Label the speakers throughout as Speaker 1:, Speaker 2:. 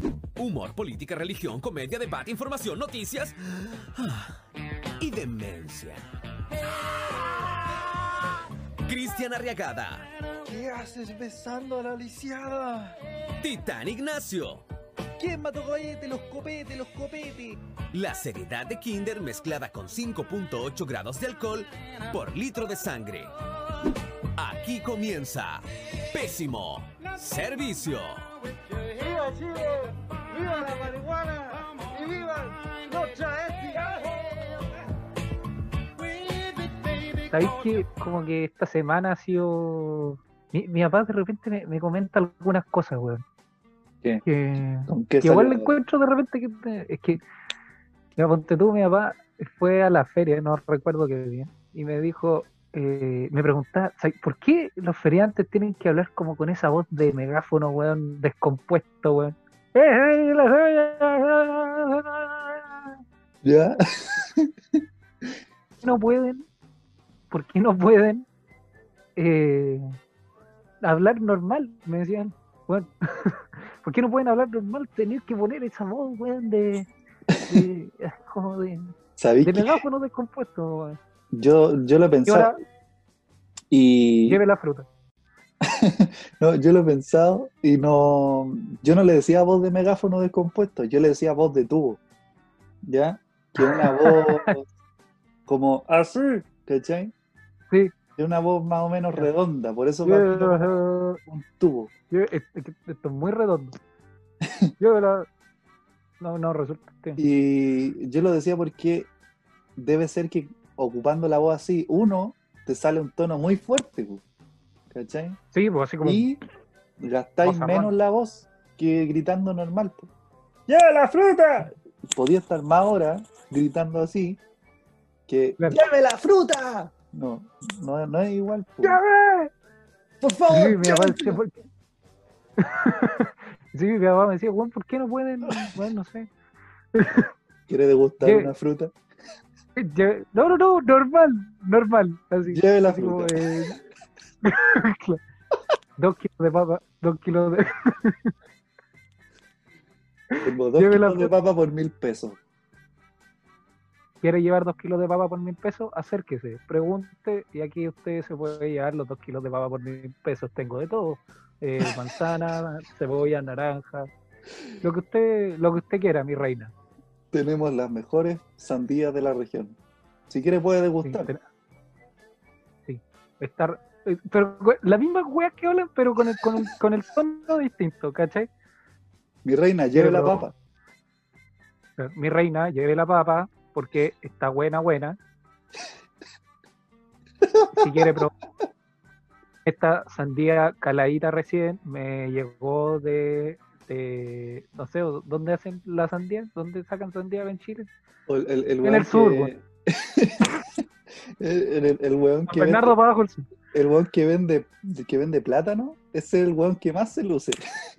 Speaker 1: Humor, política, religión, comedia, debate, información, noticias y demencia. Cristian Arriagada.
Speaker 2: ¿Qué haces besando a la lisiada?
Speaker 1: Titán Ignacio.
Speaker 2: ¿Quién mató cohete? Los copetes, los copetes.
Speaker 1: La seriedad de Kinder mezclada con 5.8 grados de alcohol por litro de sangre. Aquí comienza Pésimo Servicio.
Speaker 2: ¡Viva Chile! ¡Viva la marihuana! ¡Y viva los travestis!
Speaker 3: ¿Sabéis que como que esta semana ha sido... Mi papá de repente me comenta algunas cosas, weón.
Speaker 4: ¿Qué? ¿Con
Speaker 3: Que
Speaker 4: qué
Speaker 3: igual le
Speaker 4: salió?
Speaker 3: encuentro de repente que... Es que, ya ponte tú, mi papá fue a la feria, no recuerdo qué día, y me dijo, me preguntaba, ¿sabes por qué los feriantes tienen que hablar como con esa voz de megáfono, weón, descompuesto, weón?
Speaker 4: ¿Ya?
Speaker 3: No pueden, ¿por qué no pueden hablar normal? Me decían, bueno, ¿por qué no pueden hablar normal? Tener que poner esa voz, weón, como
Speaker 4: ¿Sabéis
Speaker 3: de
Speaker 4: qué?
Speaker 3: megáfono descompuesto, weón.
Speaker 4: Yo lo he
Speaker 3: Y
Speaker 4: pensado
Speaker 3: ahora
Speaker 4: y
Speaker 3: lleve la fruta.
Speaker 4: no, yo lo he pensado y no, yo no le decía voz de megáfono descompuesto, yo le decía voz de tubo, ¿ya? Que una voz como así, ¿cachai?
Speaker 3: Sí,
Speaker 4: Es una voz más o menos
Speaker 3: Ya.
Speaker 4: redonda, por eso para mí lo como
Speaker 3: yo,
Speaker 4: un tubo.
Speaker 3: esto es muy redondo. Lleve la... No resulta. Sí.
Speaker 4: Y yo lo decía porque debe ser que ocupando la voz así, uno, te sale un tono muy fuerte, po, ¿cachai?
Speaker 3: Sí, pues así como
Speaker 4: Y gastáis
Speaker 3: vozarrón.
Speaker 4: menos la voz que gritando normal, po. ¡Lleve la fruta! Podía estar más horas gritando así que
Speaker 3: Claro.
Speaker 4: ¡lleve la fruta! No es igual, po.
Speaker 3: ¡Llave!
Speaker 4: ¡Por
Speaker 3: Sí,
Speaker 4: favor!
Speaker 3: mi papá
Speaker 4: ¡Lleve!
Speaker 3: decía, sí, mi papá me decía, weón, ¿por qué no pueden? Bueno, no sé.
Speaker 4: ¿Quiere degustar
Speaker 3: Lleve-
Speaker 4: una fruta?
Speaker 3: No, normal, así.
Speaker 4: Lleve la
Speaker 3: Así como,
Speaker 4: fruta.
Speaker 3: claro. 2 kilos de papa, 2 kilos de...
Speaker 4: Tengo 2
Speaker 3: Lleve la
Speaker 4: kilos de
Speaker 3: fruta.
Speaker 4: papa por 1.000 pesos.
Speaker 3: ¿Quiere llevar 2 kilos de papa por 1.000 pesos? Acérquese, pregunte, y aquí usted se puede llevar los 2 kilos de papa por 1.000 pesos. Tengo de todo. Manzana, cebolla, naranja, lo que usted quiera, mi reina.
Speaker 4: Tenemos las mejores sandías de la región. Si quiere puede
Speaker 3: Sí,
Speaker 4: degustar.
Speaker 3: sí. Pero la misma weas que hablan, pero con el tono distinto, ¿cachai?
Speaker 4: Mi reina, lleve la
Speaker 3: Pero-
Speaker 4: papa.
Speaker 3: Mi reina, lleve la papa, porque está buena. Si quiere probar esta sandía caladita recién, me llegó no sé, ¿dónde hacen la sandía? ¿Dónde sacan sandía en Chile?
Speaker 4: O el
Speaker 3: En
Speaker 4: weón
Speaker 3: el sur,
Speaker 4: que...
Speaker 3: bueno.
Speaker 4: el weón
Speaker 3: San
Speaker 4: que
Speaker 3: Bernardo
Speaker 4: vende,
Speaker 3: para abajo el sur.
Speaker 4: el weón que vende plátano, ese es el weón que más se luce.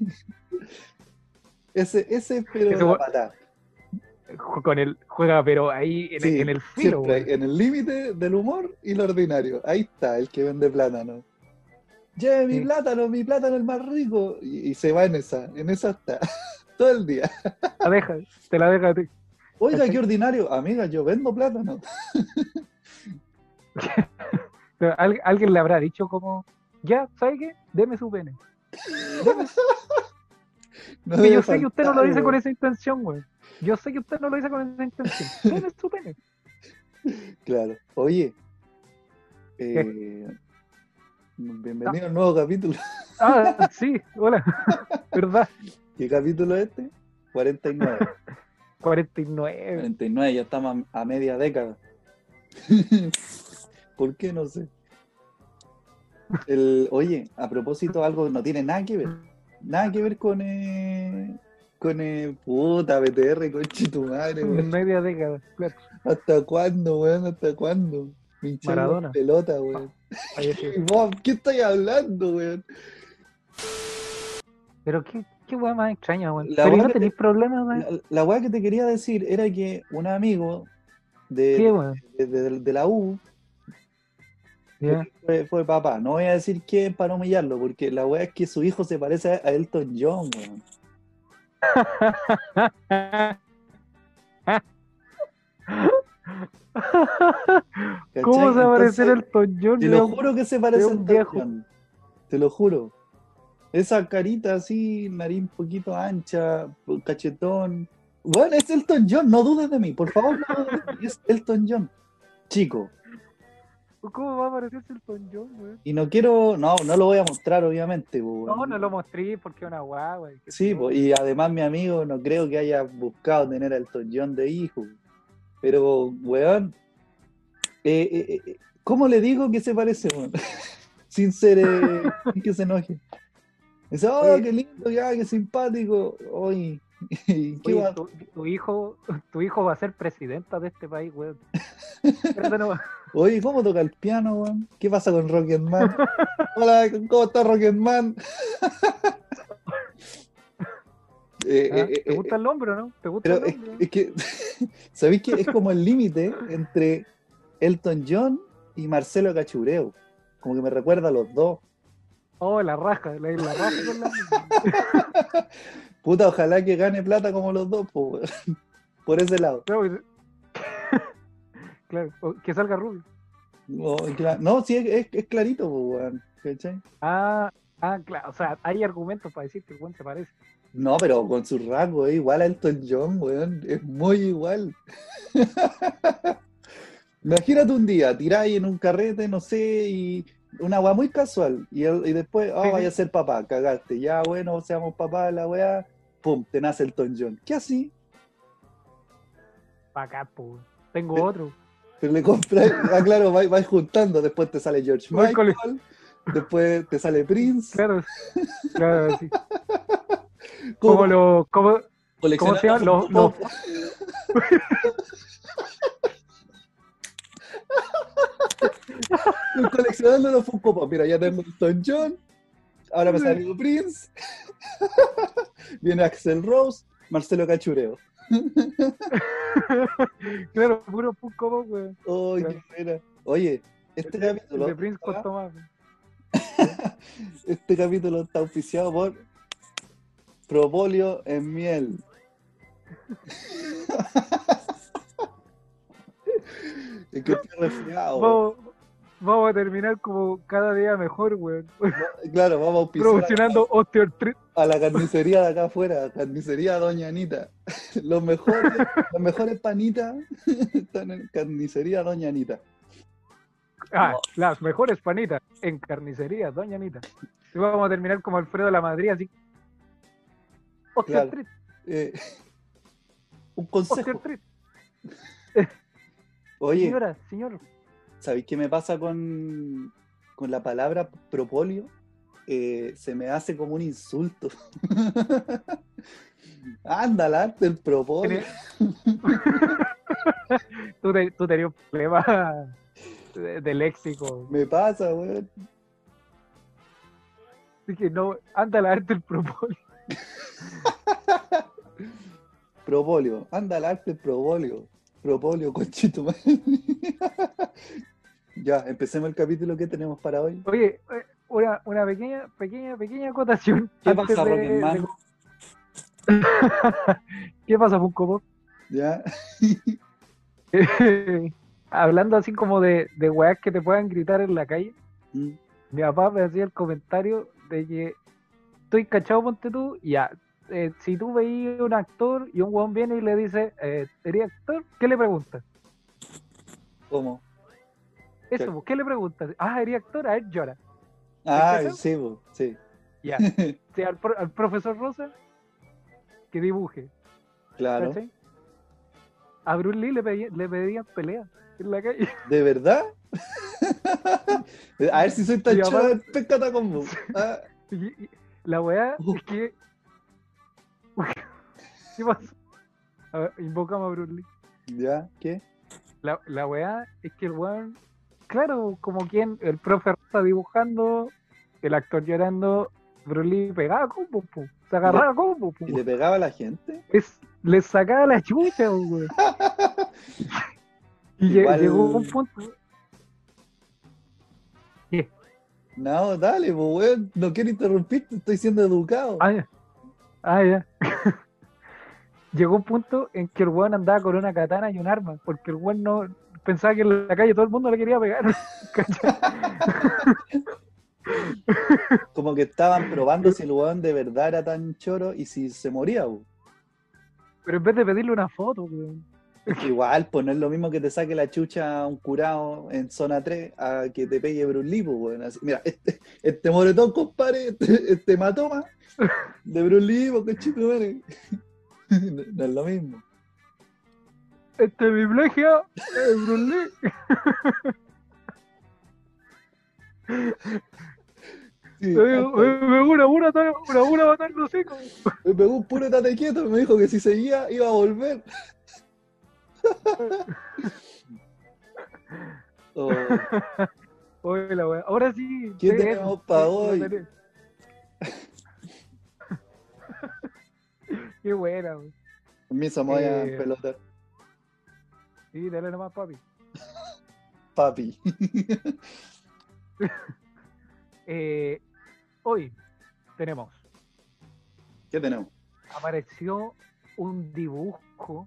Speaker 4: Ese pero
Speaker 3: Ese
Speaker 4: la
Speaker 3: weón-
Speaker 4: patada.
Speaker 3: Juega, pero ahí
Speaker 4: Sí,
Speaker 3: en el filo,
Speaker 4: siempre
Speaker 3: weón.
Speaker 4: en el límite del humor y lo ordinario. Ahí está el que vende plátano. Lleve
Speaker 3: Sí.
Speaker 4: mi plátano el más rico. Y se va en esa está. Todo el día.
Speaker 3: Te la deja a ti.
Speaker 4: Oiga,
Speaker 3: ¿Cachai?
Speaker 4: qué ordinario. Amiga, yo vendo plátano.
Speaker 3: Pero alguien le habrá dicho como, ya, ¿sabe qué? Deme su pene.
Speaker 4: No
Speaker 3: Que
Speaker 4: debe
Speaker 3: yo sé que usted no lo
Speaker 4: faltar,
Speaker 3: dice con
Speaker 4: weón.
Speaker 3: esa intención, güey. Yo sé que usted no lo dice con esa intención. Deme su pene.
Speaker 4: Claro. Oye, bienvenido al nuevo capítulo.
Speaker 3: Ah, sí, hola. ¿Verdad?
Speaker 4: ¿Qué capítulo es este? 49.
Speaker 3: 49.
Speaker 4: 49, ya estamos a media década. ¿Por qué? No sé. Oye, a propósito, algo no tiene nada que ver. Nada que ver con puta BTR, conche tu madre, weón.
Speaker 3: Media década, claro.
Speaker 4: ¿Hasta cuándo, weón? ¿Hasta cuándo? Me hinché la
Speaker 3: Maradona.
Speaker 4: pelota, weón.
Speaker 3: Ahí sí.
Speaker 4: ¿Y vos, qué estáis hablando, weón?
Speaker 3: Pero qué weá más extraña, weón.
Speaker 4: La
Speaker 3: Pero ¿y
Speaker 4: weá
Speaker 3: no
Speaker 4: que
Speaker 3: tenéis problemas, weón?
Speaker 4: La weá que te quería decir era que un amigo
Speaker 3: ¿Qué,
Speaker 4: de,
Speaker 3: weón?
Speaker 4: de la U
Speaker 3: Ya.
Speaker 4: fue papá. No voy a decir quién para no humillarlo, porque la weá es que su hijo se parece a Elton John, weón.
Speaker 3: ¿Cómo se va a parecer
Speaker 4: Entonces,
Speaker 3: Elton John?
Speaker 4: te lo juro que se parece
Speaker 3: de
Speaker 4: a
Speaker 3: un
Speaker 4: Elton
Speaker 3: viejo.
Speaker 4: John. Te lo juro. Esa carita así, nariz un poquito ancha, cachetón. Bueno, es Elton John, no dudes de mí, por favor, no dudes de mí. Es Elton John, chico.
Speaker 3: ¿Cómo va a parecerse Elton John, güey?
Speaker 4: Y no quiero, no lo voy a mostrar, obviamente. Po,
Speaker 3: No,
Speaker 4: weón.
Speaker 3: no lo mostré porque es una guagua, güey.
Speaker 4: Sí, po, y además mi amigo no creo que haya buscado tener a Elton John de hijo. Pero, weón, ¿cómo le digo que se parece, weón? Sin ser, sin que se enoje. Dice, oh,
Speaker 3: Oye,
Speaker 4: qué lindo, ya, qué simpático. Oye, ¿qué
Speaker 3: Oye,
Speaker 4: va?
Speaker 3: tu hijo va a ser presidenta de este país, güey. Espérate, no.
Speaker 4: Oye, ¿cómo toca el piano, weón? ¿Qué pasa con Rocketman? Hola, ¿cómo está Rocketman?
Speaker 3: ¿Ah? ¿Te gusta el hombre, no? ¿Te gusta
Speaker 4: Pero
Speaker 3: el hombre?
Speaker 4: es que, ¿sabéis que es como el límite entre Elton John y Marcelo Cachureo? Como que me recuerda a los dos.
Speaker 3: Oh, la raja con la.
Speaker 4: Puta, ojalá que gane plata como los dos, po, weón. Por ese lado.
Speaker 3: Claro, claro, que salga rubio.
Speaker 4: No, sí, es clarito, po, weón. ¿Cachai?
Speaker 3: Claro, o sea, hay argumentos para decir que el buen se parece.
Speaker 4: No, pero con su rasgo es igual a Elton John, weón. Es muy igual. Imagínate un día, tiráis en un carrete, no sé, y una weá muy casual. Y después,
Speaker 3: Sí,
Speaker 4: vaya a
Speaker 3: sí.
Speaker 4: ser papá, cagaste. Ya, bueno, seamos papá, la weá. Pum, te nace Elton John. ¿Qué así?
Speaker 3: Pa' acá, pues. Tengo otro.
Speaker 4: Pero le compras, claro, vais juntando. Después te sale George
Speaker 3: Voy con-
Speaker 4: Michael, después te sale Prince.
Speaker 3: Claro, claro, sí.
Speaker 4: Como
Speaker 3: ¿Cómo se
Speaker 4: coleccionando
Speaker 3: llaman?
Speaker 4: Funko Pop. Coleccionando los Funko Pop. Mira, ya tengo Elton John. Ahora me salió Prince. Viene Axel Rose, Marcelo Cachureo.
Speaker 3: Claro, puro Funko Pop, güey.
Speaker 4: ¡Ay,
Speaker 3: Claro.
Speaker 4: qué pena! Oye, este
Speaker 3: El
Speaker 4: capítulo,
Speaker 3: de Prince costó más.
Speaker 4: este capítulo está auspiciado por Propóleo en miel. Es que estoy resfriado.
Speaker 3: Vamos a terminar como cada día mejor, güey.
Speaker 4: Claro, vamos a auspiciar
Speaker 3: Promocionando osteoartritis.
Speaker 4: a la carnicería de acá afuera, carnicería Doña Anita. Las mejores panitas están en carnicería Doña Anita.
Speaker 3: Las mejores panitas en carnicería, doña Anita. Y vamos a terminar como Alfredo La Madrid, así. Osteoartritis,
Speaker 4: Un consejo.
Speaker 3: osteoartritis.
Speaker 4: Oye,
Speaker 3: Señora, señor.
Speaker 4: ¿sabéis qué me pasa con la palabra propóleo? Se me hace como un insulto. Anda, el arte del propóleo.
Speaker 3: Tú tenías un problema de léxico.
Speaker 4: Me pasa, weón.
Speaker 3: Así que no, anda a lavarte el propóleo.
Speaker 4: Propóleo. Anda, el arte del propóleo. Propóleo, conchito. Ya, empecemos el capítulo que tenemos para hoy.
Speaker 3: Oye, una pequeña acotación.
Speaker 4: ¿Qué
Speaker 3: antes
Speaker 4: pasa, Rocketman?
Speaker 3: ¿Qué pasa, Funko Pop?
Speaker 4: Ya.
Speaker 3: Hablando así como de weas que te puedan gritar en la calle,
Speaker 4: Mm.
Speaker 3: mi papá me hacía el comentario de que estoy cachado, ponte tú, y ya. Si tú veías un actor y un weón viene y le dice, ¿eres actor? ¿Qué le preguntas?
Speaker 4: ¿Cómo?
Speaker 3: Eso, pues, ¿qué le preguntas? ¿Eres actor? A él llora.
Speaker 4: Ah,
Speaker 3: ¿Cachai?
Speaker 4: sí, po, sí.
Speaker 3: Ya. Sí, al profesor Rosa, que dibuje.
Speaker 4: Claro.
Speaker 3: ¿Cachai? A Bruce Lee le pedían pelea en la calle.
Speaker 4: ¿De verdad? A ver si soy tan
Speaker 3: Mi
Speaker 4: chulo
Speaker 3: papá-
Speaker 4: de pescata combo. Ah,
Speaker 3: Y la weá es que. ¿Qué pasa? A ver, invocamos a Bruce Lee.
Speaker 4: ¿Ya? ¿Qué?
Speaker 3: La weá es que el weón, claro, como quien, el profe está dibujando, el actor llorando, Bruce Lee pegaba combo, po. Se agarraba combo, po.
Speaker 4: ¿Y le pegaba a la gente?
Speaker 3: Le sacaba la chucha, weón. Y
Speaker 4: Igual-
Speaker 3: llegó un punto. ¿Qué?
Speaker 4: No, dale, pues, weón. No quiero interrumpirte, estoy siendo educado.
Speaker 3: Ya. Ya. llegó un punto en que el weón andaba con una katana y un arma, porque el weón no pensaba que en la calle todo el mundo le quería pegar. ¿Cachai?
Speaker 4: Como que estaban probando si el weón de verdad era tan choro y si se moría, po.
Speaker 3: Pero en vez de pedirle una foto, weón.
Speaker 4: Es que igual, pues no es lo mismo que te saque la chucha a un curado en zona 3 a que te pegue Bruce Lee, pues, weón. Así, mira, este moretón, compadre, este hematoma de Bruce Lee, pues, conchito, madre. No es lo mismo.
Speaker 3: Este es mi plagia, Bruce Lee.
Speaker 4: Sí,
Speaker 3: Me pegó una matar los hijos.
Speaker 4: me pegó un puro tate quieto, me dijo que si seguía iba a volver. Oh,
Speaker 3: Oye, la weá. Ahora sí.
Speaker 4: ¿qué
Speaker 3: sí,
Speaker 4: tenemos
Speaker 3: eso,
Speaker 4: para
Speaker 3: sí,
Speaker 4: hoy?
Speaker 3: lo tenés. Qué buena, weón.
Speaker 4: Permiso, me voy a pelotar.
Speaker 3: Sí, dale nomás, papi.
Speaker 4: Papi.
Speaker 3: Hoy tenemos.
Speaker 4: ¿Qué tenemos?
Speaker 3: Apareció un dibujo.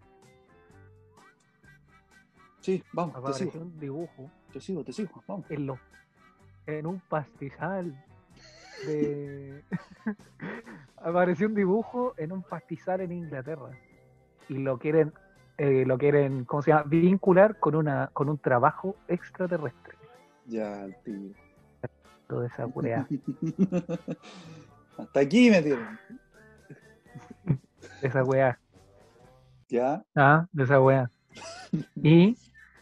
Speaker 4: Sí, vamos, te
Speaker 3: Apareció
Speaker 4: sigo,
Speaker 3: un dibujo
Speaker 4: te sigo, vamos.
Speaker 3: en un pastizal de. Apareció un dibujo en un pastizal en Inglaterra. Y lo quieren, ¿cómo se llama? Vincular con un trabajo extraterrestre.
Speaker 4: Ya, tío.
Speaker 3: Toda esa curea.
Speaker 4: Hasta aquí me tienen.
Speaker 3: Esa weá.
Speaker 4: Ya.
Speaker 3: De esa weá. Y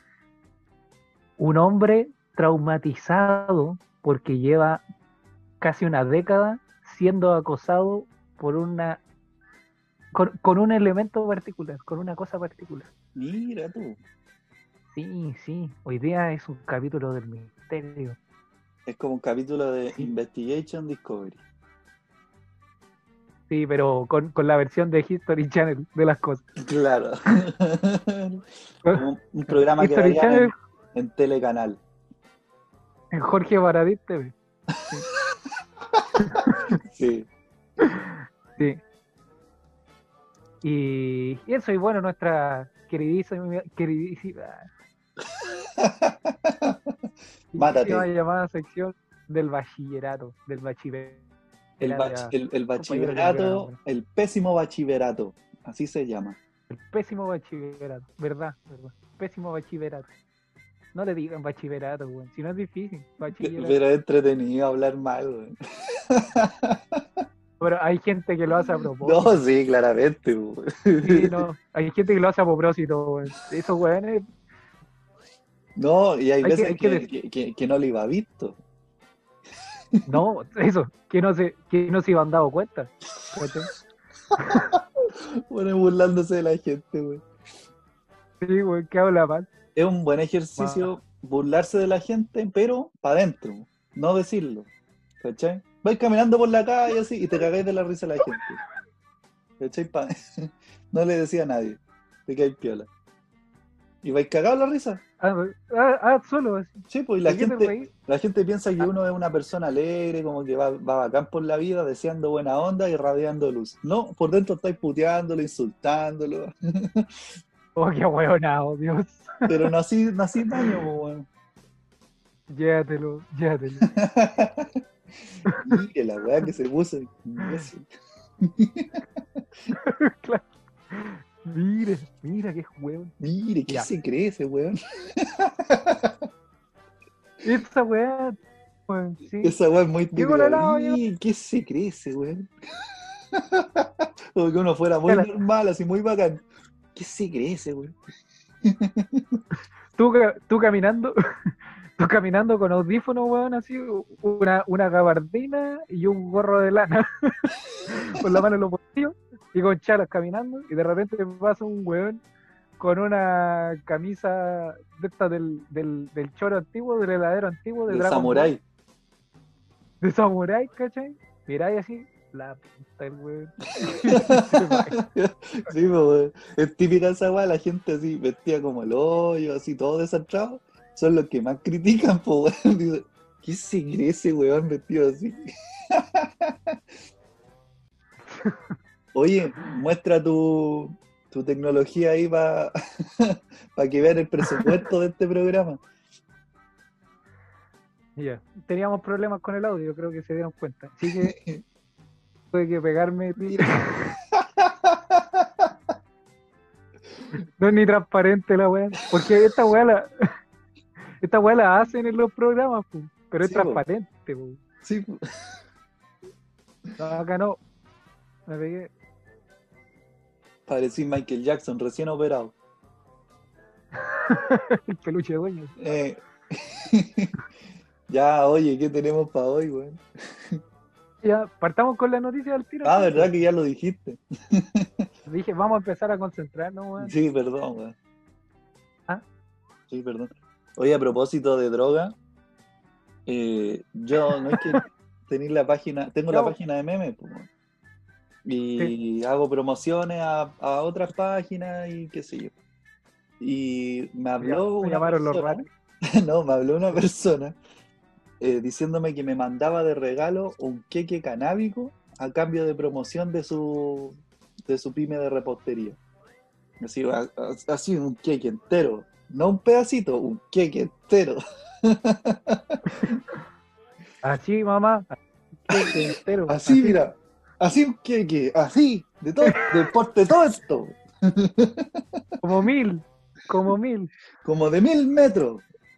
Speaker 3: un hombre traumatizado porque lleva casi una década siendo acosado por con un elemento particular, con una cosa particular.
Speaker 4: Mira tú.
Speaker 3: Sí, hoy día es un capítulo del misterio.
Speaker 4: Es como un capítulo de
Speaker 3: Sí.
Speaker 4: Investigation Discovery.
Speaker 3: Sí, pero con la versión de History Channel de las cosas.
Speaker 4: Claro. Como un programa que
Speaker 3: History
Speaker 4: darían
Speaker 3: Channel
Speaker 4: en Telecanal.
Speaker 3: en Jorge Baradit TV.
Speaker 4: Sí.
Speaker 3: Sí. Y eso, y bueno, nuestra queridísima
Speaker 4: Mátate.
Speaker 3: llamada sección del bachillerato, del bachillerato.
Speaker 4: El
Speaker 3: Compañero,
Speaker 4: bachillerato, el pésimo bachillerato. Así se llama.
Speaker 3: el pésimo bachillerato, verdad, pésimo bachillerato. No le digan bachillerato, güey, si no es difícil, bachillerato.
Speaker 4: Pero es entretenido hablar mal, güey.
Speaker 3: Pero hay gente que lo hace a propósito.
Speaker 4: No, sí, claramente, güey.
Speaker 3: Sí, no, hay gente que lo hace a propósito, güey. Esos güeyes,
Speaker 4: No, y hay veces
Speaker 3: hay que decir,
Speaker 4: que no le iba visto.
Speaker 3: no, eso, que no se iban dado cuenta. ¿Cachai?
Speaker 4: Bueno, burlándose de la gente, güey.
Speaker 3: Sí, güey, que habla mal.
Speaker 4: Es un buen ejercicio burlarse de la gente, pero para adentro, no decirlo. ¿Cachai? Vais caminando por la calle así y te cagáis de la risa a la gente. ¿Cachai? No le decía a nadie. Te caes piola. Y vais cagado la risa.
Speaker 3: Solo así.
Speaker 4: Sí, pues y la gente piensa que uno es una persona alegre, como que va bacán por la vida, deseando buena onda y radiando luz. No, por dentro estáis puteándolo, insultándolo.
Speaker 3: Oh, qué huevonao, Dios.
Speaker 4: Pero nací daño, pues, bueno.
Speaker 3: Llévatelo.
Speaker 4: Mire la weá que se puso. Imbécil.
Speaker 3: Claro. Mira qué hueón.
Speaker 4: Mire, ¿qué
Speaker 3: Ya.
Speaker 4: se cree ese weón?
Speaker 3: Esa weá, pues, sí.
Speaker 4: Esa weá es muy
Speaker 3: ¿Qué con el helado,
Speaker 4: típica. ¿Qué se cree ese weón? Como que uno fuera muy
Speaker 3: Cala.
Speaker 4: normal, así muy bacán. ¿Qué se cree ese weón?
Speaker 3: Tú caminando, tú caminando con audífonos, weón, así, una gabardina y un gorro de lana, con la mano en los bolsillos y con chalas caminando, y de repente pasa un weón con una camisa de esta del choro antiguo, del heladero antiguo, de
Speaker 4: De
Speaker 3: Dragon
Speaker 4: samurái.
Speaker 3: Ball, de samurái, ¿cachai? Miráis así, la puta el weón.
Speaker 4: Sí, pues, weón. Es típica esa weá, la gente así, vestida como el hoyo, así, todo desastrado. Son los que más critican, pues, weón. Dicen, ¿qué se cree ese weón vestido así? Oye, muestra tu tu tecnología ahí para que vean el presupuesto de este programa.
Speaker 3: Ya. Teníamos problemas con el audio, creo que se dieron cuenta. Así que tuve que pegarme. No es ni transparente la weá. Porque esta weá la hacen en los programas, po, pero es
Speaker 4: Sí, po.
Speaker 3: transparente. Po.
Speaker 4: Sí,
Speaker 3: No, acá no. Me pegué.
Speaker 4: parecí Michael Jackson, recién operado.
Speaker 3: El peluche de dueño.
Speaker 4: Eh, Ya, oye, ¿qué tenemos para hoy, weón?
Speaker 3: Ya, partamos con la noticia del tiro.
Speaker 4: Ah, ¿verdad que ya lo dijiste?
Speaker 3: Dije, vamos a empezar a concentrarnos, weón.
Speaker 4: Sí, perdón, weón.
Speaker 3: ¿Ah?
Speaker 4: Sí, perdón. Oye, a propósito de droga, yo no es que tengo la página de memes, pues, weón. Y hago promociones a otras páginas y qué sé yo. Y me habló
Speaker 3: Me
Speaker 4: una
Speaker 3: llamaron los
Speaker 4: persona,
Speaker 3: ratos.
Speaker 4: no, me habló una persona diciéndome que me mandaba de regalo un queque canábico a cambio de promoción de su pyme de repostería. Así un queque entero, no un pedacito, un queque entero.
Speaker 3: Así, mamá. Queque entero.
Speaker 4: Así, mira, así un queque, así, de porte todo esto,
Speaker 3: Como mil.
Speaker 4: como de 1000 metros.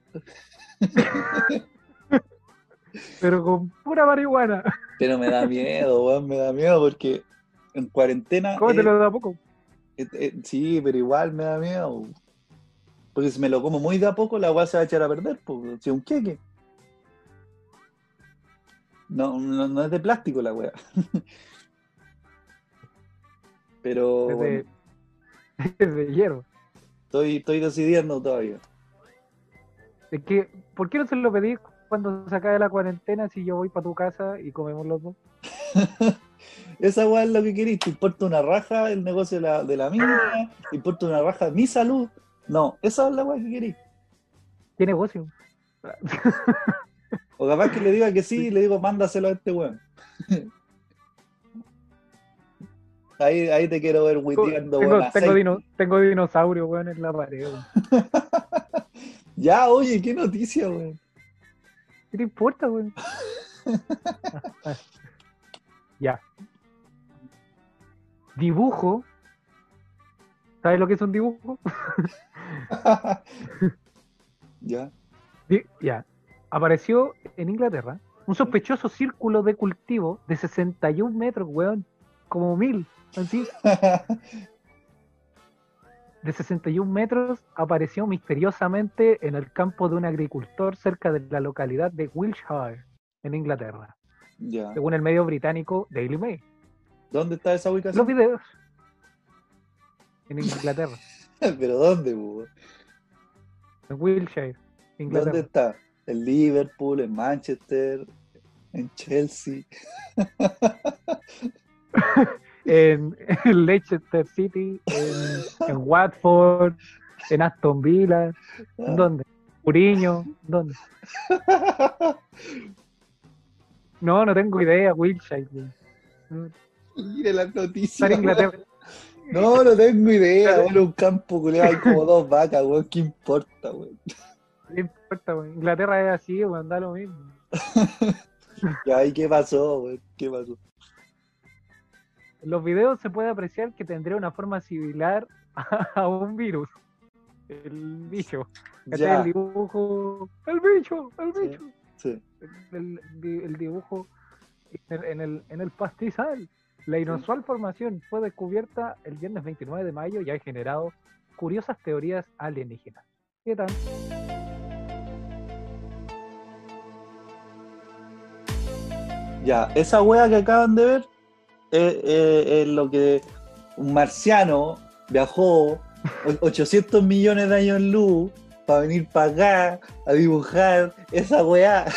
Speaker 3: Pero con pura marihuana.
Speaker 4: Pero me da miedo, weón, me da miedo porque en cuarentena.
Speaker 3: Cómetelo de a poco.
Speaker 4: Sí, pero igual me da miedo. Porque si me lo como muy de a poco, la weá se va a echar a perder, porque si es un queque. No es de plástico la weá. Pero
Speaker 3: Es
Speaker 4: bueno,
Speaker 3: de hierro.
Speaker 4: estoy decidiendo todavía.
Speaker 3: Es que, ¿por qué no se lo pedís cuando se acabe la cuarentena si yo voy para tu casa y comemos los dos?
Speaker 4: Esa weá es lo que querís, te importa una raja el negocio de la mina, te importa una raja mi salud. No, esa es la weá que querís.
Speaker 3: ¿Qué negocio?
Speaker 4: O capaz que le diga que sí y le digo, mándaselo a este weón. Ahí te quiero ver huiteando, weón.
Speaker 3: Tengo dinosaurio, weón, en la pared, weón.
Speaker 4: Ya, oye, qué noticia, weón.
Speaker 3: ¿Qué te importa, weón? Ya. Dibujo. ¿Sabes lo que es un dibujo?
Speaker 4: Ya.
Speaker 3: Ya. Apareció en Inglaterra un sospechoso círculo de cultivo de 61 metros, weón. Como 1000, así. De 61 metros apareció misteriosamente en el campo de un agricultor cerca de la localidad de Wiltshire, en Inglaterra,
Speaker 4: Ya.
Speaker 3: según el medio británico Daily Mail.
Speaker 4: ¿Dónde está esa
Speaker 3: Los
Speaker 4: ubicación?
Speaker 3: videos en Inglaterra,
Speaker 4: ¿Pero dónde, weón?
Speaker 3: en Wiltshire,
Speaker 4: ¿Dónde
Speaker 3: Inglaterra.
Speaker 4: está? En Liverpool, en Manchester, en Chelsea.
Speaker 3: En Leicester City, en Watford, en Aston Villa, ¿en dónde? Mourinho, ¿dónde? No tengo idea, Wiltshire. Weón.
Speaker 4: Mire las noticias.
Speaker 3: Está en Inglaterra.
Speaker 4: No tengo idea, weón. Un campo culiado hay como 2 vacas, weón. ¿Qué importa, weón?
Speaker 3: No importa, weón. Inglaterra es así, weón, da lo mismo.
Speaker 4: Ya, ¿y qué pasó, weón? ¿Qué pasó?
Speaker 3: En los videos se puede apreciar que tendría una forma similar a un virus. El bicho. Este es
Speaker 4: Ya.
Speaker 3: el dibujo. El bicho.
Speaker 4: Sí.
Speaker 3: El dibujo en el pastizal. La inusual formación fue descubierta el viernes 29 de mayo y ha generado curiosas teorías alienígenas. ¿Qué tal?
Speaker 4: Ya, esa wea que acaban de ver es lo que un marciano viajó 800 millones de años en luz para venir para acá a dibujar esa weá.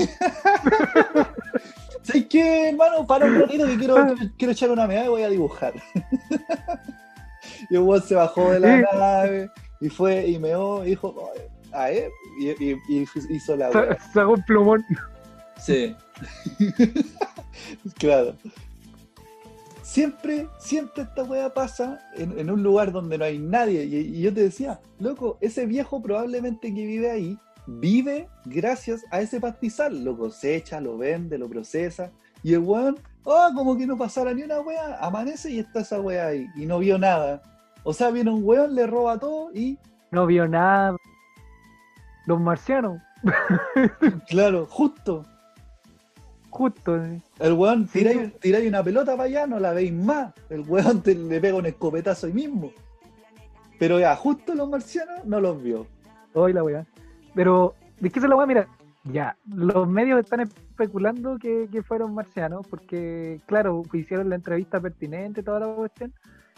Speaker 4: ¿Sabes qué, hermano? Para un ratito que quiero echar una meada y voy a dibujar. Y el weón se bajó de la nave y fue y meó y dijo, a ver, y hizo la weá.
Speaker 3: Sacó un plumón.
Speaker 4: Sí. Claro. siempre esta weá pasa en un lugar donde no hay nadie. Y yo te decía, loco, ese viejo probablemente que vive ahí, vive gracias a ese pastizal. Lo cosecha, lo vende, lo procesa. Y el weón, como que no pasara ni una weá, amanece y está esa weá ahí. Y no vio nada. O sea, viene un weón, le roba todo y...
Speaker 3: No vio nada. Los marcianos,
Speaker 4: Claro, justo.
Speaker 3: justo.
Speaker 4: El weón
Speaker 3: Sí.
Speaker 4: tiráis una pelota para allá, no la veis más. El weón le pega un escopetazo ahí mismo. Pero ya, justo los marcianos no los vio.
Speaker 3: Hoy la weá. Pero, ¿de qué se la weá? Mira, ya, los medios están especulando que fueron marcianos, porque, claro, hicieron la entrevista pertinente, toda la cuestión,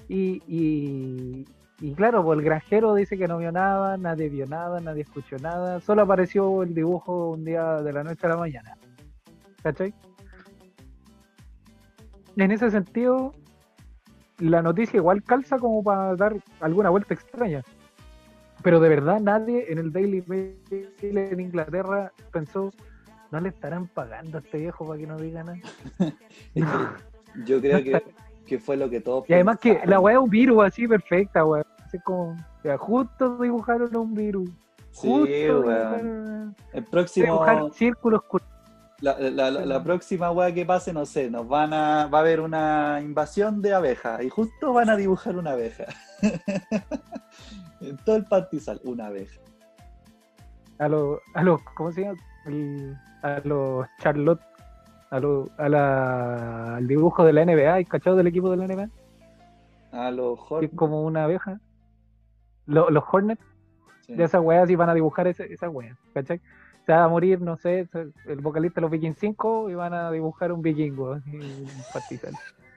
Speaker 3: y claro, pues el granjero dice que no vio nada, nadie vio nada, nadie escuchó nada, solo apareció el dibujo un día de la noche a la mañana. ¿Cachai? En ese sentido, la noticia igual calza como para dar alguna vuelta extraña. Pero de verdad nadie en el Daily Mail en Inglaterra pensó, ¿no le estarán pagando a este viejo para que no diga nada?
Speaker 4: Es que yo creo que fue lo que todos
Speaker 3: Y además que
Speaker 4: pensaron.
Speaker 3: la weá es un virus así perfecta, weá. Así como, o sea, justo dibujaron un virus.
Speaker 4: Sí,
Speaker 3: Justo
Speaker 4: weón. El
Speaker 3: dibujar
Speaker 4: próximo,
Speaker 3: círculos
Speaker 4: la próxima weá que pase, no sé, va a haber una invasión de abejas y justo van a dibujar una abeja. En todo el pastizal, una abeja.
Speaker 3: a los, ¿cómo se llama? A los Charlotte, al dibujo de la NBA, ¿y cachado del equipo de la NBA?
Speaker 4: A los
Speaker 3: Que es
Speaker 4: Hornets.
Speaker 3: como una abeja. Los Hornets,
Speaker 4: Sí.
Speaker 3: de esas weas, y van a dibujar esa wea, ¿cachai? Se va a morir, no sé, el vocalista de los Vikings 5 y van a dibujar un vikingo así, un pastizal.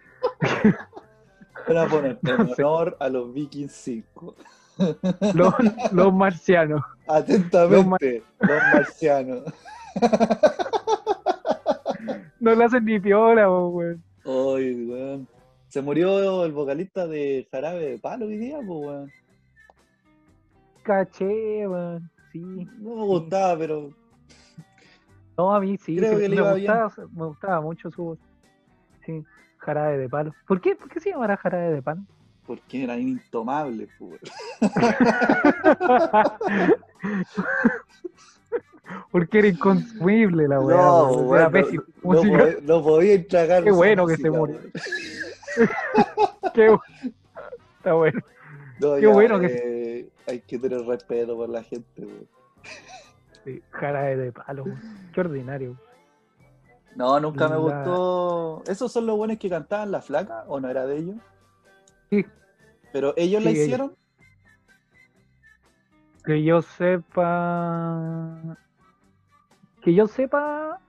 Speaker 4: Van a poner en
Speaker 3: No sé.
Speaker 4: honor a los Vikings 5.
Speaker 3: Los marcianos.
Speaker 4: Atentamente, los marcianos.
Speaker 3: No le hacen ni piola, weón.
Speaker 4: Ay, weón. Se murió el vocalista de Jarabe de Palo hoy día, pues, weón.
Speaker 3: Caché, weón. Sí.
Speaker 4: No me gustaba, pero
Speaker 3: No, a mí sí.
Speaker 4: creo
Speaker 3: Sí,
Speaker 4: que le iba bien.
Speaker 3: me gustaba mucho su voz. Sí. Jarabe de palo. ¿Por qué se llamará jarabe de palo?
Speaker 4: Porque era intomable, pues.
Speaker 3: Porque era inconsumible la weá,
Speaker 4: No,
Speaker 3: weón.
Speaker 4: weón,
Speaker 3: Era pésima música.
Speaker 4: no podía tragar
Speaker 3: Qué
Speaker 4: esa
Speaker 3: bueno que
Speaker 4: música,
Speaker 3: se murió.
Speaker 4: weón.
Speaker 3: Qué está bueno.
Speaker 4: No,
Speaker 3: Qué
Speaker 4: ya,
Speaker 3: bueno que
Speaker 4: hay que tener respeto por la gente, weón.
Speaker 3: sí, jarabe de palo, weón. Qué ordinario.
Speaker 4: No, nunca me
Speaker 3: La-
Speaker 4: gustó. ¿Esos son los buenos que cantaban La Flaca o no era de ellos?
Speaker 3: Sí,
Speaker 4: Pero ellos
Speaker 3: Sí,
Speaker 4: la
Speaker 3: ellos.
Speaker 4: hicieron.
Speaker 3: que yo sepa. Que yo sepa.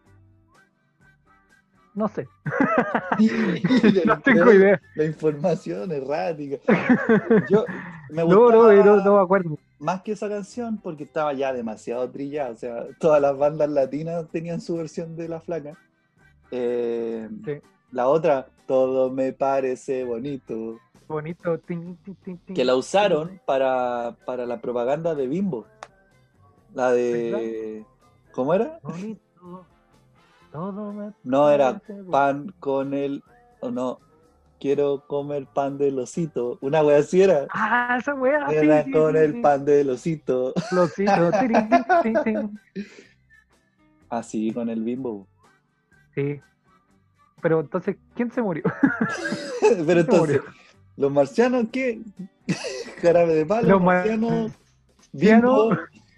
Speaker 3: No sé. No tengo idea.
Speaker 4: La información errática. Yo me
Speaker 3: No,
Speaker 4: gustaba
Speaker 3: no me acuerdo.
Speaker 4: más que esa canción porque estaba ya demasiado trillada. O sea, todas las bandas latinas tenían su versión de La Flaca.
Speaker 3: Sí.
Speaker 4: La otra, Todo me parece bonito,
Speaker 3: Bonito. Tin, tin, tin, tin.
Speaker 4: que la usaron para la propaganda de Bimbo. La de... ¿Cómo era?
Speaker 3: Bonito. Todo me
Speaker 4: No era
Speaker 3: parece bonito.
Speaker 4: pan con el... O no, quiero comer pan del osito. Una wea así era.
Speaker 3: Ah, esa weá. Sí,
Speaker 4: Era
Speaker 3: sí,
Speaker 4: con
Speaker 3: sí,
Speaker 4: el
Speaker 3: sí.
Speaker 4: pan del osito.
Speaker 3: Losito. Tirin, tin, tin, tin.
Speaker 4: Así, con el Bimbo.
Speaker 3: Sí. Pero entonces, ¿quién se murió?
Speaker 4: Pero entonces,
Speaker 3: murió?
Speaker 4: ¿los marcianos qué? Jarabe de palo,
Speaker 3: Los
Speaker 4: marcianos,
Speaker 3: marcianos,
Speaker 4: Bimbo.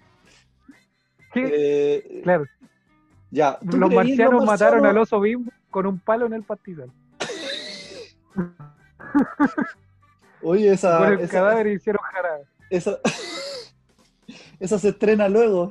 Speaker 3: ¿Qué? Claro.
Speaker 4: Ya, ¿tú
Speaker 3: Los
Speaker 4: creí en los
Speaker 3: marcianos mataron al
Speaker 4: marcianos?
Speaker 3: oso Bimbo con un palo en el pastizal.
Speaker 4: Oye,
Speaker 3: Con
Speaker 4: esa,
Speaker 3: el cadáver hicieron jarabe.
Speaker 4: esa, esa se estrena luego.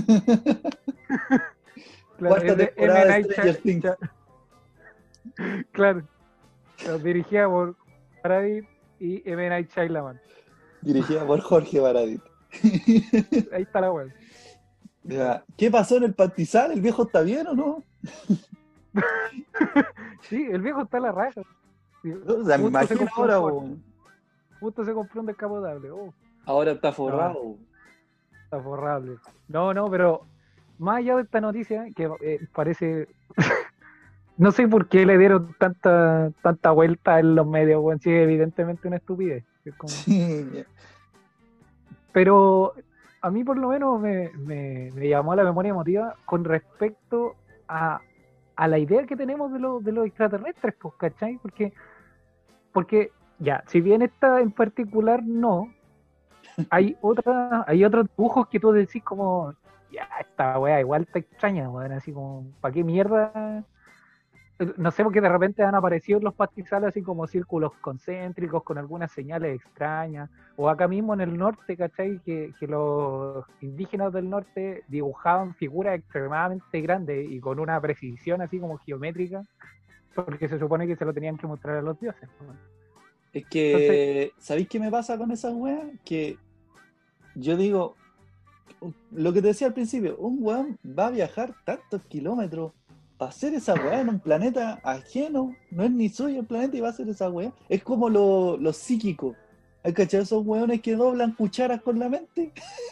Speaker 3: Claro,
Speaker 4: Cuarta
Speaker 3: es de
Speaker 4: temporada
Speaker 3: M.
Speaker 4: de
Speaker 3: Night
Speaker 4: Stranger Things.
Speaker 3: Claro. Dirigida por Paradis y M. Night Shyamalan.
Speaker 4: Dirigida por Jorge Baradit.
Speaker 3: Ahí está la web.
Speaker 4: Ya, ¿qué pasó en el pastizal? ¿El viejo está bien o no?
Speaker 3: Sí, el viejo está a la raja. Sí,
Speaker 4: O sea, me
Speaker 3: justo se
Speaker 4: imagino
Speaker 3: compró un
Speaker 4: ahora,
Speaker 3: Ford. Justo se compró un descapotable. Oh,
Speaker 4: ahora está forrado.
Speaker 3: está forrable. No, pero más allá de esta noticia, que parece No sé por qué le dieron tanta vuelta en los medios, weón, sí, evidentemente una estupidez. Es como...
Speaker 4: Sí.
Speaker 3: Pero a mí por lo menos me llamó a la memoria emotiva con respecto a la idea que tenemos de los extraterrestres, pues, ¿cachai? Porque ya, si bien esta en particular no, hay otros dibujos que tú decís como, ya, esta wea igual te extraña, weón, así como, ¿para qué mierda? No sé, porque de repente han aparecido en los pastizales así como círculos concéntricos con algunas señales extrañas, o acá mismo en el norte, ¿cachai? Que los indígenas del norte dibujaban figuras extremadamente grandes y con una precisión así como geométrica, porque se supone que se lo tenían que mostrar a los dioses, ¿no?
Speaker 4: Es
Speaker 3: Entonces,
Speaker 4: que, ¿sabéis qué me pasa con esas weas? Que yo digo, lo que te decía al principio, un weón va a viajar tantos kilómetros para hacer esa weá en un planeta ajeno, no es ni suyo el planeta y va a hacer esa weá. Es como los psíquicos. ¿Hay cachado esos weones que doblan cucharas con la mente?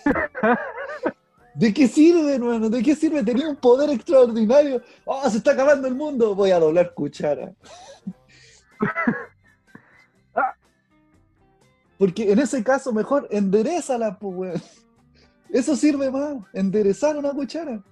Speaker 4: ¿De qué sirve, hermano? ¿De qué sirve? Tenía un poder extraordinario. ¡Oh, se está acabando el mundo! Voy a doblar cuchara.
Speaker 3: ah,
Speaker 4: Porque en ese caso, mejor enderezala, pues, weón. Eso sirve más, enderezar una cuchara.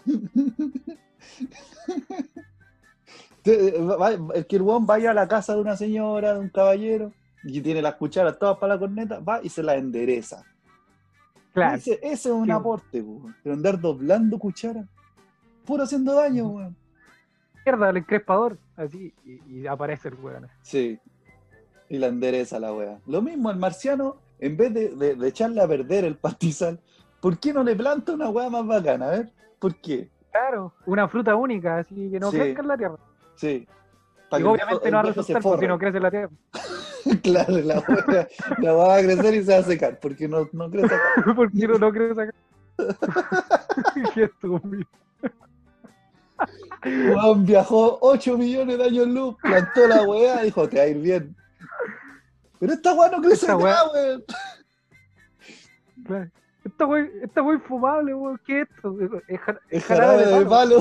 Speaker 4: El que el weón vaya a la casa de una señora, de un caballero, y tiene las cucharas todas para la corneta, va y se las endereza.
Speaker 3: claro,
Speaker 4: Ese es un
Speaker 3: que
Speaker 4: aporte, weón. Pero andar doblando cuchara, puro haciendo daño, weón.
Speaker 3: mierda, el encrespador, así, y aparece el weón.
Speaker 4: Sí, y la endereza la wea. Lo mismo el marciano, en vez de echarle a perder el pastizal, ¿por qué no le planta una wea más bacana? A ver, ¿por qué?
Speaker 3: Claro, una fruta única, así que no
Speaker 4: Sí,
Speaker 3: crezca en la tierra.
Speaker 4: sí.
Speaker 3: Y
Speaker 4: Para que
Speaker 3: obviamente no
Speaker 4: el
Speaker 3: va a
Speaker 4: viejo se
Speaker 3: resultar, pues si no
Speaker 4: forre.
Speaker 3: crece en la tierra.
Speaker 4: Claro, la va a crecer y se va a secar, porque no crece acá.
Speaker 3: ¿Por qué no crece acá? Qué estúpido.
Speaker 4: Juan viajó 8 millones de años luz, plantó la weá, dijo, te va a ir bien. Pero esta weá no crece
Speaker 3: Esta
Speaker 4: acá,
Speaker 3: weá,
Speaker 4: weón.
Speaker 3: claro. Esta weá infumable, weón. ¿Qué es esto? Es
Speaker 4: Es
Speaker 3: jarabe
Speaker 4: jarabe
Speaker 3: de
Speaker 4: de
Speaker 3: palo.
Speaker 4: palo.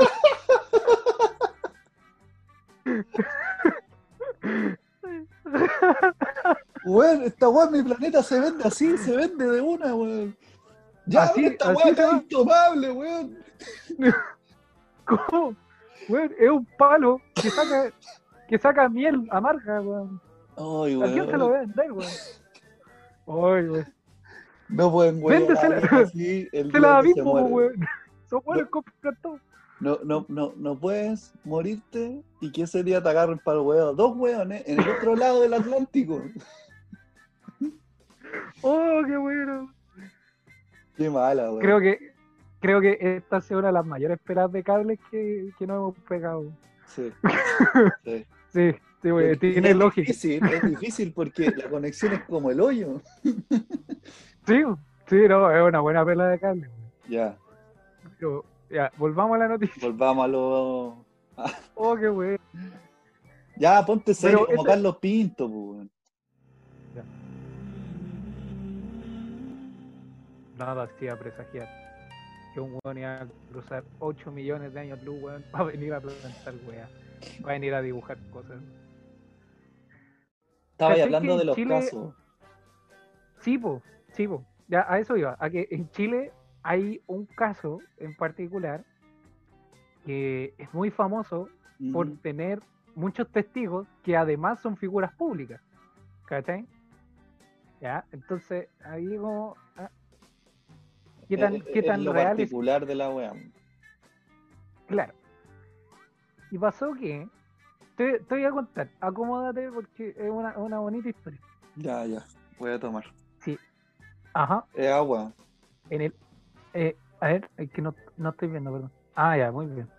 Speaker 4: Weón, esta weá en mi planeta se vende así, se vende de una, weón. Ya, pero esta weá
Speaker 3: Así se
Speaker 4: acá es
Speaker 3: va.
Speaker 4: intomable, weón.
Speaker 3: ¿Cómo? Weón, es un palo que saca miel amarga, weón.
Speaker 4: Ay,
Speaker 3: ¿A quién se lo
Speaker 4: weón.
Speaker 3: va a vender, weón? Ay, weón.
Speaker 4: No pueden wear a
Speaker 3: Véndesela.
Speaker 4: alguien así el
Speaker 3: Se
Speaker 4: día
Speaker 3: la
Speaker 4: que se
Speaker 3: mismo, pues,
Speaker 4: muere.
Speaker 3: weón. Son
Speaker 4: No,
Speaker 3: buenos compran todo.
Speaker 4: no puedes morirte y que ese día te agarren para el weón. Dos weones en el otro lado del Atlántico.
Speaker 3: Oh, qué bueno.
Speaker 4: Qué mala, weón.
Speaker 3: Creo que esta ha sido una de las mayores pelas de cables que nos hemos pegado.
Speaker 4: Sí, sí.
Speaker 3: Sí, sí,
Speaker 4: Lo
Speaker 3: güey,
Speaker 4: que- y
Speaker 3: tiene lógica.
Speaker 4: es difícil porque la conexión es como el hoyo.
Speaker 3: Sí, sí, no, es una buena pela de cable, güey.
Speaker 4: Ya,
Speaker 3: Pero, ya, volvamos a la noticia.
Speaker 4: volvamos a lo.
Speaker 3: Oh, qué güey.
Speaker 4: Ya, ponte serio,
Speaker 3: Pero
Speaker 4: como
Speaker 3: ese.
Speaker 4: Carlos Pinto, pues, weón.
Speaker 3: Ya, nada hacía presagiar que un weón iba a cruzar 8 millones de años luz, weón, para venir a plantar weá, para venir a dibujar cosas.
Speaker 4: Estaba ahí
Speaker 3: ¿Cachai que
Speaker 4: hablando de
Speaker 3: en
Speaker 4: los
Speaker 3: Chile,
Speaker 4: casos.
Speaker 3: sí, po, ya a eso iba, a que en Chile hay un caso en particular que es muy famoso por
Speaker 4: Ujú.
Speaker 3: tener muchos testigos que además son figuras públicas, ¿cachai? Ya, entonces ahí como, qué
Speaker 4: Es
Speaker 3: tan
Speaker 4: lo
Speaker 3: real es?
Speaker 4: particular de la weá.
Speaker 3: Claro. Y pasó que, te voy a contar, acomódate porque es una bonita historia.
Speaker 4: Ya, ya, voy a tomar.
Speaker 3: Sí, ajá,
Speaker 4: Es agua.
Speaker 3: en el, a ver, es que no estoy viendo, perdón. Ah, ya, muy bien.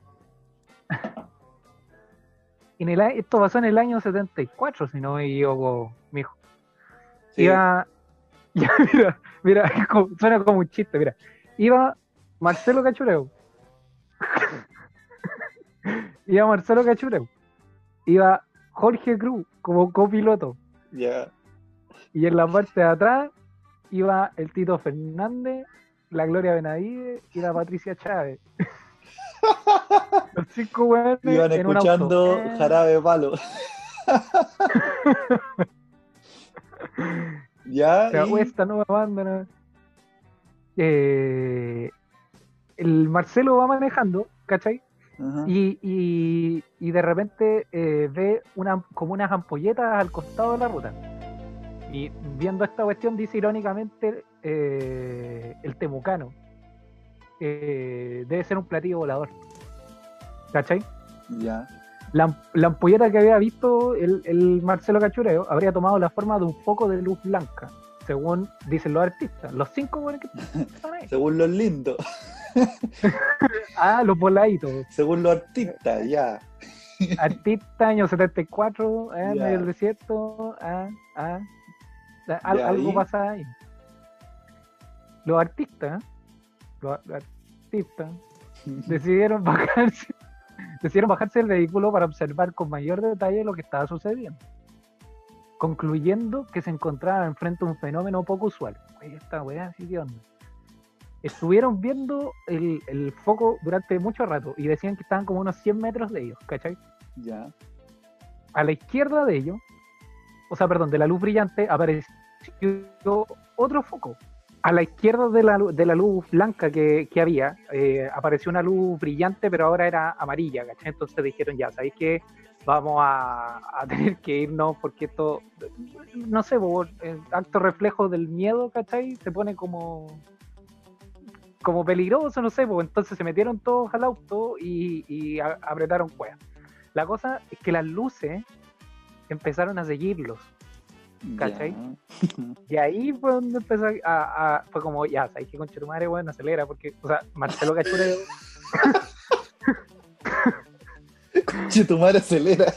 Speaker 3: Esto pasó en el año 74, si no me equivoco, mijo.
Speaker 4: Sí,
Speaker 3: Iba, ya, mira, suena como un chiste, mira. Iba Marcelo Cachureo. Iba Marcelo Cachureo. Iba Jorge Cruz como copiloto.
Speaker 4: ya.
Speaker 3: Y en la parte de atrás iba el Tito Fernández, la Gloria Benavides y la Patricia Chávez. Los 5 weones
Speaker 4: Iban
Speaker 3: en un auto.
Speaker 4: escuchando Jarabe de Palo. Ya,
Speaker 3: sea,
Speaker 4: y...
Speaker 3: esta nueva banda. ¿No? El Marcelo va manejando, ¿cachai?
Speaker 4: Ajá.
Speaker 3: Y de repente ve como unas ampolletas al costado de la ruta. Y viendo esta cuestión dice irónicamente el temucano. Debe ser un platillo volador. ¿Cachai?
Speaker 4: Ya.
Speaker 3: La ampolleta que había visto el Marcelo Cachureo habría tomado la forma de un foco de luz blanca, según dicen los artistas. Los 5 buenos que están ahí.
Speaker 4: Según los lindos,
Speaker 3: Los voladitos.
Speaker 4: según los artistas, ya.
Speaker 3: Artista, año 74,
Speaker 4: Ya.
Speaker 3: medio del desierto.
Speaker 4: Ya,
Speaker 3: Algo
Speaker 4: ¿y?
Speaker 3: pasa ahí. Los artistas decidieron bajarse del vehículo para observar con mayor detalle lo que estaba sucediendo, concluyendo que se encontraban enfrente a un fenómeno poco usual. Oye, esta weá, así que onda. Estuvieron viendo el foco durante mucho rato y decían que estaban como unos 100 metros de ellos, ¿cachai?
Speaker 4: Ya.
Speaker 3: A la izquierda de ellos, de la luz brillante, apareció otro foco. A la izquierda de la luz blanca que había, apareció una luz brillante, pero ahora era amarilla, ¿cachai? Entonces dijeron, ya, ¿sabéis qué? Vamos a tener que irnos porque esto, no sé, acto reflejo del miedo, ¿cachai? Se pone como peligroso, no sé, entonces se metieron todos al auto y apretaron cuerda. La cosa es que las luces empezaron a seguirlos, ¿cachai?
Speaker 4: Ya.
Speaker 3: Y ahí fue donde empezó fue como, ya, ¿sabes qué, concha tu madre, weón? Acelera, porque, Marcelo Cachureo...
Speaker 4: Conche, tu madre acelera.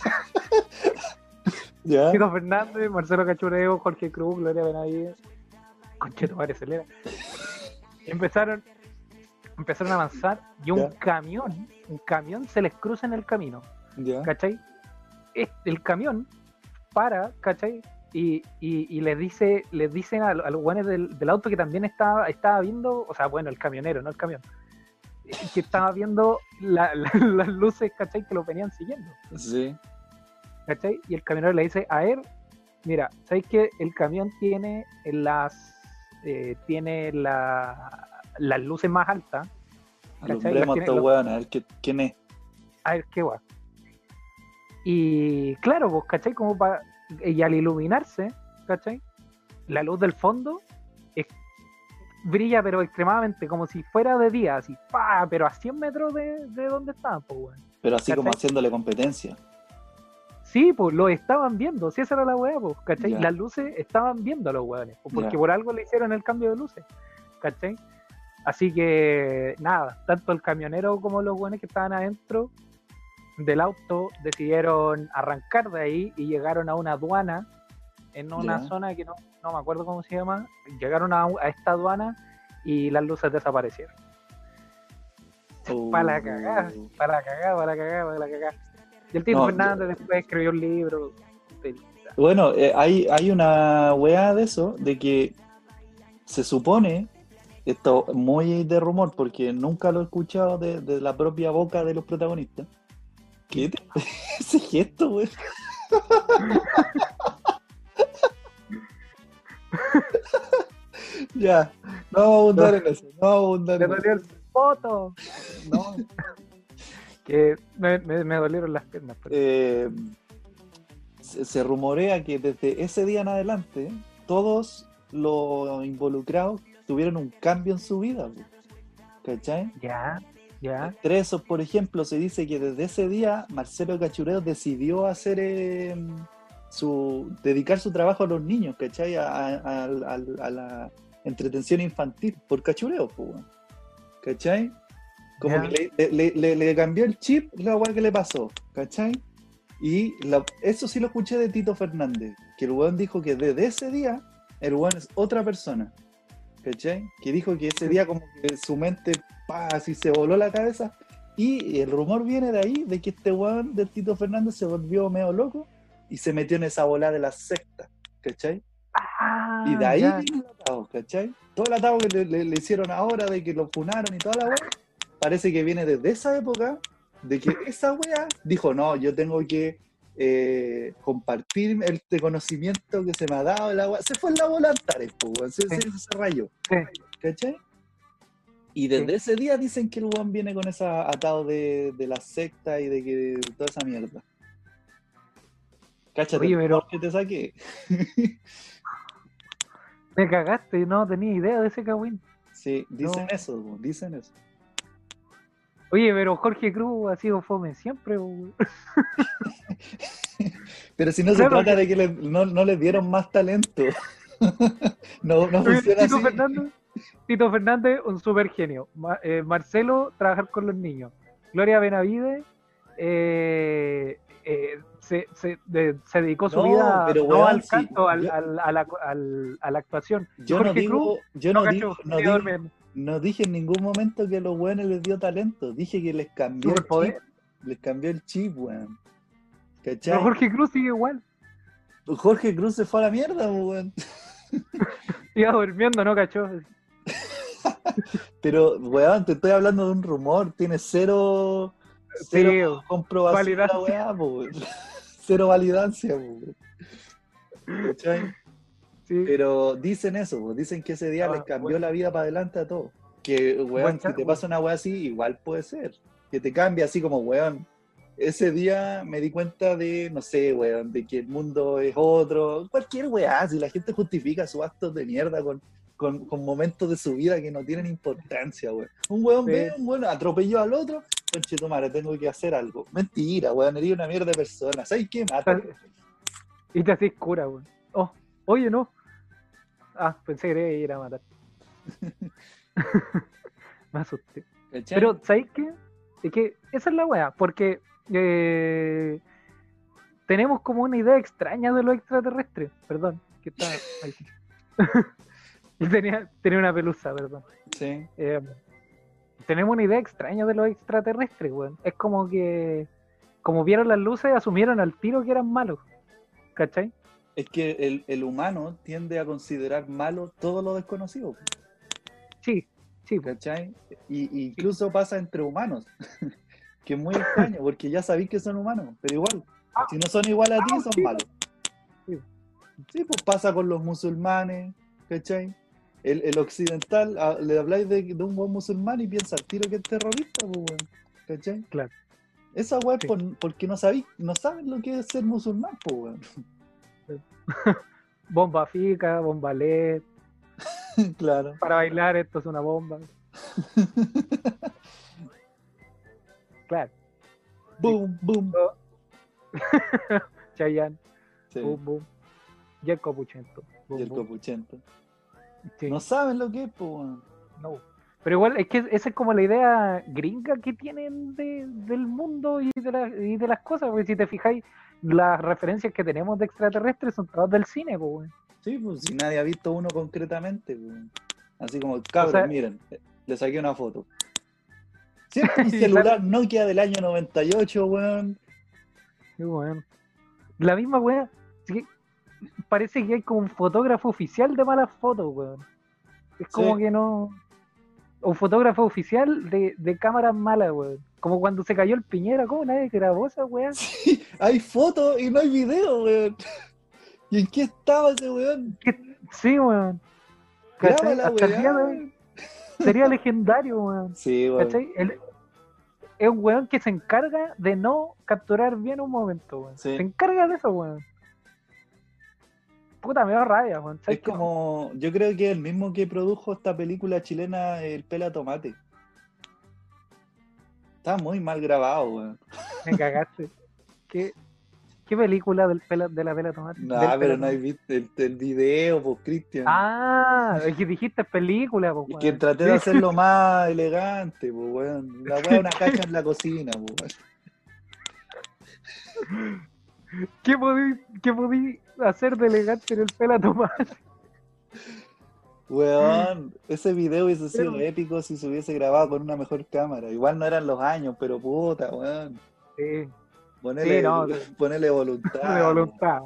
Speaker 4: Ya.
Speaker 3: Tito Fernández, Marcelo Cachureo, Jorge Cruz, Gloria Benavides. Concha tu madre, acelera. Y empezaron a avanzar y un camión se les cruza en el camino,
Speaker 4: Ya.
Speaker 3: ¿cachai? El camión para, ¿cachai? Y les dicen a los guanes del auto que también estaba viendo, el camionero, no el camión, que estaba viendo las luces, ¿cachai? Que lo venían siguiendo,
Speaker 4: Sí.
Speaker 3: ¿cachai? Y el camionero le dice, a ver, mira, ¿sabes que el camión tiene las luces más altas?
Speaker 4: Alumbremos a estos weones, a ver quién es.
Speaker 3: A ver qué va. Y claro, pues, ¿cachai? Y al iluminarse, ¿cachai? La luz del fondo brilla, pero extremadamente, como si fuera de día, así, pero a 100 metros de donde estaban, pues, weón.
Speaker 4: Pero así como
Speaker 3: ¿Cachai?
Speaker 4: haciéndole competencia.
Speaker 3: Sí, pues lo estaban viendo, sí, esa era la weá, pues, ¿cachai?
Speaker 4: Ya.
Speaker 3: Las luces estaban viendo a los weones, pues, porque
Speaker 4: Ya.
Speaker 3: por algo le hicieron el cambio de luces, ¿cachai? Así que, nada, tanto el camionero como los weones que estaban adentro del auto decidieron arrancar de ahí y llegaron a una aduana en una
Speaker 4: Ya.
Speaker 3: zona que no me acuerdo cómo se llama. Llegaron a esta aduana y las luces desaparecieron. Para la cagada. Y el Tito
Speaker 4: No,
Speaker 3: Fernández después escribió un libro.
Speaker 4: Bueno, hay una weá de eso, de que se supone, esto muy de rumor, porque nunca lo he escuchado de la propia boca de los protagonistas. ¿Qué? Ese gesto, weón. Ya, no vamos a abundar en eso, no vamos a abundar
Speaker 3: Me
Speaker 4: en eso.
Speaker 3: dolió el poto. No. Que me dolieron las piernas. Pero...
Speaker 4: Se rumorea que desde ese día en adelante todos los involucrados tuvieron un cambio en su vida, ¿cachai?
Speaker 3: Ya.
Speaker 4: Entre esos, por ejemplo, se dice que desde ese día Marcelo Cachureo decidió hacer dedicar su trabajo a los niños, ¿cachai? A la entretención infantil por Cachureo, ¿cachai? Como
Speaker 3: Ya.
Speaker 4: que le cambió el chip la weá que le pasó, ¿cachai? Y eso sí lo escuché de Tito Fernández, que el weón dijo que desde ese día el weón es otra persona, ¿cachai? Que dijo que ese día como que su mente, así se voló la cabeza, y el rumor viene de ahí, de que este weón del Tito Fernández se volvió medio loco y se metió en esa volada de las sectas, ¿cachai? Y de ahí
Speaker 3: ya.
Speaker 4: vino el atado, ¿cachai? Todo el atado que le hicieron ahora de que lo funaron y toda la weá, parece que viene desde esa época, de que esa wea dijo, no, yo tengo que compartir este conocimiento que se me ha dado el agua. Se fue en la bola Antares, po, weón. Se rayó.
Speaker 3: Sí.
Speaker 4: ¿Cachai? Y desde ese día dicen que el weón viene con ese atado de la secta y de que toda esa mierda. Cáchate,
Speaker 3: Oye, pero
Speaker 4: que te saqué.
Speaker 3: me cagaste, no tenía idea de ese cagüín.
Speaker 4: Sí, dicen
Speaker 3: No.
Speaker 4: eso, weón, dicen eso.
Speaker 3: Oye, pero Jorge Cruz ha sido fome siempre, weón.
Speaker 4: Pero si no se
Speaker 3: Claro
Speaker 4: trata
Speaker 3: que-
Speaker 4: de que no les dieron más talento. no funciona
Speaker 3: Tito
Speaker 4: así.
Speaker 3: Tito Fernández, un super genio. Marcelo, trabajar con los niños. Gloria Benavides, se dedicó su
Speaker 4: No,
Speaker 3: vida
Speaker 4: pero,
Speaker 3: no
Speaker 4: weón,
Speaker 3: al
Speaker 4: sí,
Speaker 3: canto,
Speaker 4: yo-
Speaker 3: a la actuación. Y
Speaker 4: Yo no
Speaker 3: Jorge Cruz,
Speaker 4: digo, yo
Speaker 3: no
Speaker 4: no
Speaker 3: cacho,
Speaker 4: digo,
Speaker 3: quería dormir.
Speaker 4: no dije en ningún momento que a los weones les dio talento. Dije que les cambió el chip.
Speaker 3: Superpoder.
Speaker 4: Les cambió el chip, weón.
Speaker 3: Pero
Speaker 4: ¿Cachai?
Speaker 3: Jorge Cruz sigue igual.
Speaker 4: Jorge Cruz se fue a la mierda, weón.
Speaker 3: Iba durmiendo, no cachó.
Speaker 4: Pero, weón, te estoy hablando de un rumor. Tiene cero comprobación la
Speaker 3: validancia.
Speaker 4: weá, po, weón. Cero validancia, po, weón. ¿Cachai?
Speaker 3: Sí.
Speaker 4: Pero dicen eso, po. Dicen que ese día les cambió
Speaker 3: bueno.
Speaker 4: la vida para adelante a todos. Que, weón, si te pasa una weá así, igual puede ser. Que te cambie así como, weón. Ese día me di cuenta de, no sé, weón, de que el mundo es otro. Cualquier weá, si la gente justifica sus actos de mierda con momentos de su vida que no tienen importancia, weón. Un weón
Speaker 3: Sí.
Speaker 4: ve, un weón atropelló al otro, conchetumare, tengo que hacer algo. Mentira, weón, eres una mierda de persona. ¿Sabes qué? Mata.
Speaker 3: Y te haces cura, güey. Oh, oye, no. Ah, pensé que quería ir a matar. Me asusté.
Speaker 4: ¿Cachai?
Speaker 3: Pero, ¿sabéis qué? Es que esa es la weá, porque tenemos como una idea extraña de lo extraterrestre. Perdón, que está ahí. Y tenía una pelusa, perdón.
Speaker 4: Sí.
Speaker 3: Tenemos una idea extraña de lo extraterrestre, weón. Es como que, como vieron las luces, asumieron al tiro que eran malos. ¿Cachai?
Speaker 4: Es que el humano tiende a considerar malo todo lo desconocido.
Speaker 3: Sí, sí.
Speaker 4: ¿Cachai? Y incluso pasa entre humanos. Que es muy extraño, porque ya sabéis que son humanos, pero igual, si no son igual a ti, son
Speaker 3: sí.
Speaker 4: malos.
Speaker 3: Sí.
Speaker 4: Sí, pues pasa con los musulmanes, ¿cachai? El occidental, le habláis de un buen musulmán y piensa al tiro que es terrorista, pues, weón, ¿cachai?
Speaker 3: Claro.
Speaker 4: Esa weá es
Speaker 3: Sí.
Speaker 4: porque no saben lo que es ser musulmán, pues, weón.
Speaker 3: Bomba fica, bomba LED.
Speaker 4: Claro.
Speaker 3: Para bailar, esto es una bomba. Claro.
Speaker 4: Boom, boom.
Speaker 3: Chayanne,
Speaker 4: Sí,
Speaker 3: boom, boom. Y el copuchento.
Speaker 4: y el copuchento.
Speaker 3: Sí,
Speaker 4: No saben lo que es, pues, weón.
Speaker 3: no. Pero igual, es que esa es como la idea gringa que tienen del mundo y de las cosas. Porque si te fijáis, las referencias que tenemos de extraterrestres son todas del cine, pues, weón.
Speaker 4: Sí, pues si nadie ha visto uno concretamente, pues. Así como, cabros,
Speaker 3: O sea,
Speaker 4: miren, le saqué una foto. Siempre un
Speaker 3: Y
Speaker 4: celular Nokia del año 98, weón.
Speaker 3: Sí, weón. La misma weá. Así que parece que hay como un fotógrafo oficial de malas fotos, weón. Es como
Speaker 4: Sí.
Speaker 3: que no. Un fotógrafo oficial de cámaras malas, weón. Como cuando se cayó el Piñera, ¿cómo nadie grabó esa weá?
Speaker 4: Sí, hay fotos y no hay video, weón. ¿Y en qué estaba ese weón?
Speaker 3: Sí, weón.
Speaker 4: Graba
Speaker 3: ¿Cachai?
Speaker 4: la
Speaker 3: Hasta el día de
Speaker 4: weá.
Speaker 3: hoy sería legendario, weón.
Speaker 4: Sí, weón.
Speaker 3: ¿Cachai? Es un weón que se encarga de no capturar bien un momento, weón.
Speaker 4: Sí.
Speaker 3: Se encarga de eso, weón. Puta, me da rabia, weón. ¿Sabes
Speaker 4: Es
Speaker 3: qué?
Speaker 4: como, yo creo que es el mismo que produjo esta película chilena, El Pela Tomate. Está muy mal grabado, weón.
Speaker 3: Me cagaste. ¿Qué película de la pela tomate?
Speaker 4: No,
Speaker 3: Del
Speaker 4: pero
Speaker 3: pela
Speaker 4: no hay visto el video, pues, Cristian.
Speaker 3: Ah, es que dijiste película, pues,
Speaker 4: Es
Speaker 3: weón.
Speaker 4: que traté de hacerlo más elegante, pues, weón. La weá es una caja en la cocina, pues, weón.
Speaker 3: ¿Qué podí hacer de elegante en el pela tomate?
Speaker 4: Weón, ese video hubiese sido
Speaker 3: Pero-
Speaker 4: épico si se hubiese grabado con una mejor cámara. Igual no eran los años, pero puta, weón.
Speaker 3: Sí,
Speaker 4: Ponele,
Speaker 3: Sí, no,
Speaker 4: ponele voluntad.
Speaker 3: de voluntad.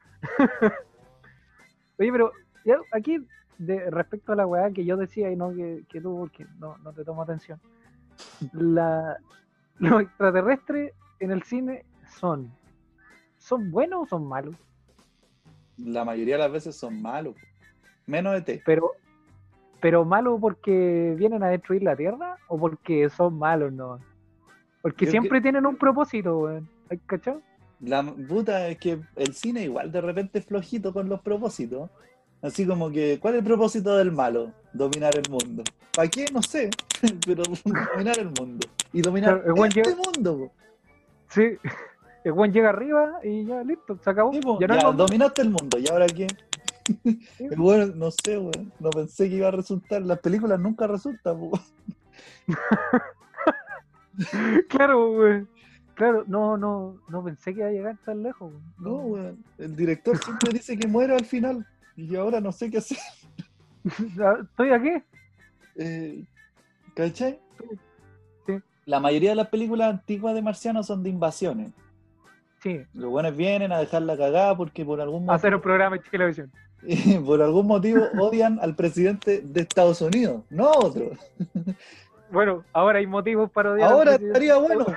Speaker 3: Oye, pero ya aquí, respecto a la weá que yo decía y no que tú, porque no te tomo atención. los extraterrestres en el cine ¿son buenos o son malos?
Speaker 4: La mayoría de las veces son malos. Menos ET.
Speaker 3: Pero malos porque vienen a destruir la Tierra o porque son malos, ¿no? Porque
Speaker 4: Yo
Speaker 3: siempre tienen un propósito, weón. ¿Hay cachado?
Speaker 4: La puta es que el cine igual de repente es flojito con los propósitos. Así como que, ¿cuál es el propósito del malo? Dominar el mundo. ¿Para qué? No sé, pero dominar el mundo. Y dominar
Speaker 3: Claro, el buen
Speaker 4: este mundo, po.
Speaker 3: Sí, el weón llega arriba y ya listo, se acabó.
Speaker 4: Sí, po,
Speaker 3: Ya no hay
Speaker 4: ya,
Speaker 3: más.
Speaker 4: dominaste el mundo, ¿y ahora qué?
Speaker 3: Sí.
Speaker 4: Bueno, no sé, weón. No pensé que iba a resultar. Las películas nunca resultan, po.
Speaker 3: Claro, weón. Claro, no pensé que iba a llegar tan lejos, weón.
Speaker 4: No, weón. El director siempre dice que muere al final. Y ahora no sé qué hacer.
Speaker 3: ¿Estoy aquí?
Speaker 4: ¿Cachai?
Speaker 3: Sí.
Speaker 4: La mayoría de las películas antiguas de marcianos son de invasiones.
Speaker 3: Sí,
Speaker 4: Los buenos vienen a dejar la cagada porque por algún
Speaker 3: hacer
Speaker 4: motivo,
Speaker 3: un programa en televisión.
Speaker 4: por algún motivo odian al presidente de Estados Unidos, no a otro.
Speaker 3: Bueno, ahora hay motivos para odiar al
Speaker 4: Ahora
Speaker 3: presidente.
Speaker 4: estaría bueno.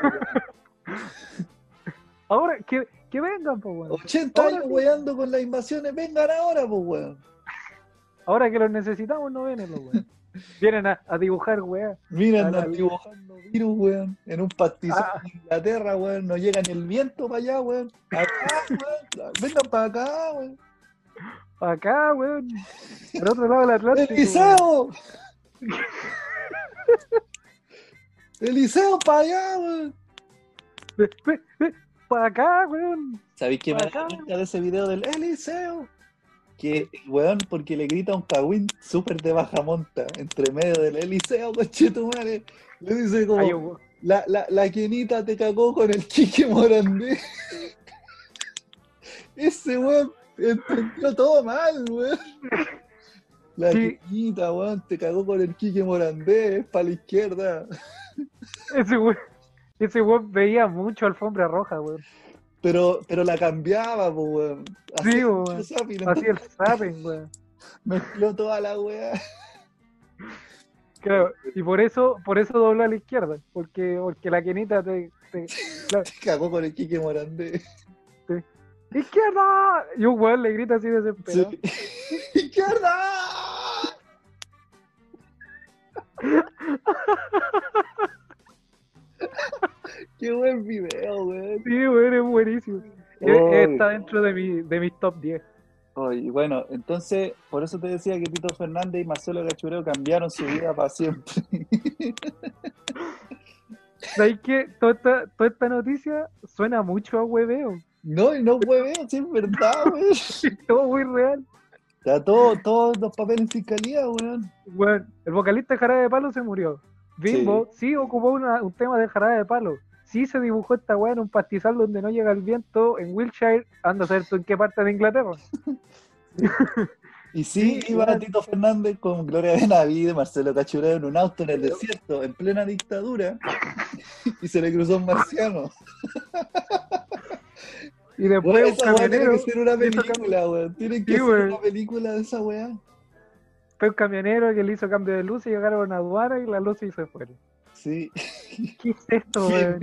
Speaker 3: Ahora, que vengan, pues, weón.
Speaker 4: 80
Speaker 3: Ahora
Speaker 4: años
Speaker 3: sí.
Speaker 4: weando con las invasiones, vengan ahora, pues, weón.
Speaker 3: Ahora que los necesitamos, no vienen los weón. Vienen a dibujar, weón.
Speaker 4: Miren,
Speaker 3: Al-
Speaker 4: dibujando virus, weón, en un pastizal
Speaker 3: Ah.
Speaker 4: en Inglaterra, weón, no llega ni el viento para allá, weón. Acá, weón, vengan para acá, weón.
Speaker 3: Acá, weón. Al otro lado del Atlántico.
Speaker 4: ¡Eliseo! ¡Eliseo para allá, weón!
Speaker 3: Para acá, weón.
Speaker 4: ¿Sabéis qué me da
Speaker 3: Acá.
Speaker 4: cuenta de ese video del Eliseo? Que el weón, porque le grita a un cagüín súper de baja monta, entre medio del Eliseo, conchetumare, le dice como,
Speaker 3: Ay, weón.
Speaker 4: la Kenita te cagó con el Quique Morandé. Ese weón entendió todo mal, weón. La
Speaker 3: Sí.
Speaker 4: Kenita, weón, te cagó con el Quique Morandé, es para la izquierda.
Speaker 3: Ese weón veía mucho Alfombra Roja, weón.
Speaker 4: Pero la cambiaba, pues, weón.
Speaker 3: Sí,
Speaker 4: Hacía
Speaker 3: weón.
Speaker 4: mucho zapping,
Speaker 3: Hacía el
Speaker 4: entonces
Speaker 3: zapping, weón.
Speaker 4: mezcló toda la weá.
Speaker 3: Claro, y por eso dobló a la izquierda, porque la Kenita claro,
Speaker 4: Te cagó con el Quique Morandé.
Speaker 3: ¡izquierda! Y un weón le grita así desesperado.
Speaker 4: Sí. ¡Izquierda! ¡Qué buen video, weón!
Speaker 3: Sí, weón, es buenísimo.
Speaker 4: Oh.
Speaker 3: Está dentro de mis top 10.
Speaker 4: Oh, y bueno, entonces, por eso te decía que Tito Fernández y Marcelo Cachureo cambiaron su vida para siempre.
Speaker 3: ¿Sabes qué? Toda esta noticia suena mucho a hueveo.
Speaker 4: No, y no fue bien, sí es verdad, weón.
Speaker 3: Es todo muy real.
Speaker 4: Está todos los papeles en fiscalía, weón.
Speaker 3: Bueno, el vocalista de Jarabe de Palo se murió. Bimbo sí ocupó un tema de Jarabe de Palo. Sí se dibujó esta weá en un pastizal donde no llega el viento en Wiltshire. Anda a saber tú en qué parte de Inglaterra.
Speaker 4: Y sí,
Speaker 3: Sí,
Speaker 4: iba
Speaker 3: weón.
Speaker 4: Tito Fernández con Gloria Benavides, Marcelo Cachureo en un auto en el desierto, en plena dictadura, y se le cruzó un marciano.
Speaker 3: Y después
Speaker 4: Weón,
Speaker 3: un
Speaker 4: esa weá tiene
Speaker 3: camionero.
Speaker 4: que ser una
Speaker 3: le hizo
Speaker 4: película, weón. Tienen que
Speaker 3: Sí,
Speaker 4: hacer
Speaker 3: weón.
Speaker 4: una película de esa weá.
Speaker 3: Fue un camionero que le hizo cambio de luz y llegaron a aduana y la luz se fueron.
Speaker 4: Sí.
Speaker 3: ¿Qué es esto, weón?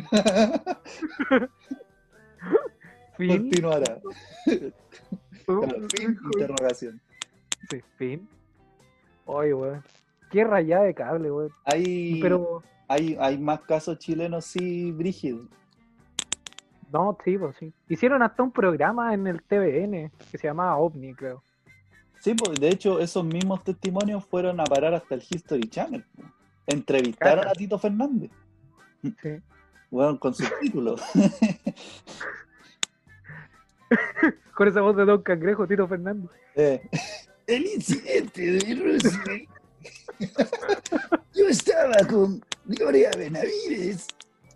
Speaker 3: Fin.
Speaker 4: Continuará. Claro, fin, interrogación.
Speaker 3: Sí, fin. Oye, weón. Qué rayada de cable, weón. Pero,
Speaker 4: Hay más casos chilenos, sí, brígidos.
Speaker 3: no, sí, pues sí. Hicieron hasta un programa en el TVN que se llamaba OVNI, creo.
Speaker 4: Sí, pues de hecho, esos mismos testimonios fueron a parar hasta el History Channel. Pues. Entrevistaron
Speaker 3: Cacha.
Speaker 4: a Tito Fernández.
Speaker 3: Sí.
Speaker 4: Bueno, con subtítulos.
Speaker 3: Con esa voz de Don Cangrejo, Tito Fernández.
Speaker 4: El incidente de Rusia. Yo estaba con Gloria Benavides.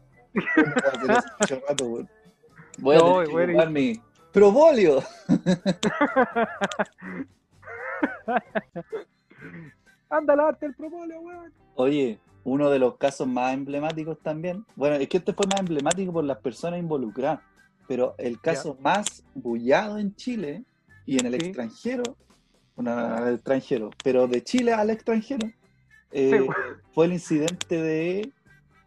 Speaker 4: Voy a tener que
Speaker 3: bueno,
Speaker 4: ocupar mi probolio.
Speaker 3: Anda a lavarte el propóleo, weón.
Speaker 4: Oye, uno de los casos más emblemáticos también. Bueno, es que este fue más emblemático por las personas involucradas. Pero el caso más bullado en Chile y en el extranjero, bueno, al extranjero, pero de Chile al extranjero, fue el incidente de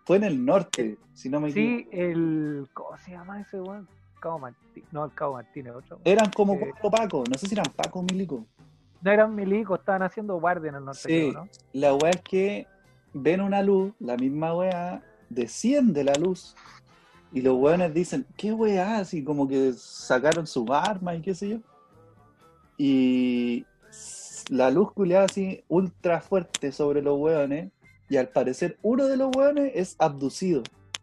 Speaker 4: fue en el norte, si no me
Speaker 3: Sí,
Speaker 4: equivoco.
Speaker 3: ¿cómo se llama ese weón? Cabo Martínez. No, el Cabo Martínez, otro.
Speaker 4: Eran como
Speaker 3: Eh,
Speaker 4: 4 pacos, no sé si eran pacos o milicos.
Speaker 3: No eran milicos, estaban haciendo guardia en el norte, creo,
Speaker 4: Sí,
Speaker 3: ¿no?
Speaker 4: la weá es que ven una luz, la misma weá, desciende la luz, y los weones dicen, ¿qué weá? Así como que sacaron sus armas y qué sé yo. Y la luz culeada así, ultra fuerte sobre los weones, y al parecer uno de los weones es abducido.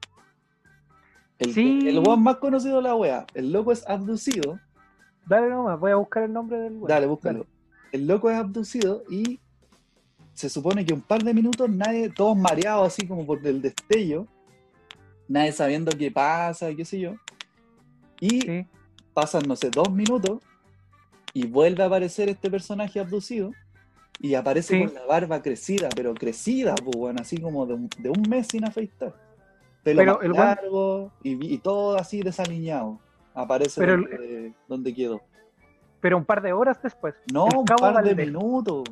Speaker 4: El
Speaker 3: Sí,
Speaker 4: weón más conocido de la weá, el loco es abducido.
Speaker 3: dale nomás, voy a buscar el nombre del weón.
Speaker 4: Dale, búscalo. El loco es abducido y se supone que un par de minutos nadie, todos mareados así como por el destello, nadie sabiendo qué pasa y qué sé yo. Y
Speaker 3: Sí.
Speaker 4: pasan, no sé, 2 minutos y vuelve a aparecer este personaje abducido y aparece
Speaker 3: Sí.
Speaker 4: con la barba crecida, pero crecida, pues bueno, así como de un mes sin afeitar. Pelo
Speaker 3: Pero
Speaker 4: más
Speaker 3: el weón,
Speaker 4: largo y todo así desaliñado. Aparece
Speaker 3: pero,
Speaker 4: donde quedó.
Speaker 3: pero un par de horas después.
Speaker 4: No,
Speaker 3: El
Speaker 4: un
Speaker 3: Cabo
Speaker 4: par de
Speaker 3: Valdés.
Speaker 4: minutos.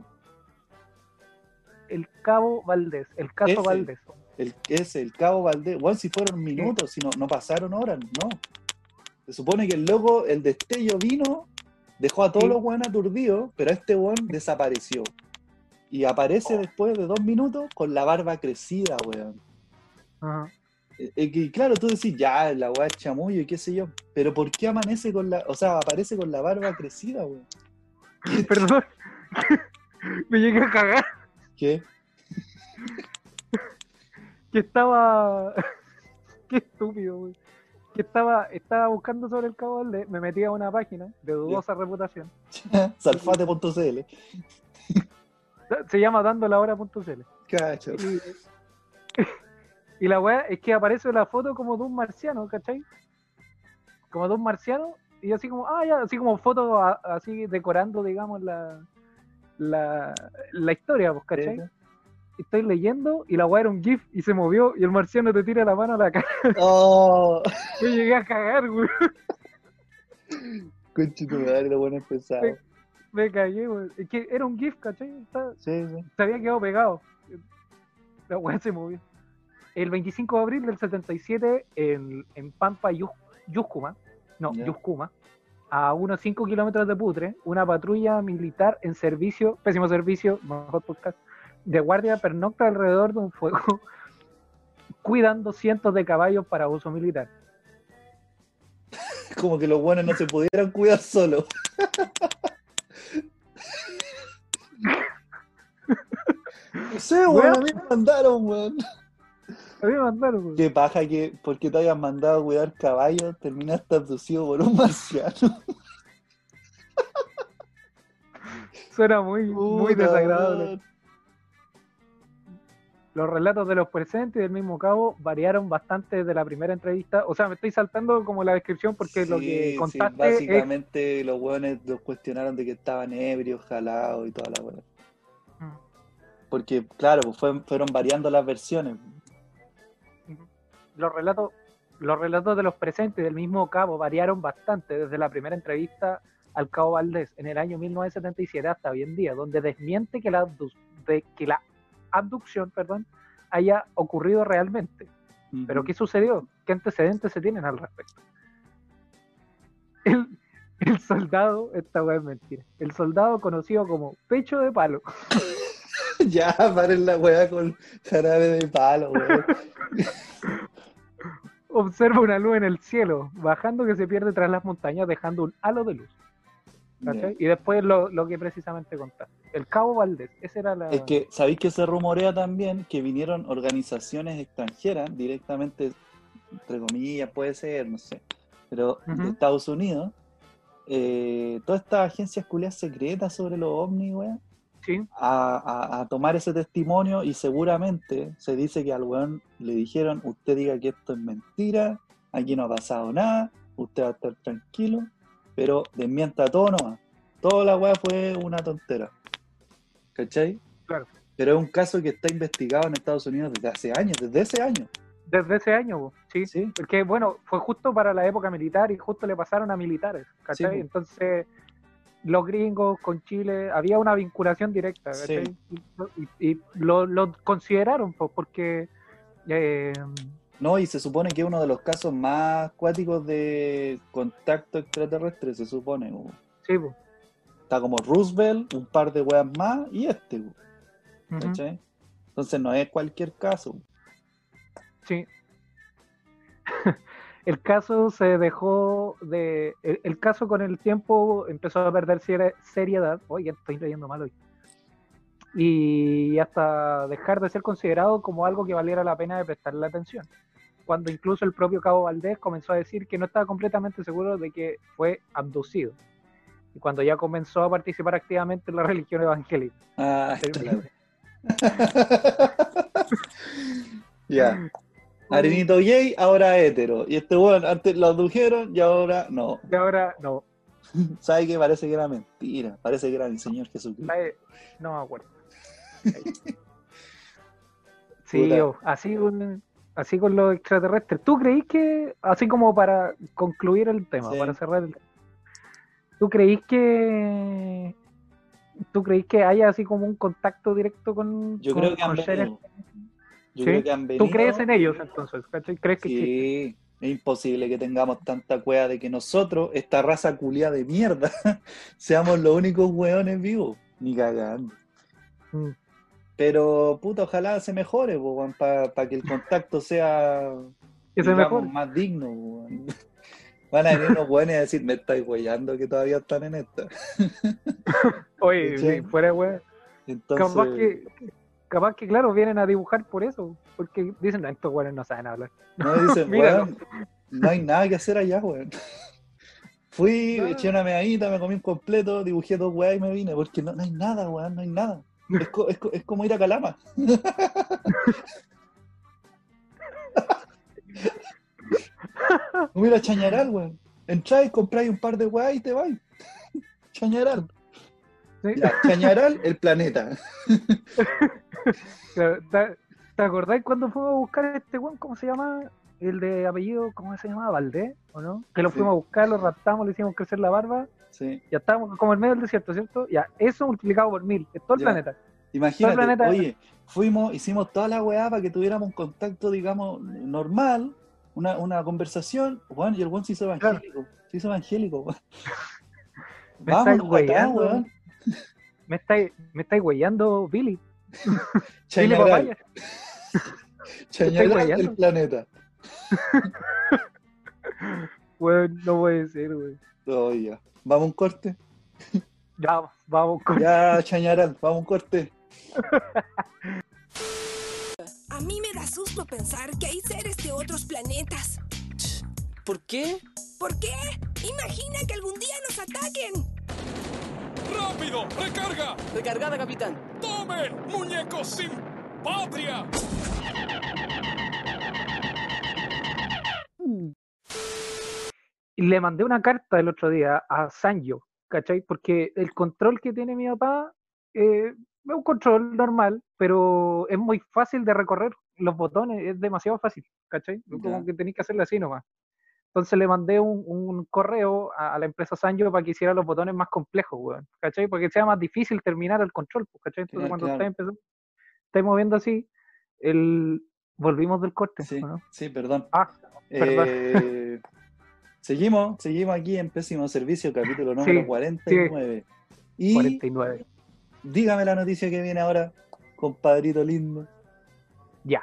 Speaker 3: El Cabo Valdés. El caso
Speaker 4: Ese.
Speaker 3: Valdés.
Speaker 4: El Cabo Valdés, bueno, si fueron minutos, si no pasaron horas, no. Se supone que el loco, el destello vino, dejó a todos
Speaker 3: Sí.
Speaker 4: los weones aturdidos, pero este weón desapareció. Y aparece después de 2 minutos con la barba crecida, weón.
Speaker 3: Ajá.
Speaker 4: Y claro, tú decís, ya, la weá es chamullo y qué sé yo, pero ¿por qué aparece con la barba crecida, weón?
Speaker 3: Perdón. Me llegué a cagar.
Speaker 4: ¿Qué?
Speaker 3: Que estaba. Qué estúpido, güey. Que estaba buscando sobre el Cabo Valdés. Me metí a una página de dudosa reputación.
Speaker 4: Salfate.cl.
Speaker 3: Se llama dandolahora.cl.
Speaker 4: Cacho.
Speaker 3: Y la weá es que aparece la foto como de un marciano, ¿cachai? Como de un marciano. Y así como, ya, así como foto así decorando, digamos, la historia, pues, ¿cachai?
Speaker 4: ¿Sí?
Speaker 3: Estoy leyendo y la weá era un GIF y se movió y el marciano te tira la mano a la cara.
Speaker 4: Oh,
Speaker 3: Me llegué a cagar, güey.
Speaker 4: conchito madre, lo bueno empezado.
Speaker 3: Me cagué, güey. Es que era un GIF, ¿cachai?
Speaker 4: Sí.
Speaker 3: Se había quedado pegado. La weá se movió. El 25 de abril del 77 en Pampa, Yuscuma,
Speaker 4: Ya.
Speaker 3: Yuscuma, a unos 5 kilómetros de Putre, una patrulla militar en servicio, pésimo servicio, mejor podcast, de guardia pernocta alrededor de un fuego, cuidando cientos de caballos para uso militar.
Speaker 4: Como que los buenos no se pudieran cuidar solos. No sé, weón, a mí me mandaron, weón.
Speaker 3: A mí me mandaron, güey.
Speaker 4: Qué paja que porque te hayan mandado a cuidar caballos, terminaste abducido por un marciano.
Speaker 3: Suena muy
Speaker 4: Puta,
Speaker 3: desagradable.
Speaker 4: weón.
Speaker 3: Los relatos de los presentes y del mismo cabo variaron bastante desde la primera entrevista. O sea, me estoy saltando como la descripción porque lo que
Speaker 4: Sí,
Speaker 3: contaste es...
Speaker 4: básicamente los weones los cuestionaron de que estaban ebrios, jalados y toda la weá. Porque, claro, pues fueron variando las versiones.
Speaker 3: Los relatos de los presentes y del mismo cabo variaron bastante desde la primera entrevista al Cabo Valdés en el año 1977 hasta hoy en día, donde desmiente que la abducción haya ocurrido realmente.
Speaker 4: Ujú.
Speaker 3: ¿Pero qué sucedió? ¿Qué antecedentes se tienen al respecto? El soldado, esta weá es mentira, el soldado conocido como Pecho de Palo,
Speaker 4: Ya, paren la weá con jarabe de palo, weón.
Speaker 3: observa una luz en el cielo, bajando que se pierde tras las montañas, dejando un halo de luz. ¿Cachai? Y después lo que precisamente contaste. El Cabo Valdés, esa era la...
Speaker 4: Es que, ¿sabéis que se rumorea también que vinieron organizaciones extranjeras directamente, entre comillas, puede ser, no sé, pero de Estados Unidos, todas estas agencias culiadas secretas sobre los ovnis, weón,
Speaker 3: Sí.
Speaker 4: a tomar ese testimonio y seguramente se dice que al weón le dijeron, usted diga que esto es mentira, aquí no ha pasado nada, usted va a estar tranquilo, pero desmienta todo nomás. Toda la weá fue una tontera. ¿Cachai?
Speaker 3: Claro.
Speaker 4: Pero es un caso que está investigado en Estados Unidos desde ese año.
Speaker 3: Desde ese año, sí.
Speaker 4: Sí.
Speaker 3: Porque, bueno, fue justo para la época militar y justo le pasaron a militares, ¿cachai?
Speaker 4: Sí.
Speaker 3: Entonces, los gringos con Chile, había una vinculación directa, ¿cachai?
Speaker 4: Sí.
Speaker 3: Y lo consideraron, pues, porque Eh,
Speaker 4: No, y se supone que es uno de los casos más cuáticos de contacto extraterrestre, se supone. Po.
Speaker 3: sí, po.
Speaker 4: Está como Roosevelt, un par de weas más y este. Po,
Speaker 3: Ujú,
Speaker 4: ¿cachai? Entonces no es cualquier caso.
Speaker 3: sí. El caso se dejó de. El caso con el tiempo empezó a perder seriedad. Oye, estoy leyendo mal hoy. Y hasta dejar de ser considerado como algo que valiera la pena de prestarle atención. Cuando incluso el propio Cabo Valdés comenzó a decir que no estaba completamente seguro de que fue abducido. Y cuando ya comenzó a participar activamente en la religión evangélica.
Speaker 4: Ah,
Speaker 3: Termina.
Speaker 4: Ya. Arenito gay, ahora hetero. Y este weón antes lo abdujeron y ahora no.
Speaker 3: Y ahora no.
Speaker 4: ¿Sabe qué? Parece que era mentira. Parece que era el Señor Jesucristo.
Speaker 3: No me acuerdo. Sí,
Speaker 4: Puta.
Speaker 3: así con los extraterrestres. ¿Tú creís que, así como para concluir el tema,
Speaker 4: Sí.
Speaker 3: para cerrar el tema, ¿tú creís que haya así como un contacto directo con,
Speaker 4: Yo
Speaker 3: con,
Speaker 4: creo que han
Speaker 3: con seres?
Speaker 4: venido. Yo
Speaker 3: ¿Sí?
Speaker 4: creo que han
Speaker 3: ¿Tú crees
Speaker 4: venido.
Speaker 3: en ellos entonces? ¿Cachai? ¿Crees que existen?
Speaker 4: Sí. Es imposible que tengamos tanta cueva de que nosotros, esta raza culiada de mierda, seamos los únicos hueones vivos. Ni cagando.
Speaker 3: Mm.
Speaker 4: Pero, puta, ojalá se mejore, para que el contacto sea,
Speaker 3: Que se
Speaker 4: digamos,
Speaker 3: mejore.
Speaker 4: más digno, po, weón. Van a venir unos buenos a decir, me estáis weyando que todavía están en esta.
Speaker 3: Oye,
Speaker 4: ¿Cachai?
Speaker 3: si fuera weón, capaz
Speaker 4: Entonces,
Speaker 3: que, capaz que, claro, vienen a dibujar por eso, porque dicen, "No, estos weones no saben hablar."
Speaker 4: no dicen,
Speaker 3: Míralo.
Speaker 4: weón, no hay nada que hacer allá, weón. Fui,
Speaker 3: No,
Speaker 4: eché una meadita, me comí un completo, dibujé dos weas y me vine, porque no hay nada, weón, no hay nada. Es como ir a Calama. Como ir a Chañaral, weón. Entráis, compráis un par de weas y te vais. Chañaral.
Speaker 3: ¿sí?
Speaker 4: Ya, Chañaral, el planeta.
Speaker 3: Claro, ¿te acordáis cuando fuimos a buscar a este weón? ¿Cómo se llama? El de apellido, ¿cómo se llamaba? ¿Valdés? ¿O no? Que lo
Speaker 4: Sí,
Speaker 3: fuimos a buscar, lo raptamos, le hicimos crecer la barba,
Speaker 4: sí,
Speaker 3: ya estábamos como en medio del desierto, ¿cierto? Ya, eso multiplicado por 1000, es todo el
Speaker 4: ya.
Speaker 3: planeta. Todo el
Speaker 4: Imagínate,
Speaker 3: planeta,
Speaker 4: oye, fuimos, hicimos toda la weá para que tuviéramos un contacto, digamos, normal, una conversación, weón, y el weón
Speaker 3: claro,
Speaker 4: se hizo evangélico, weón.
Speaker 3: me estáis
Speaker 4: Vámonos para acá,
Speaker 3: huellando,
Speaker 4: weón.
Speaker 3: me estáis huellando, Billy. Billy
Speaker 4: Chañaral,
Speaker 3: Papaya, me estáis
Speaker 4: Chañaral, el
Speaker 3: huellando.
Speaker 4: planeta.
Speaker 3: Weón, no puede ser, weón.
Speaker 4: Oh, ya. Vamos a un corte.
Speaker 3: Ya, vamos con...
Speaker 4: Ya, Chañaral, vamos a un corte.
Speaker 5: A mí me da susto pensar que hay seres de otros planetas.
Speaker 6: ¿Por qué?
Speaker 5: ¿Por qué? Imagina que algún día nos ataquen.
Speaker 7: ¡Rápido! ¡Recarga!
Speaker 6: Recargada, capitán.
Speaker 7: ¡Tomen, muñecos sin patria!
Speaker 3: Y le mandé una carta el otro día a Sanyo, ¿cachai? Porque el control que tiene mi papá es un control normal, pero es muy fácil de recorrer los botones, es demasiado fácil, ¿cachai? Como
Speaker 4: Ya.
Speaker 3: que tenéis que hacerlo así nomás. Entonces le mandé un correo a la empresa Sanyo para que hiciera los botones más complejos, weón, ¿cachai? Porque sea más difícil terminar el control, pues, ¿cachai? Entonces cuando
Speaker 4: Claro.
Speaker 3: estáis moviendo así, el... volvimos del corte,
Speaker 4: Sí,
Speaker 3: ¿o no?
Speaker 4: sí, perdón.
Speaker 3: Ah, perdón.
Speaker 4: Seguimos aquí en Pésimo Servicio, capítulo número
Speaker 3: Sí,
Speaker 4: 49. Y
Speaker 3: 49.
Speaker 4: dígame la noticia que viene ahora, compadrito lindo.
Speaker 3: Ya.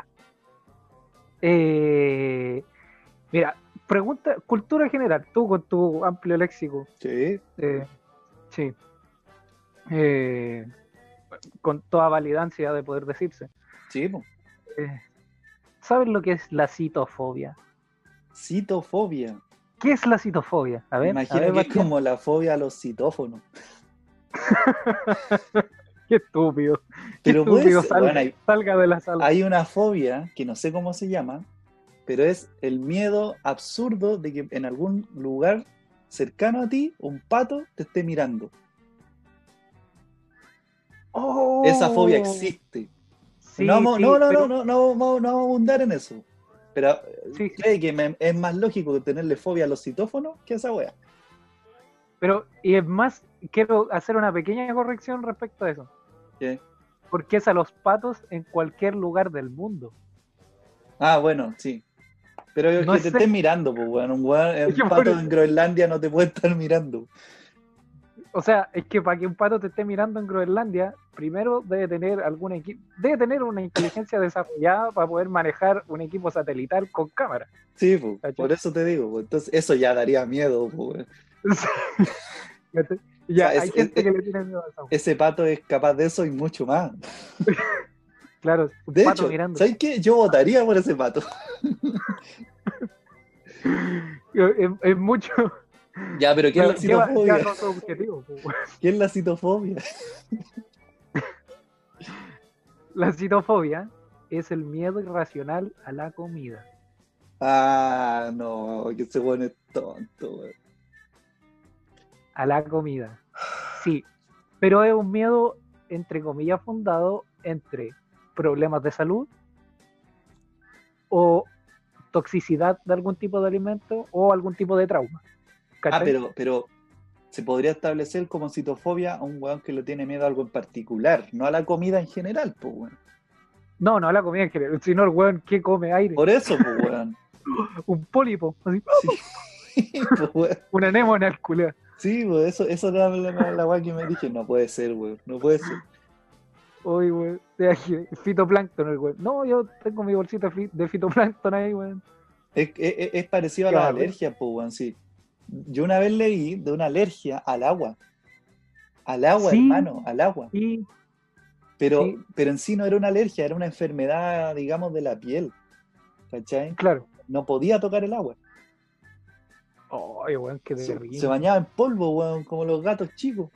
Speaker 3: Mira, pregunta, cultura general, tú con tu amplio léxico,
Speaker 4: Sí,
Speaker 3: sí, con toda validancia de poder decirse.
Speaker 4: sí, po.
Speaker 3: ¿Sabes lo que es la citofobia?
Speaker 4: Citofobia.
Speaker 3: ¿Qué es la citofobia? A ver,
Speaker 4: Imagino que es
Speaker 3: Bastián.
Speaker 4: como la fobia a los citófonos.
Speaker 3: Qué estúpido. Qué
Speaker 4: Pero puede
Speaker 3: estúpido,
Speaker 4: ser,
Speaker 3: salga,
Speaker 4: bueno,
Speaker 3: salga de la sala.
Speaker 4: hay una fobia que no sé cómo se llama, pero es el miedo absurdo de que en algún lugar cercano a ti un pato te esté mirando.
Speaker 3: ¡Oh!
Speaker 4: Esa fobia existe.
Speaker 3: Sí,
Speaker 4: no, vamos,
Speaker 3: sí,
Speaker 4: no, no,
Speaker 3: pero-
Speaker 4: no, no, no, vamos a abundar en eso. Pero
Speaker 3: sí, sí.
Speaker 4: cree que es más lógico tenerle fobia a los citófonos que a esa wea.
Speaker 3: Pero, y es más, quiero hacer una pequeña corrección respecto a eso.
Speaker 4: ¿Qué?
Speaker 3: Porque es a los patos en cualquier lugar del mundo.
Speaker 4: Ah, bueno, sí. Pero es
Speaker 3: No
Speaker 4: que te
Speaker 3: sé.
Speaker 4: estén mirando, pues, weón.
Speaker 3: Es que
Speaker 4: Un
Speaker 3: por
Speaker 4: pato
Speaker 3: eso.
Speaker 4: en Groenlandia no te puede estar mirando.
Speaker 3: O sea, es que para que un pato te esté mirando en Groenlandia, primero debe tener debe tener una inteligencia desarrollada para poder manejar un equipo satelital con cámara.
Speaker 4: Sí, pues,
Speaker 3: ¿Cachai?
Speaker 4: por eso te digo, pues. Entonces, eso ya daría miedo, pues, weón.
Speaker 3: ¿Cachai?
Speaker 4: O sea,
Speaker 3: Ya, hay gente que le tiene miedo a esa wea.
Speaker 4: ese pato es capaz de eso y mucho más.
Speaker 3: Claro, un
Speaker 4: De
Speaker 3: pato
Speaker 4: hecho,
Speaker 3: mirando.
Speaker 4: ¿sabes qué? Yo votaría por ese pato.
Speaker 3: Es mucho.
Speaker 4: Ya, pero ¿qué es la
Speaker 3: Lleva
Speaker 4: citofobia?
Speaker 3: todos sus objetivos. Po.
Speaker 4: ¿Qué es la citofobia?
Speaker 3: La citofobia es el miedo irracional a la comida.
Speaker 4: Ah, no, que ese weón es tonto, weón.
Speaker 3: A la comida. Sí, pero es un miedo, entre comillas, fundado entre problemas de salud o toxicidad de algún tipo de alimento o algún tipo de trauma.
Speaker 4: Ah,
Speaker 3: ¿Cachai?
Speaker 4: pero se podría establecer como citofobia a un weón que le tiene miedo a algo en particular, no a la comida en general, pues, weón.
Speaker 3: No, no a la comida en general, sino el weón que come aire.
Speaker 4: Por eso, pues, weón.
Speaker 3: Un pólipo, así,
Speaker 4: Sí, pues, weón.
Speaker 3: una anémona al culeo.
Speaker 4: Sí, pues, eso era la weá que me dije, no puede ser, weón, no puede ser.
Speaker 3: Uy, weón, fitoplancton el weón. No, yo tengo mi bolsita de fitoplancton ahí, weón.
Speaker 4: Es parecido a las alergias, pues, weón, sí. Yo una vez leí de una alergia al agua. Al agua,
Speaker 3: Sí,
Speaker 4: hermano, al agua.
Speaker 3: sí,
Speaker 4: Pero
Speaker 3: sí,
Speaker 4: en sí no era una alergia, era una enfermedad, digamos, de la piel. ¿Cachai?
Speaker 3: claro.
Speaker 4: No podía tocar el agua.
Speaker 3: Ay, weón, qué
Speaker 4: Se
Speaker 3: terrible.
Speaker 4: bañaba en polvo, weón, como los gatos chicos.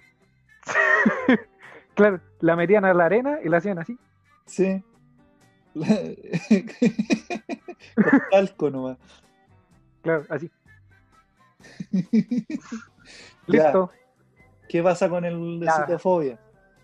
Speaker 3: Claro, la metían a la arena y la hacían así.
Speaker 4: Sí. Con talco nomás.
Speaker 3: Claro, así.
Speaker 4: Ya,
Speaker 3: Listo.
Speaker 4: ¿qué pasa con el de
Speaker 3: Nada.
Speaker 4: citofobia?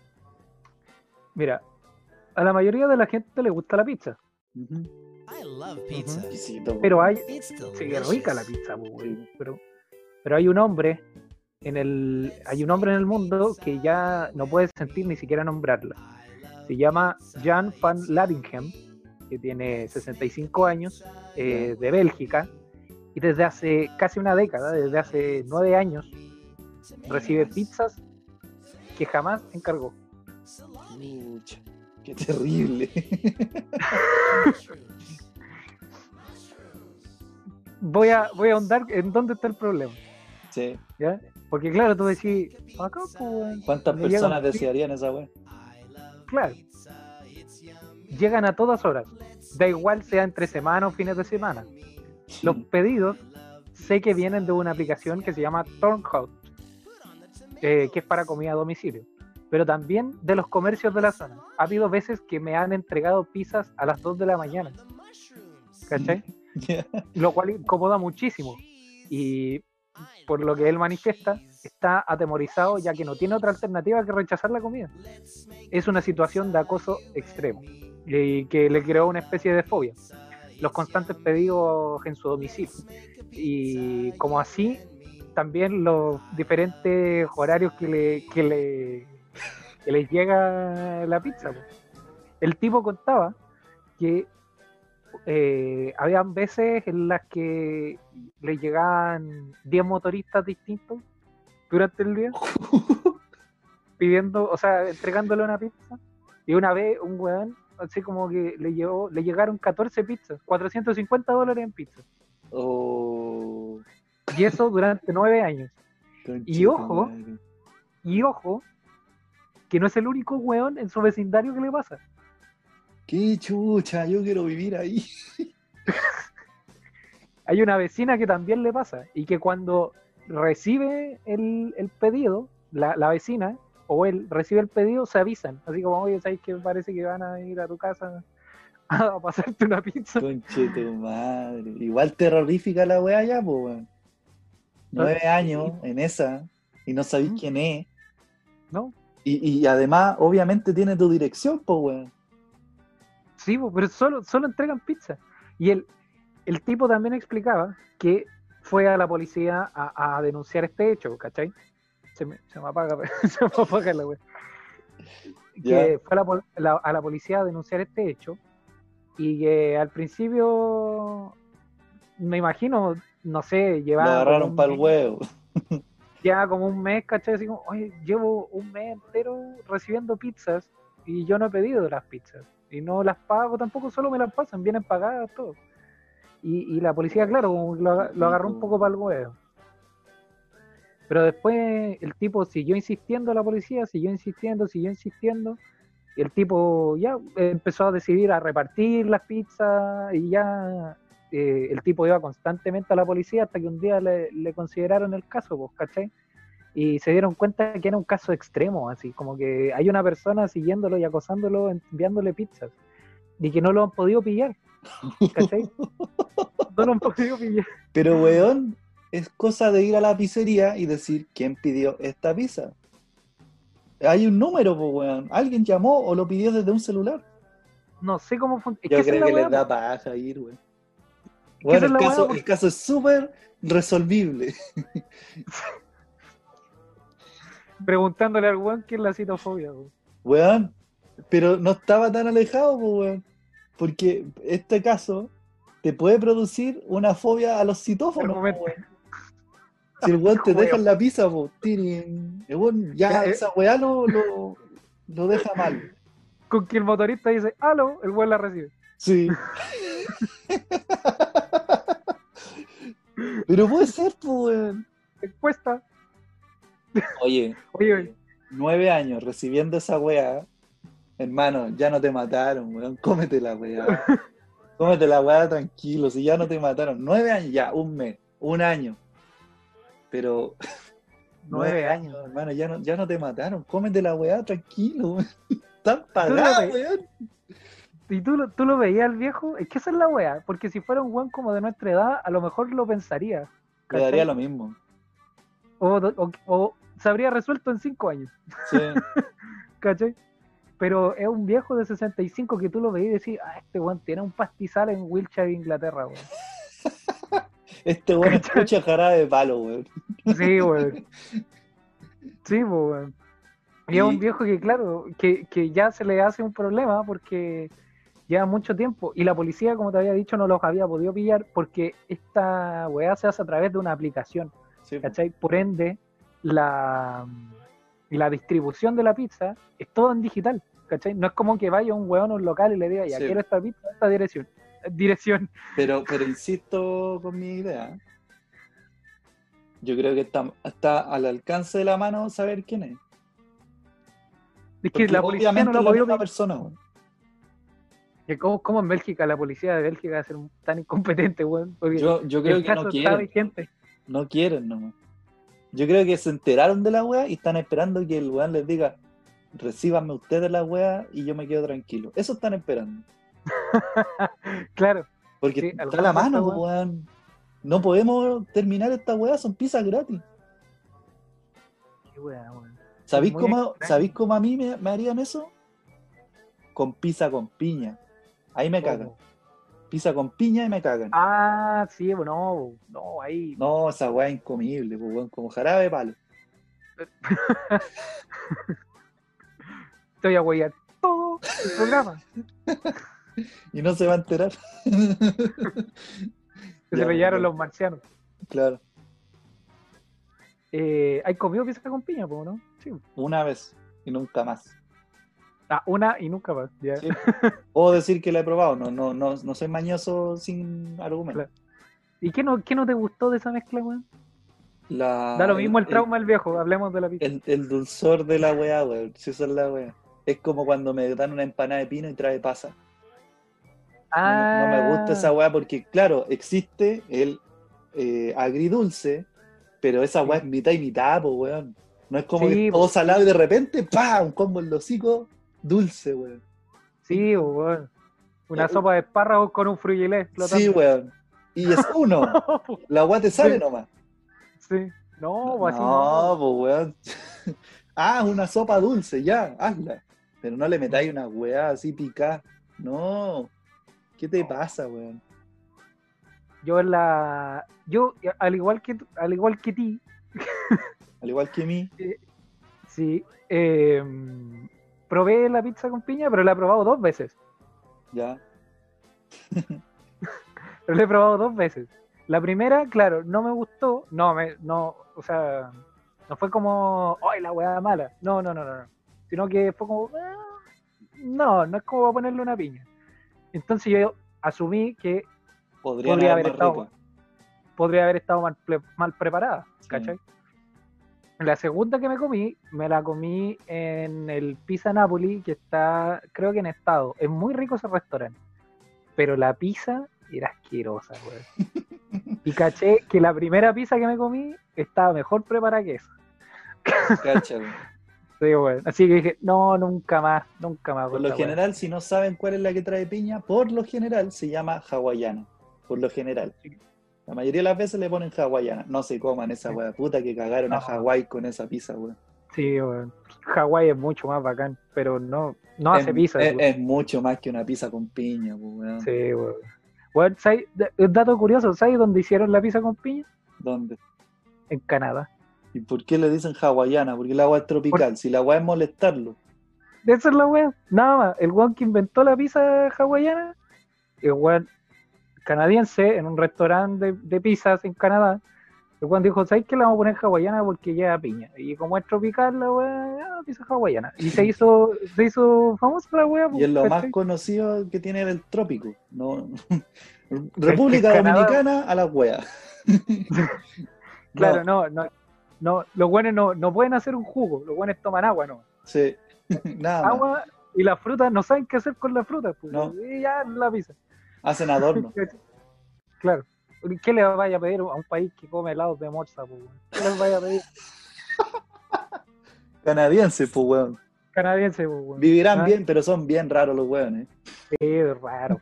Speaker 3: Mira, a la mayoría de la gente le gusta la pizza.
Speaker 4: Ujú.
Speaker 6: I love pizza.
Speaker 4: Exquisito,
Speaker 3: Pero
Speaker 4: weón.
Speaker 3: hay.
Speaker 6: It's
Speaker 3: Sí,
Speaker 6: delicious.
Speaker 3: es rica la pizza, po, güey. Pero hay un hombre hay un hombre en el mundo que ya no puede sentir ni siquiera nombrarla. Se llama Jan van Ladingham, que tiene 65 años, de Bélgica, y desde hace casi una década, desde hace 9 años, recibe pizzas que jamás encargó.
Speaker 4: Pucha, qué terrible.
Speaker 3: Voy a ahondar en dónde está el problema,
Speaker 4: Sí.
Speaker 3: ¿ya? Porque claro, tú decís, acá, pues, weón,
Speaker 4: ¿Cuántas
Speaker 3: me llegan
Speaker 4: personas desearían esa weá?
Speaker 3: Claro. Llegan a todas horas. Da igual sea entre semana o fines de semana. Los pedidos sé que vienen de una aplicación que se llama Turnhout, que es para comida a domicilio. Pero también de los comercios de la zona. Ha habido veces que me han entregado pizzas a las 2 de la mañana. ¿Cachai?
Speaker 4: Ya.
Speaker 3: Lo cual incomoda muchísimo. Y por lo que él manifiesta, está atemorizado ya que no tiene otra alternativa que rechazar la comida. Es una situación de acoso extremo y que le creó una especie de fobia. Los constantes pedidos en su domicilio. Y como así, también los diferentes horarios que les llega la pizza. Po. El tipo contaba que habían veces en las que le llegaban 10 motoristas distintos durante el día pidiendo, o sea, entregándole una pizza, y una vez un weón así como que le llegaron 14 pizzas, $450 en pizza,
Speaker 4: Oh,
Speaker 3: y eso durante 9 años. Y ojo,
Speaker 4: conchetumadre.
Speaker 3: y ojo que no es el único weón en su vecindario que le pasa.
Speaker 4: Qué chucha, yo quiero vivir ahí.
Speaker 3: Hay una vecina que también le pasa y que cuando recibe el pedido, la vecina o él recibe el pedido, se avisan. Así como, oye, ¿sabes que parece que van a ir a tu casa a pasarte una pizza?
Speaker 4: Conchetumadre. Igual terrorífica la weá ya, pues, weón. 9 años en esa y no sabéis quién es.
Speaker 3: ¿No?
Speaker 4: Y además, obviamente, tiene tu dirección, pues, weón.
Speaker 3: Sí, pero solo entregan pizza. Y el tipo también explicaba que fue a la policía a denunciar este hecho, ¿cachai? Se me apaga, se me apaga la wea.
Speaker 4: Ya.
Speaker 3: Que fue a la policía a denunciar este hecho Y que al principio, me imagino, no sé,
Speaker 4: Lo
Speaker 3: llevaba
Speaker 4: agarraron para el huevo.
Speaker 3: como un mes, ¿cachai? Así como, oye, llevo un mes entero recibiendo pizzas y yo no he pedido las pizzas. Y no las pago tampoco, solo me las pasan, vienen pagadas, todo. Y la policía, claro, como que lo agarró un poco para el huevo. Pero después el tipo siguió insistiendo a la policía, siguió insistiendo. Y el tipo ya empezó a decidir a repartir las pizzas y ya el tipo iba constantemente a la policía hasta que un día le consideraron el caso, pues, ¿cachai? Y se dieron cuenta que era un caso extremo, así, como que hay una persona siguiéndolo y acosándolo, enviándole pizzas, y que no lo han podido pillar, ¿cachai? No lo han podido pillar.
Speaker 4: Pero, weón, es cosa de ir a la pizzería y decir quién pidió esta pizza. Hay un número, pues, weón. Alguien llamó o lo pidió desde un celular.
Speaker 3: No sé cómo funciona.
Speaker 4: Yo creo que les
Speaker 3: weá,
Speaker 4: da
Speaker 3: po.
Speaker 4: paja ir, weón.
Speaker 3: Es que
Speaker 4: Bueno,
Speaker 3: esa es la weá,
Speaker 4: el caso es súper resolvible.
Speaker 3: preguntándole al weón qué es la citofobia, weón.
Speaker 4: Weón, pero no estaba tan alejado, pues, weón. Porque este caso te puede producir una fobia a los citófonos, pues,
Speaker 3: Argumento.
Speaker 4: weón. Si el weón te
Speaker 3: Weón.
Speaker 4: deja en la pizza, pues, tirin. El weón ya esa weá lo deja mal.
Speaker 3: Con que el motorista dice, aló, el weón la recibe.
Speaker 4: Sí. Pero puede ser, pues, weón.
Speaker 3: Cuesta.
Speaker 4: Oye,
Speaker 3: Oye,
Speaker 4: 9 años recibiendo esa weá, hermano, ya no te mataron, weón. Cómete la weá. Cómete la weá tranquilo, si ya no te mataron. 9 años, ya, un mes, un año. Pero
Speaker 3: 9 años.
Speaker 4: hermano, ya no te mataron. Cómete la weá tranquilo, weón. Están pagados, weón.
Speaker 3: Y tú lo veías al viejo, es que esa es la weá, porque si fuera un weón como de nuestra edad, a lo mejor lo pensaría.
Speaker 4: Le
Speaker 3: ¿cachai?
Speaker 4: daría lo mismo.
Speaker 3: O se habría resuelto en 5 años,
Speaker 4: Sí.
Speaker 3: ¿cachai? Pero es un viejo de 65 que tú lo veías y decís, este weón tiene un pastizal en Wiltshire, Inglaterra, weón.
Speaker 4: Este weón
Speaker 3: ¿Cachai?
Speaker 4: escucha jarabe de palo, weón.
Speaker 3: Sí, weón. Sí, pues, weón. Y es un viejo que, claro, que ya se le hace un problema porque lleva mucho tiempo y la policía, como te había dicho, no los había podido pillar porque esta weá se hace a través de una aplicación,
Speaker 4: Sí,
Speaker 3: ¿cachai? Por ende, la distribución de la pizza es todo en digital, ¿cachai? No es como que vaya un weón a un local y le diga, ya
Speaker 4: Sí.
Speaker 3: quiero esta pizza, esta dirección.
Speaker 4: pero insisto con mi idea. Yo creo que está al alcance de la mano saber quién es.
Speaker 3: Es que
Speaker 4: Porque
Speaker 3: la policía
Speaker 4: obviamente
Speaker 3: no lo
Speaker 4: es
Speaker 3: ha
Speaker 4: la
Speaker 3: podido
Speaker 4: misma
Speaker 3: pillar.
Speaker 4: persona, weón.
Speaker 3: Que ¿Cómo en Bélgica, la policía de Bélgica va a ser tan incompetente, weón? Porque
Speaker 4: Yo creo
Speaker 3: el
Speaker 4: que
Speaker 3: caso
Speaker 4: no
Speaker 3: está
Speaker 4: quieren.
Speaker 3: vigente.
Speaker 4: No quieren, nomás. Yo creo que se enteraron de la weá y están esperando que el weón les diga, recíbanme ustedes la weá y yo me quedo tranquilo. Eso están esperando.
Speaker 3: Claro.
Speaker 4: Porque
Speaker 3: Sí,
Speaker 4: está a
Speaker 3: alguna
Speaker 4: la mano,
Speaker 3: cosa,
Speaker 4: weón. No podemos terminar esta weá, son pizzas gratis.
Speaker 3: Qué weá, weón.
Speaker 4: ¿Sabéis
Speaker 3: Muy
Speaker 4: cómo,
Speaker 3: extraño.
Speaker 4: ¿sabéis cómo a mí me harían eso? Con pizza con piña. Ahí me cagan.
Speaker 3: ¿Cómo?
Speaker 4: Pizza con piña y me cagan.
Speaker 3: Ah, sí, no, ahí.
Speaker 4: No, esa weá es incomible, pues, weón, como jarabe de palo.
Speaker 3: Te voy a huellar todo el programa.
Speaker 4: Y no se va a enterar.
Speaker 3: Que
Speaker 4: Ya,
Speaker 3: se lo llevaron
Speaker 4: weón.
Speaker 3: los marcianos.
Speaker 4: Claro,
Speaker 3: ¿Hay comido pizza con piña, po, no? Sí.
Speaker 4: una vez y nunca más.
Speaker 3: Una y nunca más. Ya.
Speaker 4: Sí. Puedo decir que la he probado, no soy mañoso sin argumento.
Speaker 3: Claro. ¿Y qué no te gustó de esa mezcla, weón?
Speaker 4: La,
Speaker 3: Da lo mismo el trauma del viejo, hablemos de la pizza.
Speaker 4: el dulzor de la weá, weón. Si esa es la weá. Es como cuando me dan una empanada de pino y trae pasa. No me gusta esa weá porque, claro, existe el agridulce, pero esa weá es mitad y mitad, po, weón. No es como
Speaker 3: Sí,
Speaker 4: que todo salado y de repente, ¡pah! Un combo en los hocico dulce, weón.
Speaker 3: Sí, weón. Una sopa de espárragos con un frugilé flotando.
Speaker 4: Sí, weón. Y es uno. La weá te sale
Speaker 3: Sí.
Speaker 4: nomás.
Speaker 3: Sí. No,
Speaker 4: No,
Speaker 3: así no.
Speaker 4: pues weón. Una sopa dulce, ya, hazla. Pero no le metáis una weá así picada. No. ¿Qué te pasa, weón?
Speaker 3: Yo al igual que ti,
Speaker 4: Al igual que mí.
Speaker 3: sí, probé la pizza con piña, pero la he probado 2 veces.
Speaker 4: Ya.
Speaker 3: Pero lo he probado 2 veces. La primera, claro, no me gustó. O sea, no fue como, ¡ay, la weá mala! No. Sino que fue como, no es como para ponerle una piña. Entonces yo asumí que podría haber estado mal preparada,
Speaker 4: Sí.
Speaker 3: ¿cachai? La segunda que me la comí en el Pizza Napoli, que está, creo que en Estado. Es muy rico ese restaurante. Pero la pizza era asquerosa, weón. Y caché que la primera pizza que me comí estaba mejor preparada que esa.
Speaker 4: Cacha, weón.
Speaker 3: Sí, weón. Así que dije, no, nunca más.
Speaker 4: Por lo general, si no saben cuál es la que trae piña, por lo general se llama hawaiana. Por lo general. La mayoría de las veces le ponen hawaiana. No se coman esa weá. Puta que cagaron a
Speaker 3: No.
Speaker 4: Hawái con esa pizza, weón.
Speaker 3: Sí, weón. Hawái es mucho más bacán, pero no hace pizza.
Speaker 4: Es mucho más que una pizza con piña, pues, weón.
Speaker 3: Sí, weón. Weón, ¿sabes? Un dato curioso, ¿sabes dónde hicieron la pizza con piña?
Speaker 4: ¿Dónde?
Speaker 3: En Canadá.
Speaker 4: ¿Y por qué le dicen hawaiana? Porque el agua es tropical. Si la agua es molestarlo.
Speaker 3: Esa es la weá. Nada más. El weón que inventó la pizza hawaiana, el weón canadiense, en un restaurante de pizzas en Canadá, el weón dijo, ¿sabes qué? La vamos a poner hawaiana porque lleva piña. Y como es tropical, la weá, pizza hawaiana. Y se hizo famosa la weá.
Speaker 4: Y es lo más
Speaker 3: ¿cachai?
Speaker 4: conocido que tiene el trópico. ¿No? República
Speaker 3: Canadá.
Speaker 4: Dominicana a la wea.
Speaker 3: Claro, no, los buenos no pueden hacer un jugo, los buenos toman agua, no.
Speaker 4: Sí, nada más.
Speaker 3: Agua y las frutas no saben qué hacer con las frutas, pues,
Speaker 4: No.
Speaker 3: y ya la pizza.
Speaker 4: Hacen adorno.
Speaker 3: Claro. ¿Qué le vaya a pedir a un país que come helados de morsa, pues? ¿Qué les vaya a pedir?
Speaker 4: Canadienses, pues, weón.
Speaker 3: Canadiense, pues.
Speaker 4: Vivirán
Speaker 3: ¿Ah?
Speaker 4: bien, pero son bien raros los weones.
Speaker 3: Sí, raro.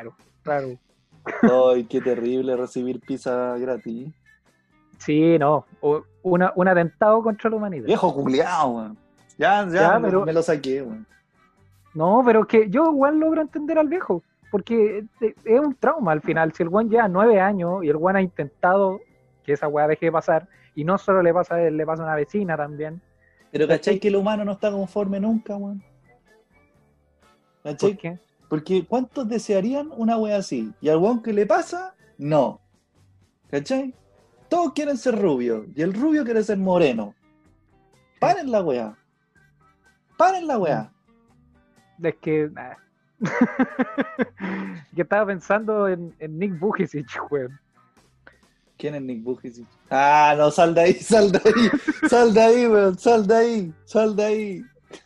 Speaker 4: Ay, qué terrible recibir pizza gratis.
Speaker 3: Sí, no. Un atentado contra la humanidad.
Speaker 4: Viejo culiao, weón. Ya,
Speaker 3: Ya, pero-
Speaker 4: me lo saqué, weón.
Speaker 3: No, pero es que yo igual logro entender al viejo, porque es un trauma al final. Si el weón lleva 9 años y el weón ha intentado que esa weá deje de pasar, y no solo le pasa a él, le pasa a una vecina también.
Speaker 4: Pero ¿cachai que el humano no está conforme nunca, weón? ¿Cachai?
Speaker 3: ¿Por qué?
Speaker 4: Porque ¿cuántos desearían una wea así? Y al weón que le pasa, no. ¿Cachai? Todos quieren ser rubios, y el rubio quiere ser moreno. Paren la wea. Paren la wea.
Speaker 3: Es que. Yo estaba pensando en Nick Vujicic, weón.
Speaker 4: ¿Quién es Nick Vujicic? Ah, no, sal de ahí, sal de ahí, sal de ahí, weón, sal de ahí, sal de ahí.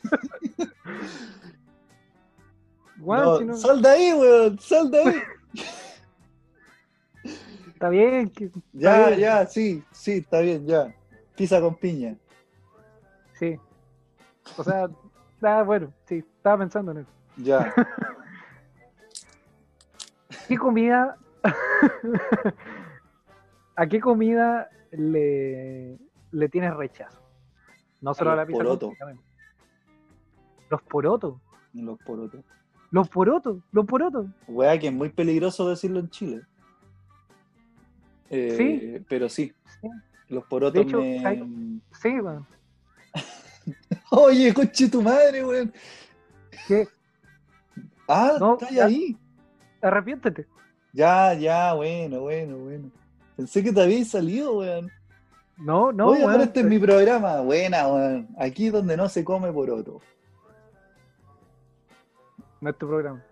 Speaker 3: Weón,
Speaker 4: No,
Speaker 3: si no-
Speaker 4: sal de ahí, weón, sal de ahí.
Speaker 3: está bien. Está
Speaker 4: Ya,
Speaker 3: bien.
Speaker 4: ya, sí, está bien, ya. Pizza con piña.
Speaker 3: Sí. O sea, bueno, sí, estaba pensando en eso.
Speaker 4: Ya.
Speaker 3: ¿Qué comida? ¿A qué comida le tienes rechazo? No solo a la
Speaker 4: los
Speaker 3: pizza.
Speaker 4: porotos.
Speaker 3: completamente. Los porotos.
Speaker 4: Los porotos.
Speaker 3: Los porotos.
Speaker 4: Weá, que es muy peligroso decirlo en Chile.
Speaker 3: Sí.
Speaker 4: Pero sí.
Speaker 3: Sí.
Speaker 4: Los porotos
Speaker 3: De hecho,
Speaker 4: me...
Speaker 3: Sí, weón.
Speaker 4: Oye, coche tu madre, weón.
Speaker 3: ¿Qué?
Speaker 4: Ah,
Speaker 3: No,
Speaker 4: está
Speaker 3: ya.
Speaker 4: ahí.
Speaker 3: Arrepiéntete.
Speaker 4: Ya, bueno. Pensé que te habías salido, weón.
Speaker 3: No,
Speaker 4: Oye,
Speaker 3: weón.
Speaker 4: pero este es mi programa. Buena, weón. Aquí es donde no se come poroto.
Speaker 3: No es tu programa.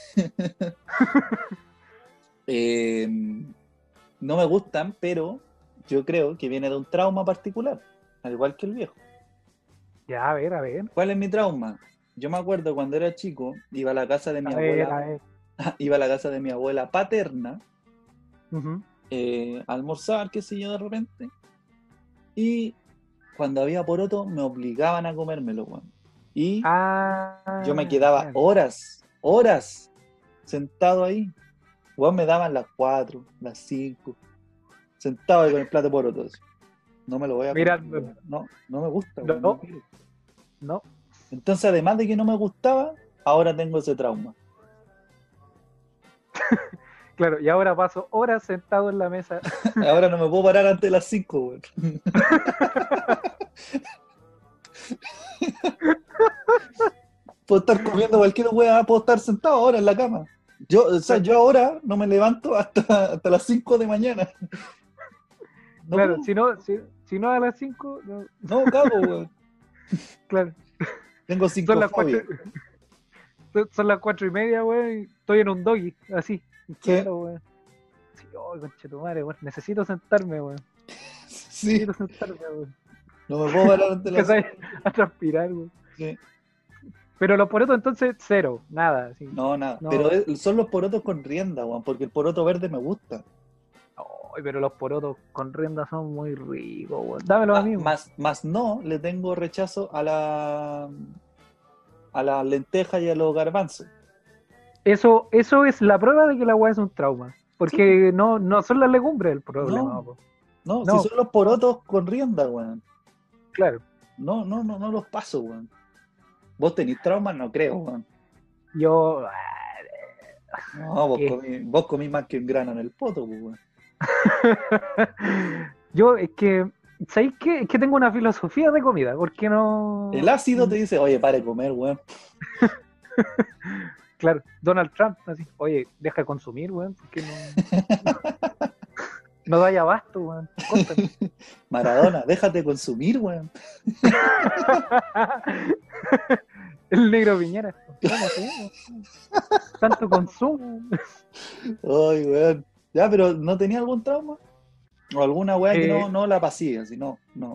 Speaker 4: No me gustan, pero yo creo que viene de un trauma particular, al igual que el viejo.
Speaker 3: Ya, a ver.
Speaker 4: ¿Cuál es mi trauma? Yo me acuerdo cuando era chico, iba a la casa de mi
Speaker 3: A ver,
Speaker 4: abuela,
Speaker 3: a ver.
Speaker 4: iba a la casa de mi abuela paterna,
Speaker 3: Ujú.
Speaker 4: a almorzar, qué sé yo, de repente. Y cuando había poroto, me obligaban a comérmelo, weón. Y yo me quedaba
Speaker 3: ya.
Speaker 4: horas sentado ahí. Weón, me daban las 4, las 5, sentado ahí con el plato de porotos. No me lo voy a comer.
Speaker 3: Mirando.
Speaker 4: No me gusta.
Speaker 3: No.
Speaker 4: weón, no quiero.
Speaker 3: No.
Speaker 4: Entonces, además de que no me gustaba, ahora tengo ese trauma.
Speaker 3: Claro, y ahora paso horas sentado en la mesa.
Speaker 4: Ahora no me puedo parar antes de las 5, weón. Puedo estar comiendo cualquier weá, puedo estar sentado ahora en la cama. Yo ahora no me levanto hasta las 5 de mañana. No
Speaker 3: Claro,
Speaker 4: puedo.
Speaker 3: si no a las 5, no,
Speaker 4: No, cabo, weón.
Speaker 3: claro.
Speaker 4: Tengo
Speaker 3: Son las 4,
Speaker 4: 5
Speaker 3: son las 4:30, weón, y estoy en un doggy, así,
Speaker 4: Sí.
Speaker 3: quiero, weón. Sí, oh, conchetumare, weón, necesito sentarme, weón.
Speaker 4: Sí,
Speaker 3: Necesito sentarme, weón.
Speaker 4: no me puedo parar ante las
Speaker 3: Empezar a transpirar, weón.
Speaker 4: Sí.
Speaker 3: Pero los porotos entonces, cero, nada, así.
Speaker 4: No, nada.
Speaker 3: No.
Speaker 4: Pero son los porotos con rienda, weón, porque el poroto verde me gusta.
Speaker 3: Ay, pero los porotos con rienda son muy ricos, weón. Dámelos a mí, weón.
Speaker 4: Más no le tengo rechazo a la lenteja y a los garbanzos.
Speaker 3: Eso es la prueba de que la weá es un trauma. Porque no son las legumbres el problema,
Speaker 4: No.
Speaker 3: po.
Speaker 4: No,
Speaker 3: No.
Speaker 4: si son los porotos con rienda, weón.
Speaker 3: Claro.
Speaker 4: No los paso, weón. ¿Vos tenés traumas? No creo, weón.
Speaker 3: Yo.
Speaker 4: No,
Speaker 3: ¿Qué?
Speaker 4: vos comí más que un grano en el poto, pues, weón.
Speaker 3: Yo, es que. ¿Sabéis qué? Es que tengo una filosofía de comida. Porque no.
Speaker 4: El ácido te dice, oye, pare de comer, weón.
Speaker 3: Claro, Donald Trump, así. Oye, deja de consumir, weón. Porque no. No da abasto, weón. Córtame.
Speaker 4: Maradona, déjate consumir, weón.
Speaker 3: El negro Piñera. ¿Cómo se llama? Tanto consumo.
Speaker 4: Ay, weón. Ya, pero ¿no tenía algún trauma? O alguna weá que
Speaker 3: Eh,
Speaker 4: no la pasé, así, no.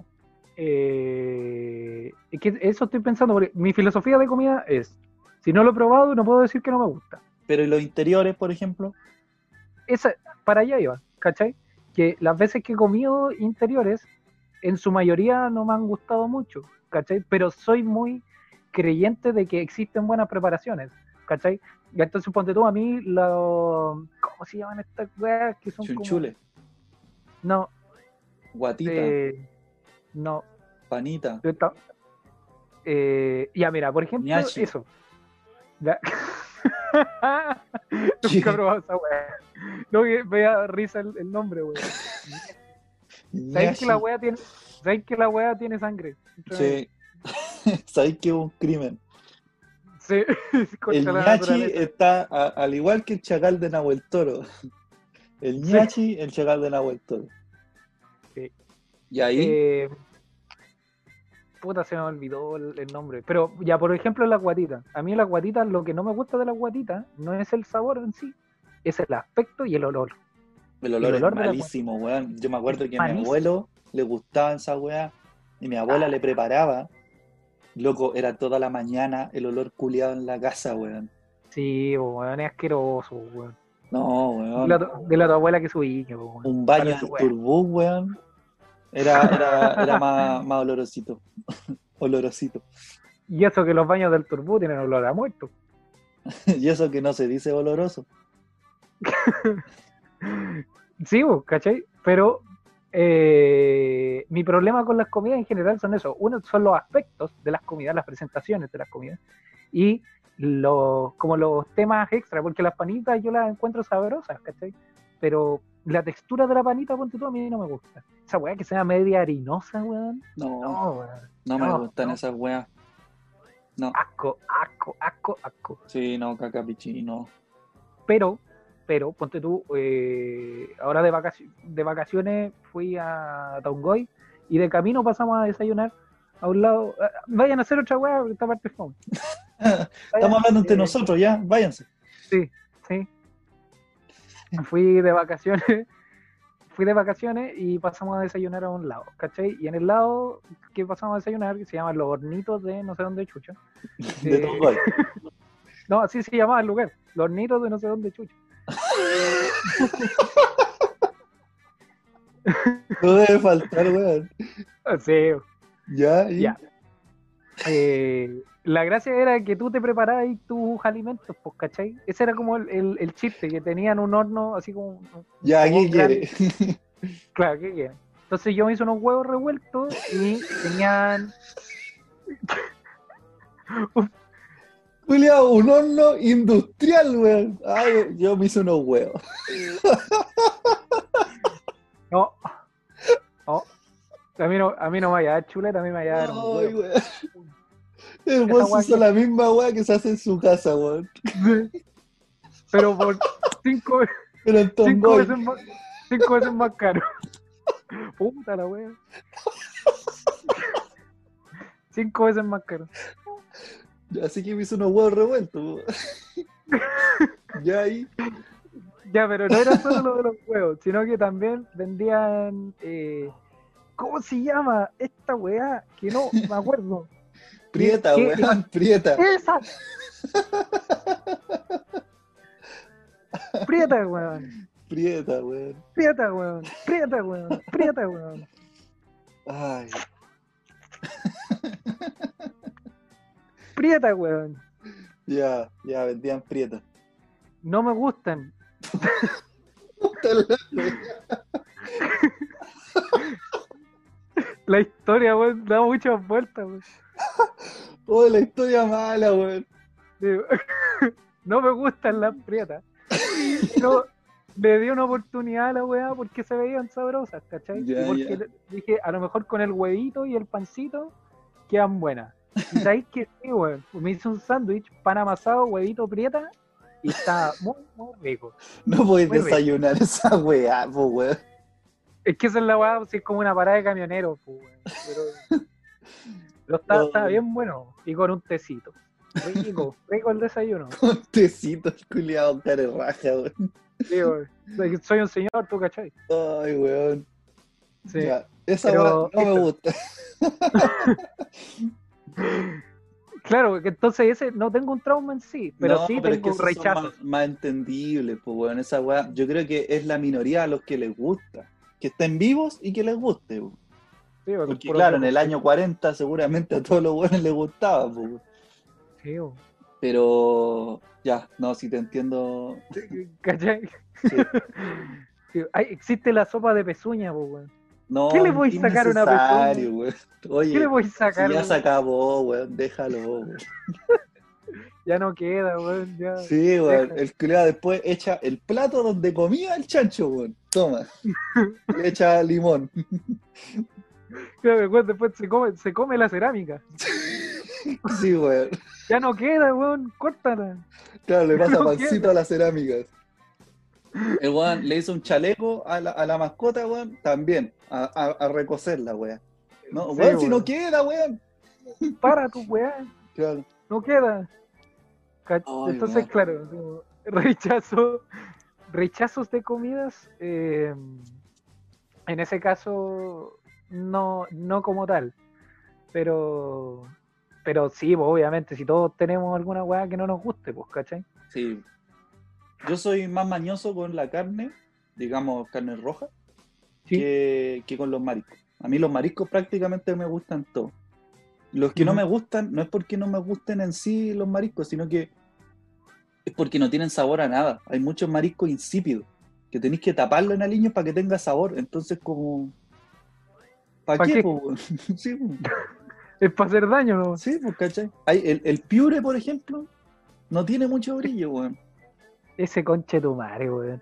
Speaker 3: Es que eso estoy pensando, porque mi filosofía de comida es, si no lo he probado, no puedo decir que no me gusta.
Speaker 4: Pero ¿y los interiores, por ejemplo?
Speaker 3: Para allá iba, ¿cachai? Que las veces que he comido interiores, en su mayoría no me han gustado mucho, ¿cachai? Pero soy muy creyente de que existen buenas preparaciones, ¿cachai? Y entonces ponte tú a mí, ¿cómo se llaman estas weas que son
Speaker 4: Chunchule,
Speaker 3: como... No,
Speaker 4: guatita,
Speaker 3: no.
Speaker 4: panita,
Speaker 3: Ya, mira, por ejemplo,
Speaker 4: ñachi.
Speaker 3: eso. Ya. Nunca he probado esa wea. No, que me da risa el nombre, wea. ¿Sabes que la wea tiene, ¿sabes que la wea tiene sangre?
Speaker 4: Sí. ¿Sabéis que es un crimen?
Speaker 3: Sí,
Speaker 4: El
Speaker 3: contra la
Speaker 4: ñachi
Speaker 3: naturaleza.
Speaker 4: está al igual que el chacal de Nahuel Toro. El
Speaker 3: Sí.
Speaker 4: ñachi, el chacal de Nahuel Toro.
Speaker 3: Sí.
Speaker 4: Y ahí,
Speaker 3: Puta, se me olvidó el nombre. Pero ya, por ejemplo, las guatitas. A mí las guatitas, lo que no me gusta de las guatitas no es el sabor en sí, es el aspecto y el olor.
Speaker 4: el olor es
Speaker 3: olor de la
Speaker 4: malísimo, weón. Yo me acuerdo
Speaker 3: Es
Speaker 4: que a mi
Speaker 3: malísimo.
Speaker 4: abuelo le gustaban esas weas y mi abuela le preparaba. Loco, era toda la mañana el olor culiado en la casa, weón.
Speaker 3: Sí, weón, es asqueroso, weón.
Speaker 4: No, weón.
Speaker 3: De la tu abuela que su hijo, weón.
Speaker 4: Un baño
Speaker 3: Parece,
Speaker 4: en
Speaker 3: weón.
Speaker 4: turbú, weón. Era más olorosito. Olorosito.
Speaker 3: Y eso que los baños del turbú tienen olor a muerto.
Speaker 4: Y eso que no se dice oloroso.
Speaker 3: Sí, ¿cachai? Pero mi problema con las comidas en general son eso. Uno son los aspectos de las comidas, las presentaciones de las comidas. Y como los temas extra, porque las panitas yo las encuentro sabrosas, ¿cachai? Pero la textura de la panita, ponte tú, a mí no me gusta. Esa weá que sea media harinosa, weón.
Speaker 4: No,
Speaker 3: No, weón.
Speaker 4: no me
Speaker 3: no,
Speaker 4: gustan
Speaker 3: no.
Speaker 4: esas weas. No.
Speaker 3: Asco.
Speaker 4: Sí, no, cacapichi, no.
Speaker 3: Pero, ponte tú, ahora de vacaciones fui a Taungoy y de camino pasamos a desayunar a un lado. Vayan a hacer otra weá, porque esta parte es fome.
Speaker 4: Estamos hablando entre nosotros, ya, váyanse.
Speaker 3: Sí. Fui de vacaciones y pasamos a desayunar a un lado, ¿cachai? Y en el lado que pasamos a desayunar, que se llaman Los Hornitos de no sé dónde chucha.
Speaker 4: De Tongoy.
Speaker 3: No, así se llamaba el lugar, Los Hornitos de no sé dónde chucha.
Speaker 4: No debe faltar, weón.
Speaker 3: Sí.
Speaker 4: Ya, y.
Speaker 3: Ya. La gracia era que tú te preparabas tus alimentos, pues, ¿cachai? Ese era como el chiste, que tenían un horno así como...
Speaker 4: Ya,
Speaker 3: como
Speaker 4: ¿qué
Speaker 3: grande.
Speaker 4: quiere?
Speaker 3: Claro, ¿qué quieren? Entonces yo me hice unos huevos revueltos y tenían...
Speaker 4: Julia, un horno industrial, weón. Ay, yo me hice unos huevos.
Speaker 3: No. A mí no me vaya a dar chuleta, a mí me vaya a dar un
Speaker 4: Ay,
Speaker 3: huevo.
Speaker 4: weón. El weón se hizo la misma weá que se hace en su casa, weón.
Speaker 3: pero por 5
Speaker 4: Pero el tomboy.
Speaker 3: veces más caro. Puta la wea. 5 veces más caro.
Speaker 4: Así que me hizo unos huevos revueltos. Ya ahí.
Speaker 3: Ya, pero no era solo lo de los huevos, sino que también vendían. ¿Cómo se llama esta weá? Que no me acuerdo.
Speaker 4: Prieta,
Speaker 3: ¿Qué?
Speaker 4: weón, prieta.
Speaker 3: ¡Esa! Prieta, weón.
Speaker 4: Prieta, weón.
Speaker 3: Prieta, weón. Prieta, weón. Prieta, weón.
Speaker 4: Ay,
Speaker 3: Prieta, weón.
Speaker 4: ya vendían prieta.
Speaker 3: No me gustan. La historia, weón, da muchas vueltas, weón.
Speaker 4: Oh, la historia mala, weón.
Speaker 3: Digo, no me gustan las prietas. Pero le di una oportunidad a la weá porque se veían sabrosas, ¿cachai?
Speaker 4: Ya,
Speaker 3: Y porque dije, a lo mejor con el huevito y el pancito quedan buenas. Y sabéis que sí, weón. Me hice un sándwich, pan amasado, huevito prieta, y está muy, muy rico.
Speaker 4: No podéis
Speaker 3: Muy rico.
Speaker 4: desayunar esa weá, po, weón.
Speaker 3: Es que esa es la weá, si es como una parada de camioneros, pues, weón. Pero está bien bueno. Y con un tecito. Rico el desayuno.
Speaker 4: Un tecito, culiado, cara de raja, weón.
Speaker 3: Sí, weón. Soy un señor, ¿tú cachai?
Speaker 4: Ay, weón.
Speaker 3: Sí.
Speaker 4: Ya, esa
Speaker 3: Pero
Speaker 4: weá no me gusta.
Speaker 3: Claro, que entonces ese no tengo un trauma en sí, pero
Speaker 4: No,
Speaker 3: sí
Speaker 4: pero es que
Speaker 3: tengo un
Speaker 4: esos son
Speaker 3: rechazo.
Speaker 4: más entendibles, pues, weón. Esa weá, yo creo que es la minoría a los que les gusta. Que estén vivos y que les guste, weón.
Speaker 3: Sí, weón,
Speaker 4: Porque
Speaker 3: puro
Speaker 4: claro, en
Speaker 3: tiempo.
Speaker 4: el año 40 seguramente a todos los buenos les gustaba, pues, weón.
Speaker 3: Sí, weón.
Speaker 4: Pero ya, no, si te entiendo.
Speaker 3: ¿Cachai?
Speaker 4: Sí.
Speaker 3: Sí, existe la sopa de pezuña, po, weón.
Speaker 4: No,
Speaker 3: ¿Qué le voy a sacar a una
Speaker 4: innecesario, weón. Oye,
Speaker 3: ¿Qué le voy a
Speaker 4: si
Speaker 3: sacar,
Speaker 4: ya
Speaker 3: weón?
Speaker 4: se acabó, weón, déjalo, weón.
Speaker 3: Ya no queda, weón. Ya.
Speaker 4: Sí, weón,
Speaker 3: Deja.
Speaker 4: el culiao después echa el plato donde comía el chancho, weón. Toma. Le echa limón.
Speaker 3: Claro, weón, después se come la cerámica.
Speaker 4: Sí, weón.
Speaker 3: Ya no queda, weón. Córtala.
Speaker 4: Claro, le pasa
Speaker 3: No
Speaker 4: pancito
Speaker 3: queda.
Speaker 4: a las cerámicas. El weón le hizo un chaleco a la mascota, weón, también, a recocerla, weón. No,
Speaker 3: Sí,
Speaker 4: weón, si no
Speaker 3: weón.
Speaker 4: queda, weón.
Speaker 3: Para tu weá.
Speaker 4: Claro.
Speaker 3: No queda.
Speaker 4: Ay,
Speaker 3: Entonces,
Speaker 4: weón.
Speaker 3: claro, como rechazos de comidas, en ese caso, no como tal. Pero sí, pues, obviamente, si todos tenemos alguna weá que no nos guste, pues, ¿cachai?
Speaker 4: Sí. Yo soy más mañoso con la carne, digamos carne roja,
Speaker 3: Sí.
Speaker 4: que con los mariscos. A mí los mariscos prácticamente me gustan todos. Los que no
Speaker 3: Ujú.
Speaker 4: me gustan, no es porque no me gusten en sí los mariscos, sino que es porque no tienen sabor a nada. Hay muchos mariscos insípidos, que tenéis que taparlo en aliños para que tenga sabor. Entonces, como... ¿Para
Speaker 3: ¿Pa'
Speaker 4: qué,
Speaker 3: qué?
Speaker 4: po, weón? Sí, po.
Speaker 3: Es para hacer daño, ¿no?
Speaker 4: Sí, pues, ¿cachai? El piure, por ejemplo, no tiene mucho brillo, weón.
Speaker 3: Ese conche tu madre, weón.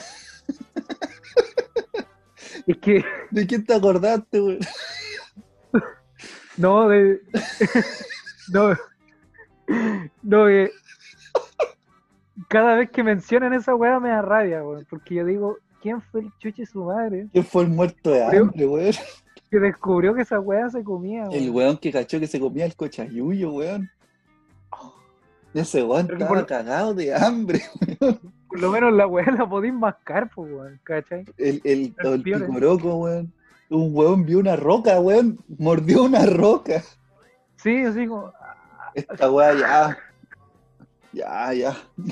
Speaker 3: Es que,
Speaker 4: ¿De quién te acordaste, weón?
Speaker 3: no, no, cada vez que mencionan esa weá me da rabia, weón, porque yo digo, ¿quién fue el chuche su madre
Speaker 4: ¿Quién fue el muerto de
Speaker 3: Creo-
Speaker 4: hambre, weón?
Speaker 3: que descubrió que esa weá se comía,
Speaker 4: El
Speaker 3: weón?
Speaker 4: weón que cachó que se comía el cochayuyo, weón. Ese weón
Speaker 3: Pero que
Speaker 4: estaba
Speaker 3: por-
Speaker 4: cagado de hambre.
Speaker 3: Por lo menos la weá la podéis mascar, pues, weón, ¿cachai?
Speaker 4: El
Speaker 3: piore.
Speaker 4: picoroco, weón. Un weón vio una roca, weón. Mordió una roca.
Speaker 3: Sí, así como,
Speaker 4: Esta weá ya. Ya.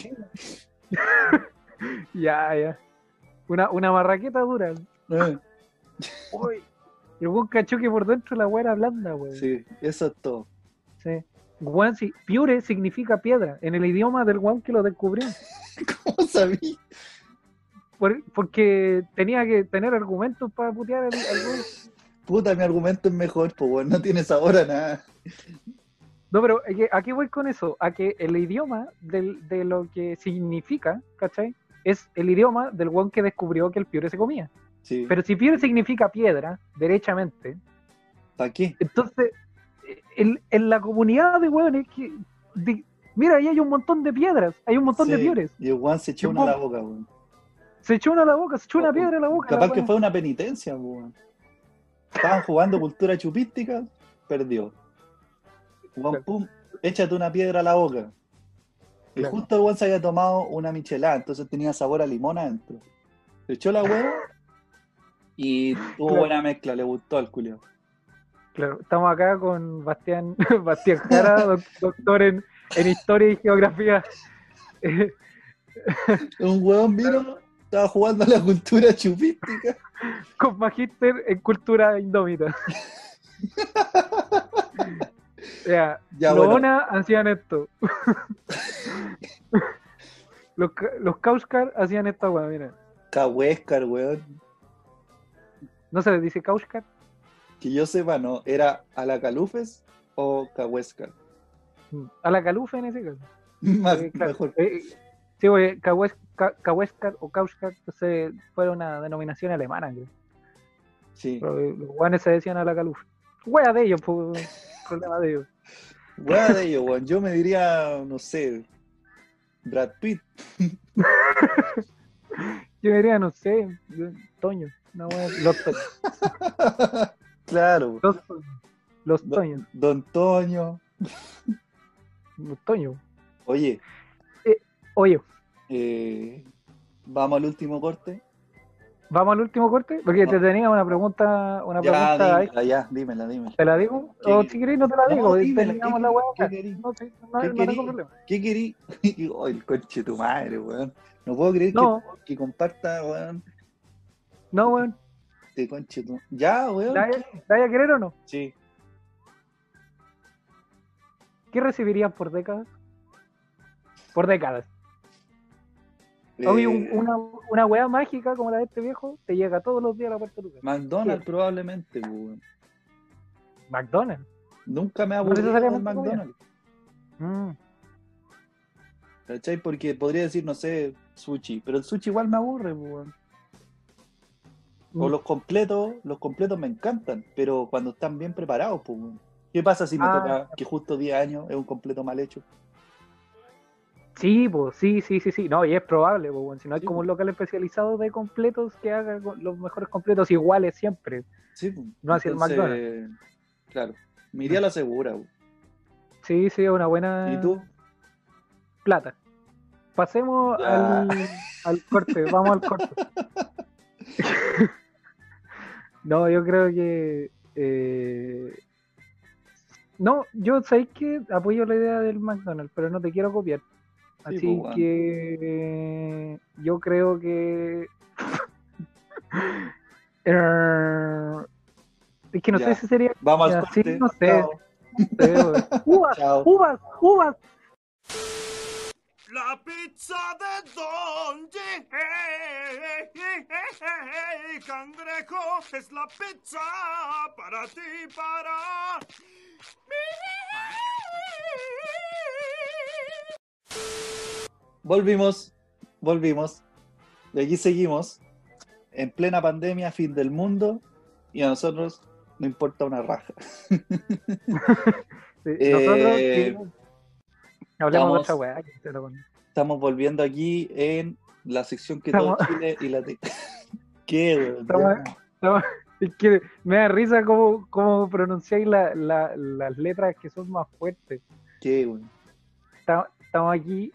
Speaker 3: ya. Una marraqueta dura.
Speaker 4: Eh,
Speaker 3: Uy, el weón cachó que por dentro la weá era blanda, weón.
Speaker 4: Sí, eso es todo.
Speaker 3: Sí. Weón, sí, piure significa piedra, en el idioma del weón que lo descubrió.
Speaker 4: ¿Cómo sabí?
Speaker 3: Porque tenía que tener argumentos para putear al weón.
Speaker 4: Puta, mi argumento es mejor, pues weón. No tiene sabor a nada.
Speaker 3: No, pero ¿a qué voy con eso? A que el idioma de lo que significa, ¿cachai? Es el idioma del weón que descubrió que el piure se comía.
Speaker 4: Sí.
Speaker 3: Pero si piure significa piedra, derechamente,
Speaker 4: ¿Para qué?
Speaker 3: entonces en la comunidad de weones Mira, ahí hay un montón de piedras, hay un montón de
Speaker 4: Sí,
Speaker 3: piedras.
Speaker 4: y el weón se echó una a la boca, weón.
Speaker 3: Se echó una a la boca, se echó una piedra a la boca.
Speaker 4: Capaz
Speaker 3: la
Speaker 4: que
Speaker 3: weá.
Speaker 4: fue una penitencia, weón. Estaban jugando cultura chupística, perdió. Weón,
Speaker 3: Claro.
Speaker 4: pum, échate una piedra a la boca. Y
Speaker 3: Claro.
Speaker 4: justo el weón se había tomado una michelada, entonces tenía sabor a limón adentro. Se echó la hueá y tuvo
Speaker 3: Claro.
Speaker 4: buena mezcla, le gustó al culiao.
Speaker 3: Claro, estamos acá con Bastián, Bastián Jara, doctor en historia y geografía.
Speaker 4: Un hueón vino, estaba jugando a la cultura chupística.
Speaker 3: Con magíster en cultura indómita. Ya,
Speaker 4: Ya,
Speaker 3: los
Speaker 4: bueno.
Speaker 3: ONA hacían esto. los Kauskar hacían esta weá, mira.
Speaker 4: Cahuéscar, weón.
Speaker 3: No se les dice Kauskar.
Speaker 4: Que yo sepa, ¿no? ¿Era Alacalufes o Cahuéscar?
Speaker 3: A la calufa en ese caso.
Speaker 4: Más,
Speaker 3: Claro.
Speaker 4: mejor.
Speaker 3: Sí, porque Kauskar o Kauskar entonces fue una denominación alemana, creo.
Speaker 4: Sí.
Speaker 3: Pero los guanes se decían a la calufa. Wea de ellos, pues, problema de ellos.
Speaker 4: Hueá de ello, weón. Yo me diría, no sé, Brad Pitt.
Speaker 3: Yo diría, no sé, Toño. No, wea, los Toños.
Speaker 4: Claro.
Speaker 3: Los Toños. Los Toños.
Speaker 4: Don Toño.
Speaker 3: Los Toños.
Speaker 4: Oye,
Speaker 3: Oye,
Speaker 4: vamos al último corte.
Speaker 3: ¿vamos al último corte? Porque
Speaker 4: No.
Speaker 3: te tenía una pregunta
Speaker 4: Ya,
Speaker 3: ahí.
Speaker 4: dímela.
Speaker 3: ¿Te la digo?
Speaker 4: ¿Qué
Speaker 3: O
Speaker 4: querés?
Speaker 3: si querés no te la
Speaker 4: No,
Speaker 3: digo.
Speaker 4: dímela,
Speaker 3: Terminamos
Speaker 4: ¿qué
Speaker 3: la
Speaker 4: querés?
Speaker 3: weá
Speaker 4: ¿Qué
Speaker 3: acá.
Speaker 4: querés?
Speaker 3: No, sí,
Speaker 4: ¿Qué
Speaker 3: no
Speaker 4: querís?
Speaker 3: tengo problema.
Speaker 4: ¿Qué querí? Oh, el conche de tu madre, weón. No puedo creer
Speaker 3: No.
Speaker 4: que comparta, weón.
Speaker 3: No, weón.
Speaker 4: De conche tu... Ya, weón.
Speaker 3: ¿La vaya a querer o no?
Speaker 4: Sí.
Speaker 3: ¿Qué recibirían por décadas? Por décadas. Oye, una weá mágica como la de este viejo te llega todos los días a la puerta de tu casa.
Speaker 4: McDonald's probablemente, weón.
Speaker 3: McDonald's.
Speaker 4: Nunca me ha
Speaker 3: No
Speaker 4: aburrido del
Speaker 3: necesariamente comida.
Speaker 4: McDonald's.
Speaker 3: Mm.
Speaker 4: ¿Cachai? Porque podría decir, no sé, sushi. Pero el sushi igual me aburre, weón. O los completos me encantan, pero cuando están bien preparados, pues, weón. ¿Qué pasa si me toca que justo 10 años es un completo mal hecho?
Speaker 3: Sí, pues, sí. No, y es probable, pues, bueno, si no hay
Speaker 4: Sí,
Speaker 3: como
Speaker 4: pues.
Speaker 3: un local especializado de completos que haga los mejores completos iguales siempre.
Speaker 4: Sí, pues.
Speaker 3: No hacia el
Speaker 4: Entonces,
Speaker 3: McDonald's.
Speaker 4: claro. Me iría a la segura, weón.
Speaker 3: Sí, es una buena
Speaker 4: ¿Y tú?
Speaker 3: plata. Pasemos
Speaker 4: Ya.
Speaker 3: al corte, vamos al corte. No, yo creo que... No, yo sabéis que apoyo la idea del McDonald's, pero no te quiero copiar.
Speaker 4: Sí,
Speaker 3: Así
Speaker 4: pues,
Speaker 3: que yo creo que... Es que no
Speaker 4: Ya.
Speaker 3: sé si sería...
Speaker 4: Vamos
Speaker 3: Ya,
Speaker 4: al
Speaker 3: sí,
Speaker 4: corte.
Speaker 3: no sé.
Speaker 4: Chao.
Speaker 3: ¡Uvas!
Speaker 4: Chao.
Speaker 3: ¡Uvas! ¡Uvas!
Speaker 7: La pizza de Don Cangrejo es la pizza para ti, para
Speaker 4: Volvimos. Y aquí seguimos. En plena pandemia, fin del mundo. Y a nosotros no importa una raja.
Speaker 3: Sí, nosotros
Speaker 4: Eh,
Speaker 3: hablemos de
Speaker 4: estamos-
Speaker 3: otra weá.
Speaker 4: Estamos volviendo aquí en la sección que todo
Speaker 3: Estamos-
Speaker 4: Chile y la... ¿Qué, weón?
Speaker 3: Estamos- es que me da risa cómo pronunciáis las letras que son más fuertes.
Speaker 4: ¿Qué, weón?
Speaker 3: Estamos aquí,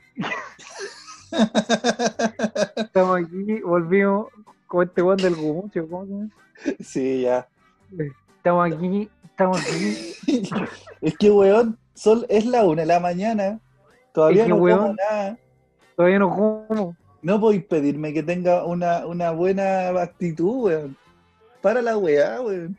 Speaker 3: volvimos con este weón del Gumucho. ¿Cómo se llama?
Speaker 4: Sí, ya.
Speaker 3: Estamos aquí.
Speaker 4: Es que, weón, es la 1 de la mañana. Todavía
Speaker 3: Es que,
Speaker 4: no como
Speaker 3: weón,
Speaker 4: nada.
Speaker 3: Todavía no como.
Speaker 4: No podéis pedirme que tenga una buena actitud, weón. Para la weá, weón.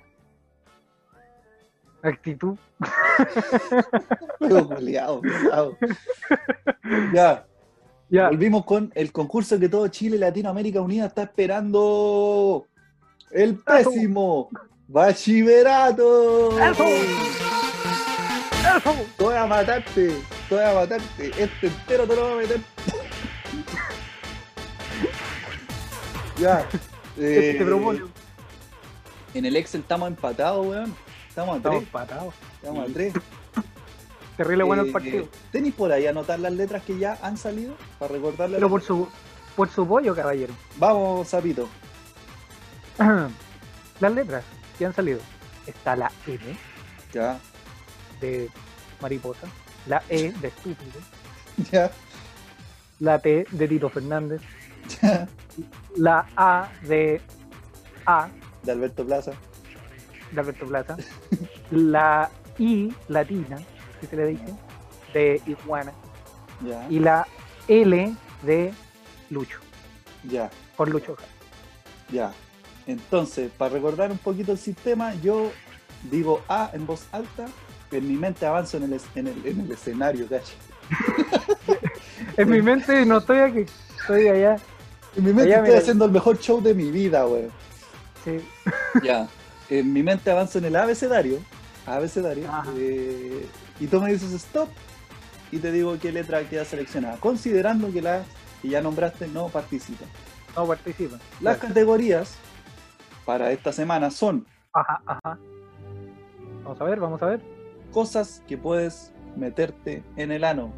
Speaker 3: Actitud.
Speaker 4: Juego culiao, pesado. Ya,
Speaker 3: Ya.
Speaker 4: volvimos con el concurso que todo Chile y Latinoamérica Unida está esperando. El pésimo bachillerato.
Speaker 3: ¡Eso! ¡Eso!
Speaker 4: Te voy a matarte. Este entero te lo voy a meter. Ya.
Speaker 3: Este propone.
Speaker 4: En el Excel estamos empatados, weón. Estamos a 3.
Speaker 3: Estamos patados.
Speaker 4: Estamos a 3.
Speaker 3: Terrible bueno el partido.
Speaker 4: ¿Tenéis por ahí anotar las letras que ya han salido? Para recordarle.
Speaker 3: Pero por su pollo, caballero.
Speaker 4: Vamos, Sapito.
Speaker 3: Las letras que han salido. Está la M
Speaker 4: Ya,
Speaker 3: de mariposa, la E de estúpido,
Speaker 4: ya,
Speaker 3: la T de Tito Fernández,
Speaker 4: ya.
Speaker 3: la A de
Speaker 4: De Alberto Plaza.
Speaker 3: Alberto Plaza, la I latina, si se le dice, de Iguana,
Speaker 4: Ya,
Speaker 3: y la L de Lucho,
Speaker 4: ya,
Speaker 3: por Lucho Jara.
Speaker 4: ya. Entonces, para recordar un poquito el sistema, yo digo A en voz alta, en mi mente avanzo en el escenario, ¿cachai?
Speaker 3: En mi mente no estoy aquí, estoy allá.
Speaker 4: En mi mente
Speaker 3: Allá,
Speaker 4: estoy
Speaker 3: mira.
Speaker 4: haciendo el mejor show de mi vida, güey.
Speaker 3: Sí.
Speaker 4: Ya. En mi mente avanzo en el abecedario,
Speaker 3: Ajá.
Speaker 4: y tú me dices stop y te digo qué letra queda seleccionada, considerando que la que ya nombraste no participa.
Speaker 3: No participa.
Speaker 4: Las
Speaker 3: Claro.
Speaker 4: categorías para esta semana son
Speaker 3: Ajá. Vamos a ver.
Speaker 4: cosas que puedes meterte en el ano.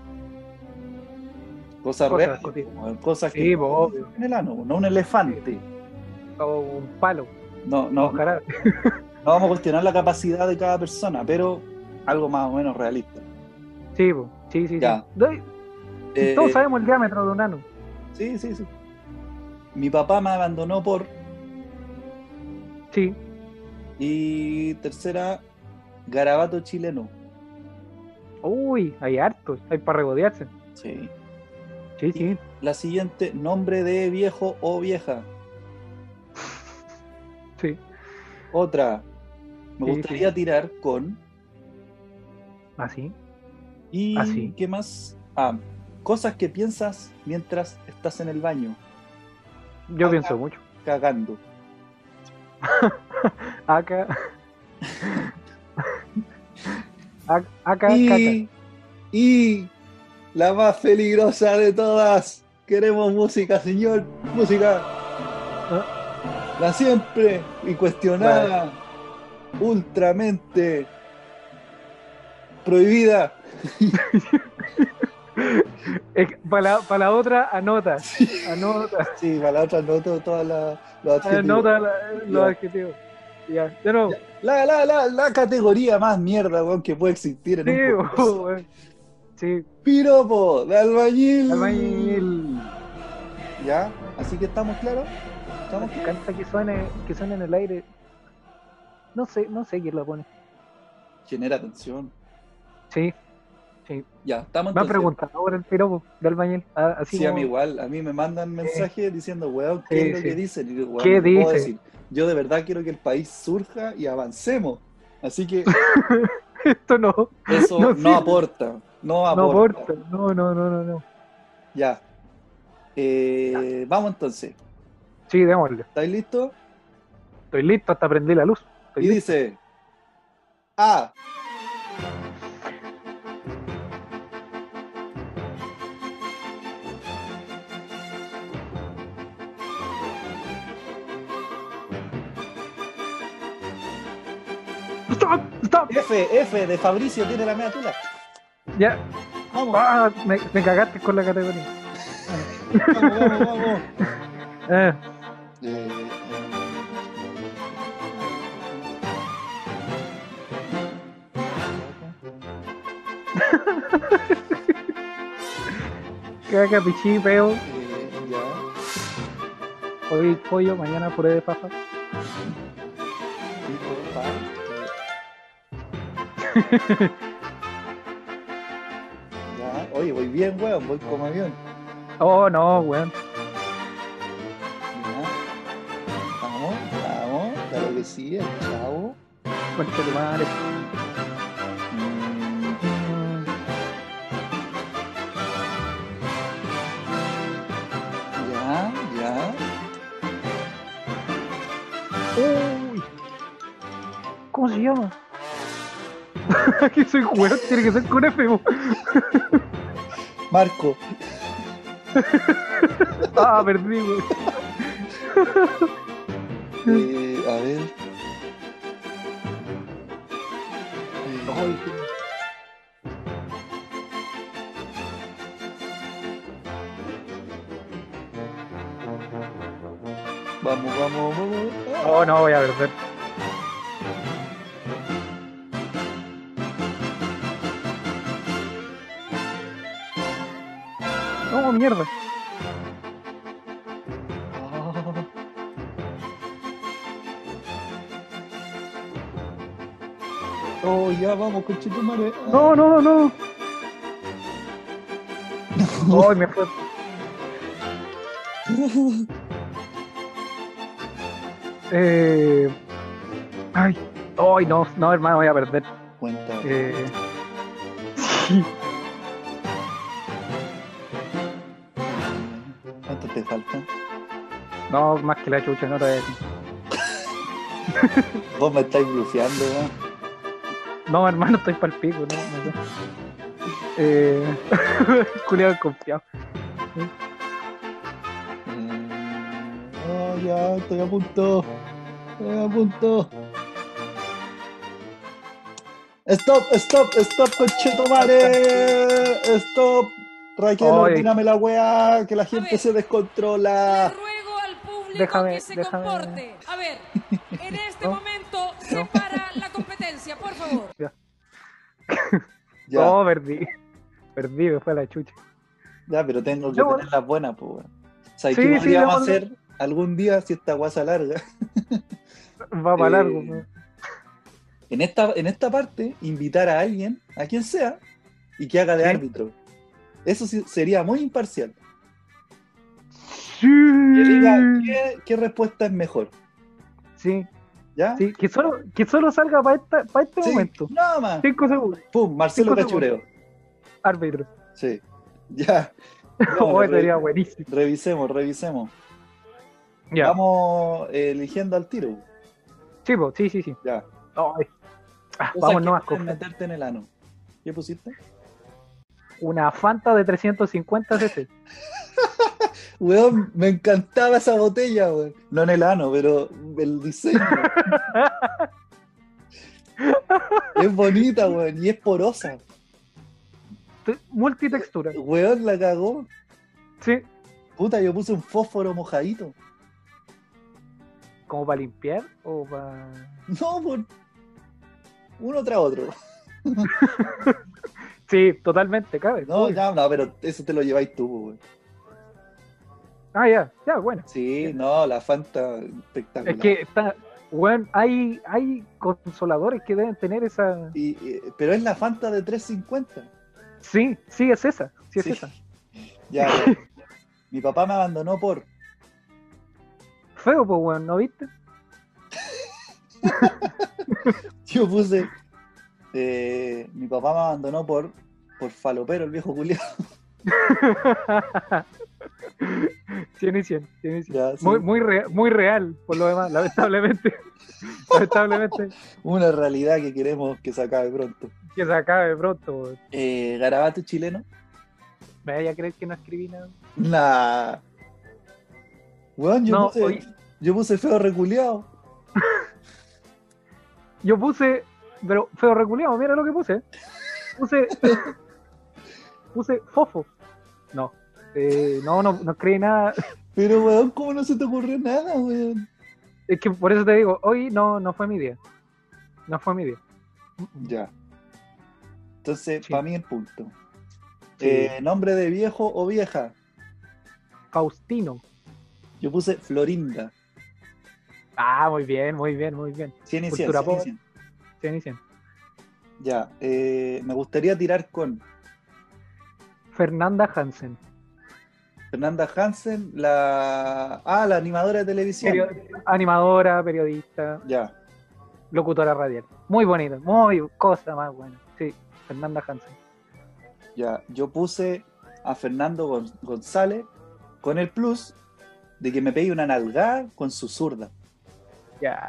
Speaker 4: Cosas
Speaker 3: Cosas
Speaker 4: reales,
Speaker 3: cotidianas.
Speaker 4: cosas
Speaker 3: Sí,
Speaker 4: que
Speaker 3: pues,
Speaker 4: puedes
Speaker 3: obvio.
Speaker 4: meter en el ano, no un elefante.
Speaker 3: O un palo.
Speaker 4: No
Speaker 3: Ojalá.
Speaker 4: vamos a cuestionar la capacidad de cada persona, pero algo más o menos realista.
Speaker 3: Sí, po. Sí.
Speaker 4: Ya. Eh,
Speaker 3: Todos sabemos el diámetro de un ano.
Speaker 4: Sí. Mi papá me abandonó por.
Speaker 3: Sí.
Speaker 4: Y tercera, garabato chileno.
Speaker 3: Uy, hay hartos. Hay para regodearse.
Speaker 4: Sí.
Speaker 3: Sí.
Speaker 4: La siguiente, nombre de viejo o vieja.
Speaker 3: Sí.
Speaker 4: Otra, me
Speaker 3: Sí,
Speaker 4: gustaría tirar con.
Speaker 3: Así.
Speaker 4: ¿Y
Speaker 3: Así.
Speaker 4: qué más? Cosas que piensas mientras estás en el baño,
Speaker 3: Yo pienso mucho.
Speaker 4: cagando.
Speaker 3: Acá. Acá,
Speaker 4: Y la más peligrosa de todas. Queremos música, señor. Música. La siempre incuestionada, ultramente prohibida.
Speaker 3: Para la otra, anota. Anota.
Speaker 4: Sí, para la otra noto todas los adjetivos.
Speaker 3: Anota los
Speaker 4: Ya.
Speaker 3: adjetivos. Ya. De nuevo.
Speaker 4: La categoría más mierda, weón, que puede existir en
Speaker 3: Sí,
Speaker 4: un concurso.
Speaker 3: weón. Sí.
Speaker 4: Piropo de albañil.
Speaker 3: Albañil.
Speaker 4: ¿Ya? Así que estamos claros. ¿Estamos
Speaker 3: Me
Speaker 4: claros?
Speaker 3: encanta que suene en el aire. No sé quién lo pone.
Speaker 4: Genera tensión.
Speaker 3: Sí.
Speaker 4: Ya, estamos
Speaker 3: Me han
Speaker 4: entonces.
Speaker 3: preguntado por el piropo de albañil. Así
Speaker 4: Sí, a
Speaker 3: como-
Speaker 4: mí igual. A mí me mandan mensajes diciendo, weón, ¿qué
Speaker 3: Sí,
Speaker 4: es lo
Speaker 3: sí.
Speaker 4: que dicen? Y digo, weón,
Speaker 3: ¿Qué
Speaker 4: no te puedo
Speaker 3: dice?
Speaker 4: decir. Yo de verdad quiero que el país surja y avancemos. Así que
Speaker 3: Esto no.
Speaker 4: eso
Speaker 3: No
Speaker 4: no,
Speaker 3: sirve.
Speaker 4: aporta. No
Speaker 3: No
Speaker 4: aporta.
Speaker 3: aporta. No.
Speaker 4: Ya. Vamos entonces.
Speaker 3: Sí, démosle.
Speaker 4: ¿Estáis listos?
Speaker 3: Estoy listo, hasta prendí la luz. Estoy
Speaker 4: Y
Speaker 3: listo.
Speaker 4: dice A.
Speaker 3: ¡Stop!
Speaker 4: F de Fabricio tiene la media tula.
Speaker 3: Ya.
Speaker 4: Vamos,
Speaker 3: Me cagaste con la categoría.
Speaker 4: vamos.
Speaker 3: Eh, caca, pichí, peo.
Speaker 4: Ya.
Speaker 3: Hoy pollo, mañana puré de papa.
Speaker 4: Ya. Oye, voy bien, weón, voy como avión.
Speaker 3: Oh, no, weón.
Speaker 4: Ya. Vamos, claro que sí, el chavo.
Speaker 3: Concha tu madre.
Speaker 4: Ya.
Speaker 3: Uy. ¿Cómo se llama? Que soy weón, tiene que ser con F. Po.
Speaker 4: Marco.
Speaker 3: Perdí, weón.
Speaker 4: A ver.
Speaker 3: Ay,
Speaker 4: Vamos, vamos, vamos.
Speaker 3: Oh, no voy a perder. No, mierda.
Speaker 4: Oh, ya vamos, conchetumare.
Speaker 3: No, no, no. Ay, me fue. Ay, ay, no, no, hermano, voy a perder.
Speaker 4: Cuenta.
Speaker 3: Sí.
Speaker 4: ¿Cuánto te falta?
Speaker 3: No, más que la chucha, no te voy a decir.
Speaker 4: Vos me estáis blufeando, weón.
Speaker 3: No, hermano, estoy pa'l pico, no sé. Culeado confiado.
Speaker 4: Oh, ya, estoy a punto. Estoy a punto. Stop, stop, stop, conchetumare. Stop. Raquel,
Speaker 3: Ay.
Speaker 4: ordíname la weá, que la gente
Speaker 8: ver.
Speaker 4: se descontrola.
Speaker 8: Le ruego al público
Speaker 3: Déjame-
Speaker 8: que se
Speaker 3: déjame-
Speaker 8: comporte. A ver, en este
Speaker 3: No.
Speaker 8: momento se para la competencia, por favor.
Speaker 4: Ya,
Speaker 3: No, perdí. Perdí, me fue la chucha.
Speaker 4: ya, pero tengo que
Speaker 3: No,
Speaker 4: tener las buenas, pues, weón. ¿Sabes
Speaker 3: Sí,
Speaker 4: qué
Speaker 3: sí,
Speaker 4: podríamos
Speaker 3: démosle.
Speaker 4: hacer algún día si esta guasa larga?
Speaker 3: Va para largo.
Speaker 4: Eh,
Speaker 3: ¿no?
Speaker 4: En esta parte, invitar a alguien, a quien sea, y que haga de
Speaker 3: Sí.
Speaker 4: árbitro. Eso sí sería muy imparcial.
Speaker 3: Sí.
Speaker 4: Que diga qué respuesta es mejor.
Speaker 3: Sí,
Speaker 4: ¿Ya?
Speaker 3: sí, que solo salga para este
Speaker 4: Sí,
Speaker 3: momento.
Speaker 4: nada más.
Speaker 3: 5 segundos,
Speaker 4: Pum, Marcelo
Speaker 3: 5 segundos.
Speaker 4: Cachureo.
Speaker 3: árbitro.
Speaker 4: Sí. Ya.
Speaker 3: Oh,
Speaker 4: Bueno,
Speaker 3: sería buenísimo.
Speaker 4: revisemos.
Speaker 3: Ya.
Speaker 4: Vamos eligiendo al tiro.
Speaker 3: Sí, po, sí, sí, sí.
Speaker 4: Ya.
Speaker 3: Ay.
Speaker 4: Cosas
Speaker 3: Vamos
Speaker 4: que
Speaker 3: nomás
Speaker 4: pueden
Speaker 3: con
Speaker 4: meterte en el ano. ¿Qué pusiste?
Speaker 3: una Fanta de 350 cc.
Speaker 4: Weón, me encantaba esa botella, weón. No en el ano, pero el diseño. Es bonita, weón, y es porosa.
Speaker 3: Multitextura.
Speaker 4: Weón, la cagó.
Speaker 3: Sí,
Speaker 4: Puta, yo puse un fósforo mojadito.
Speaker 3: como para limpiar o para.
Speaker 4: No, por uno tras otro.
Speaker 3: Sí, totalmente, cabe.
Speaker 4: No,
Speaker 3: Uy.
Speaker 4: ya, no, pero eso te lo lleváis tú, weón.
Speaker 3: Ah, ya, bueno.
Speaker 4: Sí, no, la Fanta espectacular.
Speaker 3: Es que está. Bueno, hay consoladores que deben tener esa.
Speaker 4: Pero es la Fanta de 350.
Speaker 3: Sí, sí, es esa. Sí, es
Speaker 4: Sí.
Speaker 3: esa.
Speaker 4: Ya. Mi papá me abandonó por.
Speaker 3: Feo, pues, weón, ¿no viste?
Speaker 4: Yo puse. Mi papá me abandonó por falopero, el viejo culiao.
Speaker 3: 100 y 100, 100 y 100.
Speaker 4: Ya, sí.
Speaker 3: Muy real, por lo demás, lamentablemente. Lamentablemente,
Speaker 4: Una realidad que queremos que se acabe pronto.
Speaker 3: que se acabe pronto, weón.
Speaker 4: Garabato chileno.
Speaker 3: ¿Me vaya a creer que no escribí nada?
Speaker 4: Nah. Weón,
Speaker 3: No, oye.
Speaker 4: yo puse feo reculeado.
Speaker 3: Yo puse, pero feo reculeado, mira lo que puse. Puse fofo. No, no escribí nada.
Speaker 4: Pero weón, ¿cómo no se te ocurrió nada, weón?
Speaker 3: Es que por eso te digo, hoy no fue mi día. No fue mi día.
Speaker 4: Ya. Entonces,
Speaker 3: Sí.
Speaker 4: para mí el punto.
Speaker 3: Sí.
Speaker 4: Nombre de viejo o vieja.
Speaker 3: Faustino.
Speaker 4: Yo puse Florinda.
Speaker 3: Ah, muy bien, muy bien, muy bien.
Speaker 4: 100 y 100,
Speaker 3: Cultura
Speaker 4: 100 y
Speaker 3: pop.
Speaker 4: 100.
Speaker 3: 100 y 100.
Speaker 4: Ya. Me gustaría tirar con
Speaker 3: Fernanda Hansen.
Speaker 4: Fernanda Hansen, la animadora de televisión.
Speaker 3: Animadora, periodista,
Speaker 4: Ya.
Speaker 3: locutora radial. Muy bonita, muy cosa más buena. Sí, Fernanda Hansen.
Speaker 4: Ya. Yo puse a Fernando González con el plus de que me pegue una nalgada con su zurda.
Speaker 3: Ya.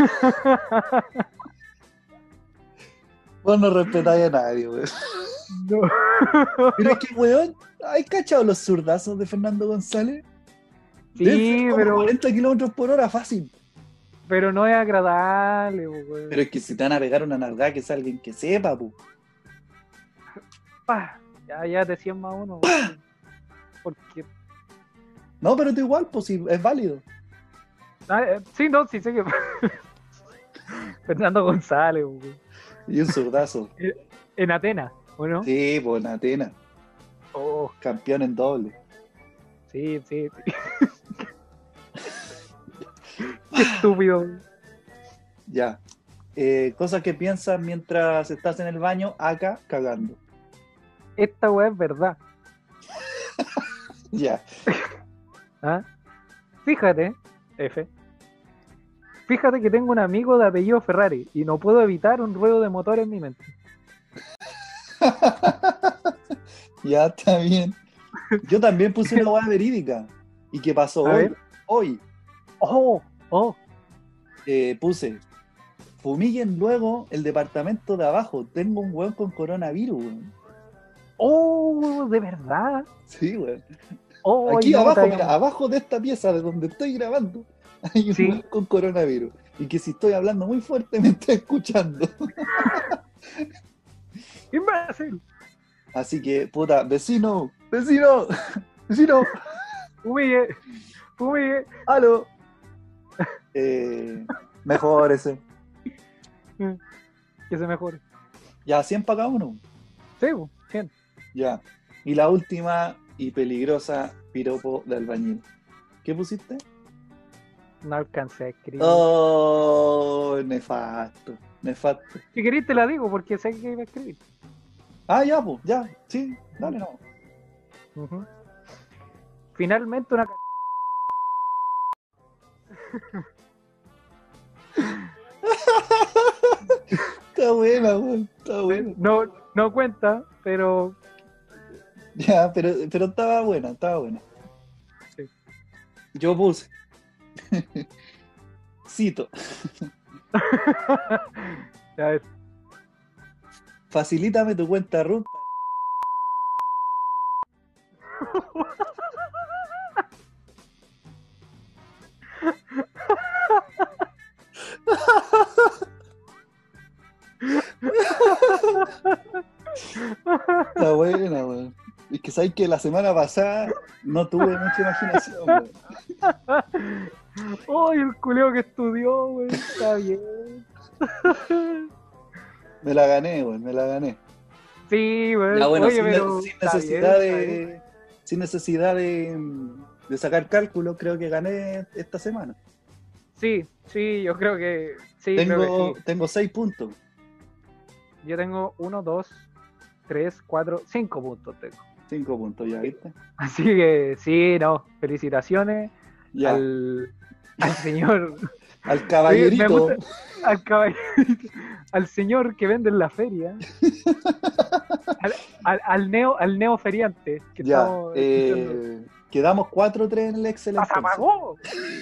Speaker 4: Vos no respetáis a nadie, weón.
Speaker 3: No.
Speaker 4: Pero es que, weón, ¿hay cachado los zurdazos de Fernando González? Deben
Speaker 3: Sí,
Speaker 4: ser como
Speaker 3: pero
Speaker 4: 40 kilómetros por hora, fácil.
Speaker 3: no es agradable, weón.
Speaker 4: Pero es que si te van a pegar una nalgada, que es alguien que sepa, pu.
Speaker 3: Pa, ya te 100 más uno. weón. Porque
Speaker 4: No, pero tú igual, pues si es válido.
Speaker 3: Sí, no, sí sé que. Fernando González, weón.
Speaker 4: Y un zurdazo.
Speaker 3: En Atenas, ¿o no?
Speaker 4: Sí, pues en Atenas.
Speaker 3: Oh,
Speaker 4: Campeón en doble.
Speaker 3: sí, sí. Qué estúpido.
Speaker 4: Ya. Cosas que piensas mientras estás en el baño, acá cagando.
Speaker 3: Esta weá es verdad.
Speaker 4: Ya.
Speaker 3: ¿Ah? Fíjate, F. Fíjate que tengo un amigo de apellido Ferrari y no puedo evitar un ruido de motor en mi mente.
Speaker 4: Ya está bien. Yo también puse una hueá verídica. ¿Y qué pasó
Speaker 3: A
Speaker 4: hoy?
Speaker 3: ver.
Speaker 4: Hoy
Speaker 3: Oh,
Speaker 4: puse, fumiguen luego el departamento de abajo. Tengo un weón con coronavirus, weón.
Speaker 3: oh, de verdad.
Speaker 4: Sí, weón.
Speaker 3: Oh,
Speaker 4: Aquí
Speaker 3: no,
Speaker 4: abajo,
Speaker 3: está bien.
Speaker 4: mira, abajo de esta pieza de donde estoy grabando, hay un
Speaker 3: Sí.
Speaker 4: weón con coronavirus. Y que si estoy hablando muy fuerte me está escuchando.
Speaker 3: ¿Quién va a ser?
Speaker 4: Así que, puta, vecino, vecino, vecino,
Speaker 3: Fumigue.
Speaker 4: aló. Mejor ese.
Speaker 3: Que se mejore.
Speaker 4: Ya, 100 para cada uno.
Speaker 3: Sí, po, 100.
Speaker 4: Ya. Y la última y peligrosa, piropo de albañil. ¿Qué pusiste?
Speaker 3: No alcancé a escribir.
Speaker 4: Oh, nefasto, nefasto.
Speaker 3: Si querés te la digo porque sé que iba a escribir.
Speaker 4: Ah, ya, pues, ya, sí, dale, no.
Speaker 3: Ujú. Finalmente una
Speaker 4: Está buena, weón, está buena.
Speaker 3: no cuenta, pero
Speaker 4: Ya, pero estaba buena, estaba buena.
Speaker 3: Sí.
Speaker 4: Yo puse. Cito.
Speaker 3: a ver,
Speaker 4: Facilítame tu cuenta RUT. Está buena, weón. Es que sabes que la semana pasada no tuve mucha imaginación, weón.
Speaker 3: ¡ay, el culeo que estudió, güey! Está bien.
Speaker 4: Me la gané, weón, me la gané.
Speaker 3: Sí, güey.
Speaker 4: Ya, bueno,
Speaker 3: Oye,
Speaker 4: sin,
Speaker 3: pero
Speaker 4: sin
Speaker 3: está
Speaker 4: necesidad
Speaker 3: bien, está bien.
Speaker 4: sin necesidad de sacar cálculo, creo que gané esta semana.
Speaker 3: Sí, yo creo que sí, creo que sí.
Speaker 4: Tengo 6 puntos.
Speaker 3: Yo tengo 1, 2, 3, 4, 5 puntos tengo.
Speaker 4: 5 puntos, ya, ¿viste?
Speaker 3: Así que sí, no, felicitaciones
Speaker 4: Ya.
Speaker 3: al señor,
Speaker 4: Al caballerito.
Speaker 3: Me gusta, al caballerito, al señor que vende en la feria, al neo feriante que
Speaker 4: Ya.
Speaker 3: estamos escuchando.
Speaker 4: Quedamos 4-3 en el Excel.
Speaker 3: ¡Se
Speaker 4: entonces.
Speaker 3: apagó!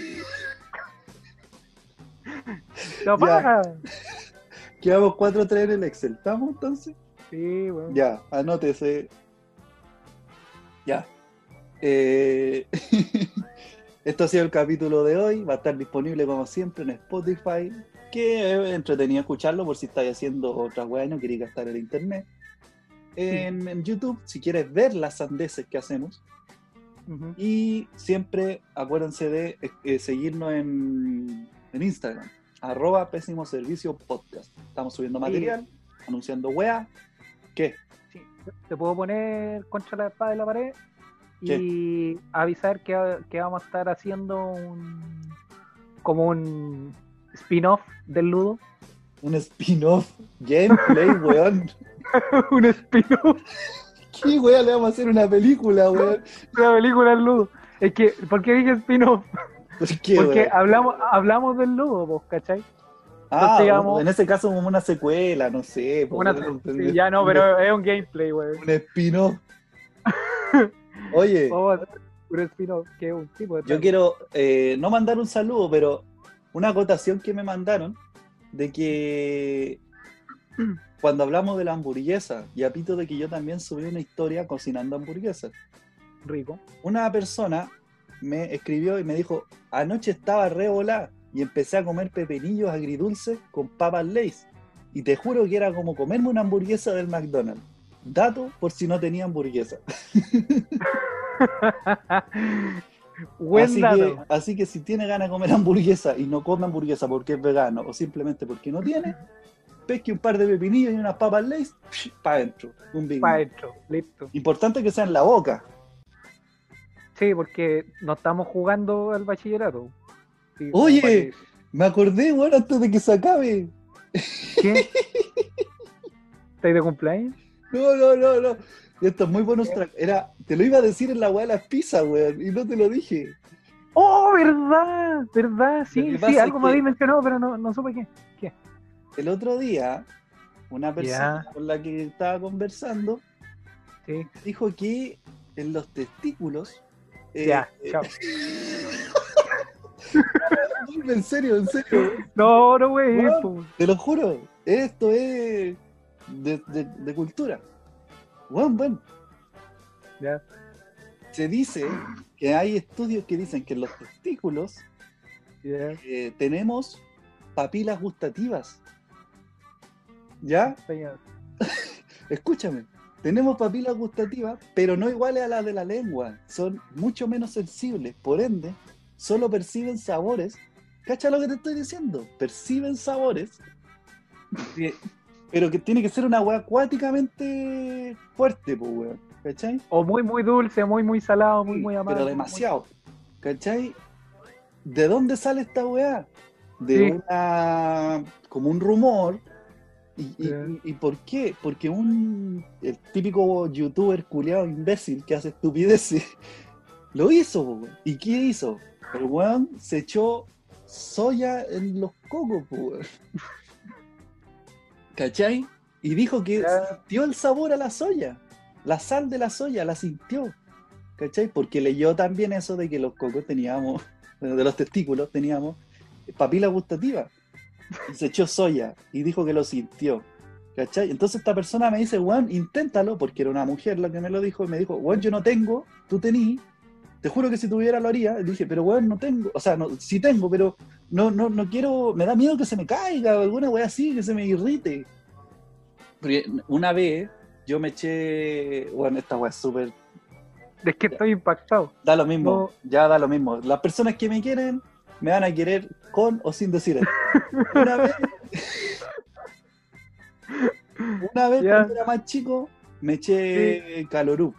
Speaker 3: ¡Lo
Speaker 4: Ya.
Speaker 3: apaga!
Speaker 4: Quedamos 4-3 en el Excel. ¿Estamos entonces?
Speaker 3: Sí, bueno.
Speaker 4: Ya, anótese. Ya. Esto ha sido el capítulo de hoy. Va a estar disponible como siempre en Spotify. Que es entretenido escucharlo por si estáis haciendo otra weá y no queréis gastar el internet. En YouTube, si quieres ver las sandeces que hacemos.
Speaker 3: Ujú.
Speaker 4: Y siempre acuérdense de seguirnos en Instagram. @pésimo servicio podcast. Estamos subiendo material, anunciando weá. ¿Qué?
Speaker 3: Sí. Te puedo poner contra la espada de la pared y
Speaker 4: ¿Qué?
Speaker 3: avisar que vamos a estar haciendo como un spin-off del Ludo.
Speaker 4: Un spin-off gameplay, weón.
Speaker 3: Un spin-off
Speaker 4: ¿Qué weá le vamos a hacer una película, weón?
Speaker 3: de la película del Ludo. Es que, ¿por qué dije spin-off?
Speaker 4: ¿Por qué,
Speaker 3: Porque
Speaker 4: weón?
Speaker 3: hablamos del Ludo, vos, ¿cachai?
Speaker 4: Ah,
Speaker 3: entonces, digamos-
Speaker 4: en ese caso como una secuela, no sé. po, weón.
Speaker 3: Sí, ya no, pero es un gameplay, weón.
Speaker 4: Un spin-off. Oye,
Speaker 3: Vamos a hacer un spin-off, que es un tipo de
Speaker 4: yo quiero no mandar un saludo, pero una acotación que me mandaron de que cuando hablamos de la hamburguesa, y a pito de que yo también subí una historia cocinando hamburguesas,
Speaker 3: rico.
Speaker 4: una persona me escribió y me dijo, anoche estaba re volada y empecé a comer pepinillos agridulces con papas Lay's y te juro que era como comerme una hamburguesa del McDonald's. Dato por si no tenía hamburguesa.
Speaker 3: Buen dato.
Speaker 4: Así que si tiene ganas de comer hamburguesa y no come hamburguesa porque es vegano o simplemente porque no tiene, pesque un par de pepinillos y unas papas Lay's para adentro. Un Big
Speaker 3: Para
Speaker 4: Mac.
Speaker 3: adentro, listo.
Speaker 4: Importante que sea en la boca.
Speaker 3: Sí, porque no estamos jugando al bachillerato. Sí, como
Speaker 4: Oye,
Speaker 3: para que-
Speaker 4: me acordé, bueno, antes de que se acabe.
Speaker 3: ¿Qué? ¿Estáis de cumpleaños?
Speaker 4: No. Esto es muy bonus track. Te lo iba a decir en la weá de las pizzas, weón, y no te lo dije.
Speaker 3: ¡Oh, verdad! ¿Verdad?
Speaker 4: Lo
Speaker 3: Sí,
Speaker 4: que
Speaker 3: sí,
Speaker 4: pasa
Speaker 3: algo
Speaker 4: es
Speaker 3: me
Speaker 4: que-
Speaker 3: habéis mencionado, pero no supe qué.
Speaker 4: El otro día, una persona
Speaker 3: Ya.
Speaker 4: con la que estaba conversando
Speaker 3: Sí.
Speaker 4: dijo que en los testículos.
Speaker 3: Ya, chao.
Speaker 4: En serio.
Speaker 3: No, güey.
Speaker 4: Weón,
Speaker 3: po.
Speaker 4: Te lo juro, esto es de cultura. Bueno,
Speaker 3: Ya.
Speaker 4: se dice que hay estudios que dicen que en los testículos
Speaker 3: Ya.
Speaker 4: tenemos papilas gustativas. ¿Ya?
Speaker 3: Señor.
Speaker 4: Escúchame. Tenemos papilas gustativas, pero no iguales a las de la lengua. Son mucho menos sensibles. Por ende, solo perciben sabores. ¿Cacha lo que te estoy diciendo? Perciben sabores. Pero que tiene que ser una weá acuáticamente fuerte, pues, weón. ¿Cachai?
Speaker 3: O muy dulce, muy salado, muy amargo.
Speaker 4: Pero demasiado. ¿Cachai? ¿De dónde sale esta weá? De
Speaker 3: Sí.
Speaker 4: como un rumor.
Speaker 3: Ya.
Speaker 4: ¿Y por qué? Porque el típico youtuber culiado imbécil que hace estupideces lo hizo, po, weón. ¿Y qué hizo? El weón se echó soya en los cocos, po, weón. ¿Cachai? Y dijo que
Speaker 3: Ya.
Speaker 4: sintió el sabor a la soya, la sal de la soya, la sintió. ¿Cachai? Porque leyó también eso de que los cocos teníamos, bueno, de los testículos teníamos papilas gustativas. Y se echó soya y dijo que lo sintió. ¿Cachai? Entonces esta persona me dice, weón, inténtalo, porque era una mujer la que me lo dijo, y me dijo, weón, yo no tengo, tú tení, te juro que si tuviera lo haría. Y dije, pero weón, no tengo, o sea, no, sí tengo, pero no quiero, me da miedo que se me caiga o alguna weá así, que se me irrite. Porque una vez yo me eché, bueno, esta weá es súper,
Speaker 3: Es que estoy impactado.
Speaker 4: da lo mismo,
Speaker 3: No.
Speaker 4: ya da lo mismo. Las personas que me quieren me van a querer con o sin decir esto. Una vez,
Speaker 3: Ya.
Speaker 4: cuando era más chico, me eché calorú.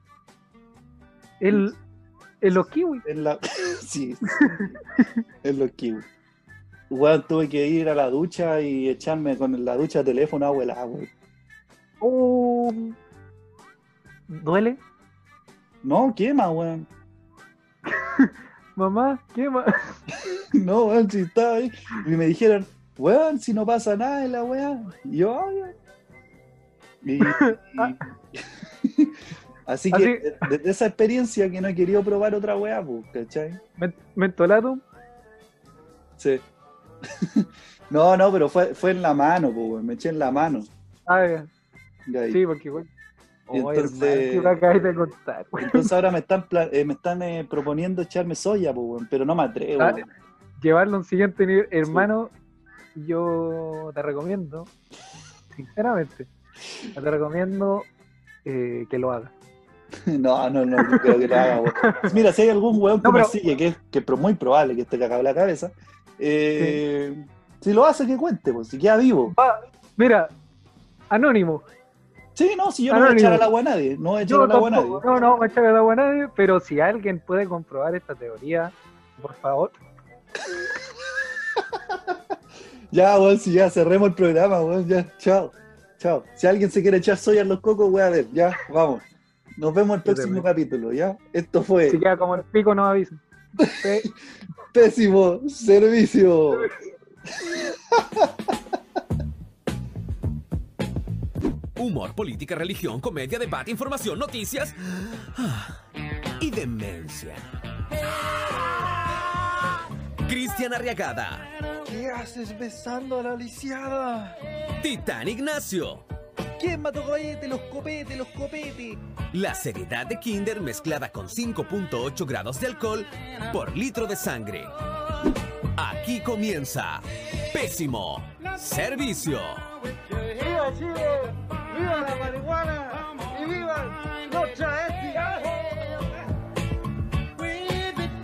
Speaker 3: En los kiwis.
Speaker 4: En la... sí, en los kiwis. Weón, tuve que ir a la ducha y echarme con la ducha de teléfono agua helada, weón.
Speaker 3: Oh. ¿Duele?
Speaker 4: No, quema, weón.
Speaker 3: Mamá, ¿qué más?
Speaker 4: No, weón, si estaba ahí. Y me dijeron, weón, si no pasa nada en la weá. Y yo, "Ah, ya". Así que desde esa experiencia que no he querido probar otra weá, pues, ¿cachai?
Speaker 3: ¿Mentolato?
Speaker 4: Sí. No, pero fue en la mano, pues, weón. Me eché en la mano.
Speaker 3: Ah, ya.
Speaker 4: Gay.
Speaker 3: Sí, porque igual.
Speaker 4: Y
Speaker 3: Oye,
Speaker 4: entonces-
Speaker 3: hermano, ¿qué me acabas de contar, güey?
Speaker 4: Entonces ahora me están proponiendo echarme soya, pues, weón, pero no me atrevo.
Speaker 3: Ah,
Speaker 4: weón.
Speaker 3: Llevarlo a un siguiente nivel, hermano, yo te recomiendo, sinceramente, te recomiendo que lo hagas.
Speaker 4: No creo que lo haga, weón. Mira, si hay algún weón que
Speaker 3: No,
Speaker 4: me
Speaker 3: pero-
Speaker 4: sigue, que es muy probable que esté cagado en la cabeza, si lo hace, que cuente, pues, si queda vivo.
Speaker 3: Mira, anónimo.
Speaker 4: Sí, no, si yo no voy a
Speaker 3: Anónimo.
Speaker 4: echar al agua a nadie, no voy a echar
Speaker 3: Yo
Speaker 4: al agua a nadie.
Speaker 3: tampoco, no voy a echar el agua a nadie, pero si alguien puede comprobar esta teoría, por favor.
Speaker 4: Ya, weón, si ya cerremos el programa, weón, ya, chao. Si alguien se quiere echar soya en los cocos, voy a ver, ya, vamos. Nos vemos en el próximo capítulo, ¿ya? Esto fue
Speaker 3: Si queda como el pico, nos avisen.
Speaker 4: Pésimo Servicio.
Speaker 1: Humor, política, religión, comedia, debate, información, noticias y demencia. Cristian Arriagada,
Speaker 2: ¿Qué haces besando a la lisiada?
Speaker 1: Titán Ignacio,
Speaker 2: ¿Quién mató Cohete? Los copetes, los copetes.
Speaker 1: la seriedad de Kinder mezclada con 5.8 grados de alcohol por litro de sangre. Aquí comienza Pésimo Servicio.
Speaker 2: ¡Viva Chile! ¡Viva la marihuana! ¡Y viva los travestis!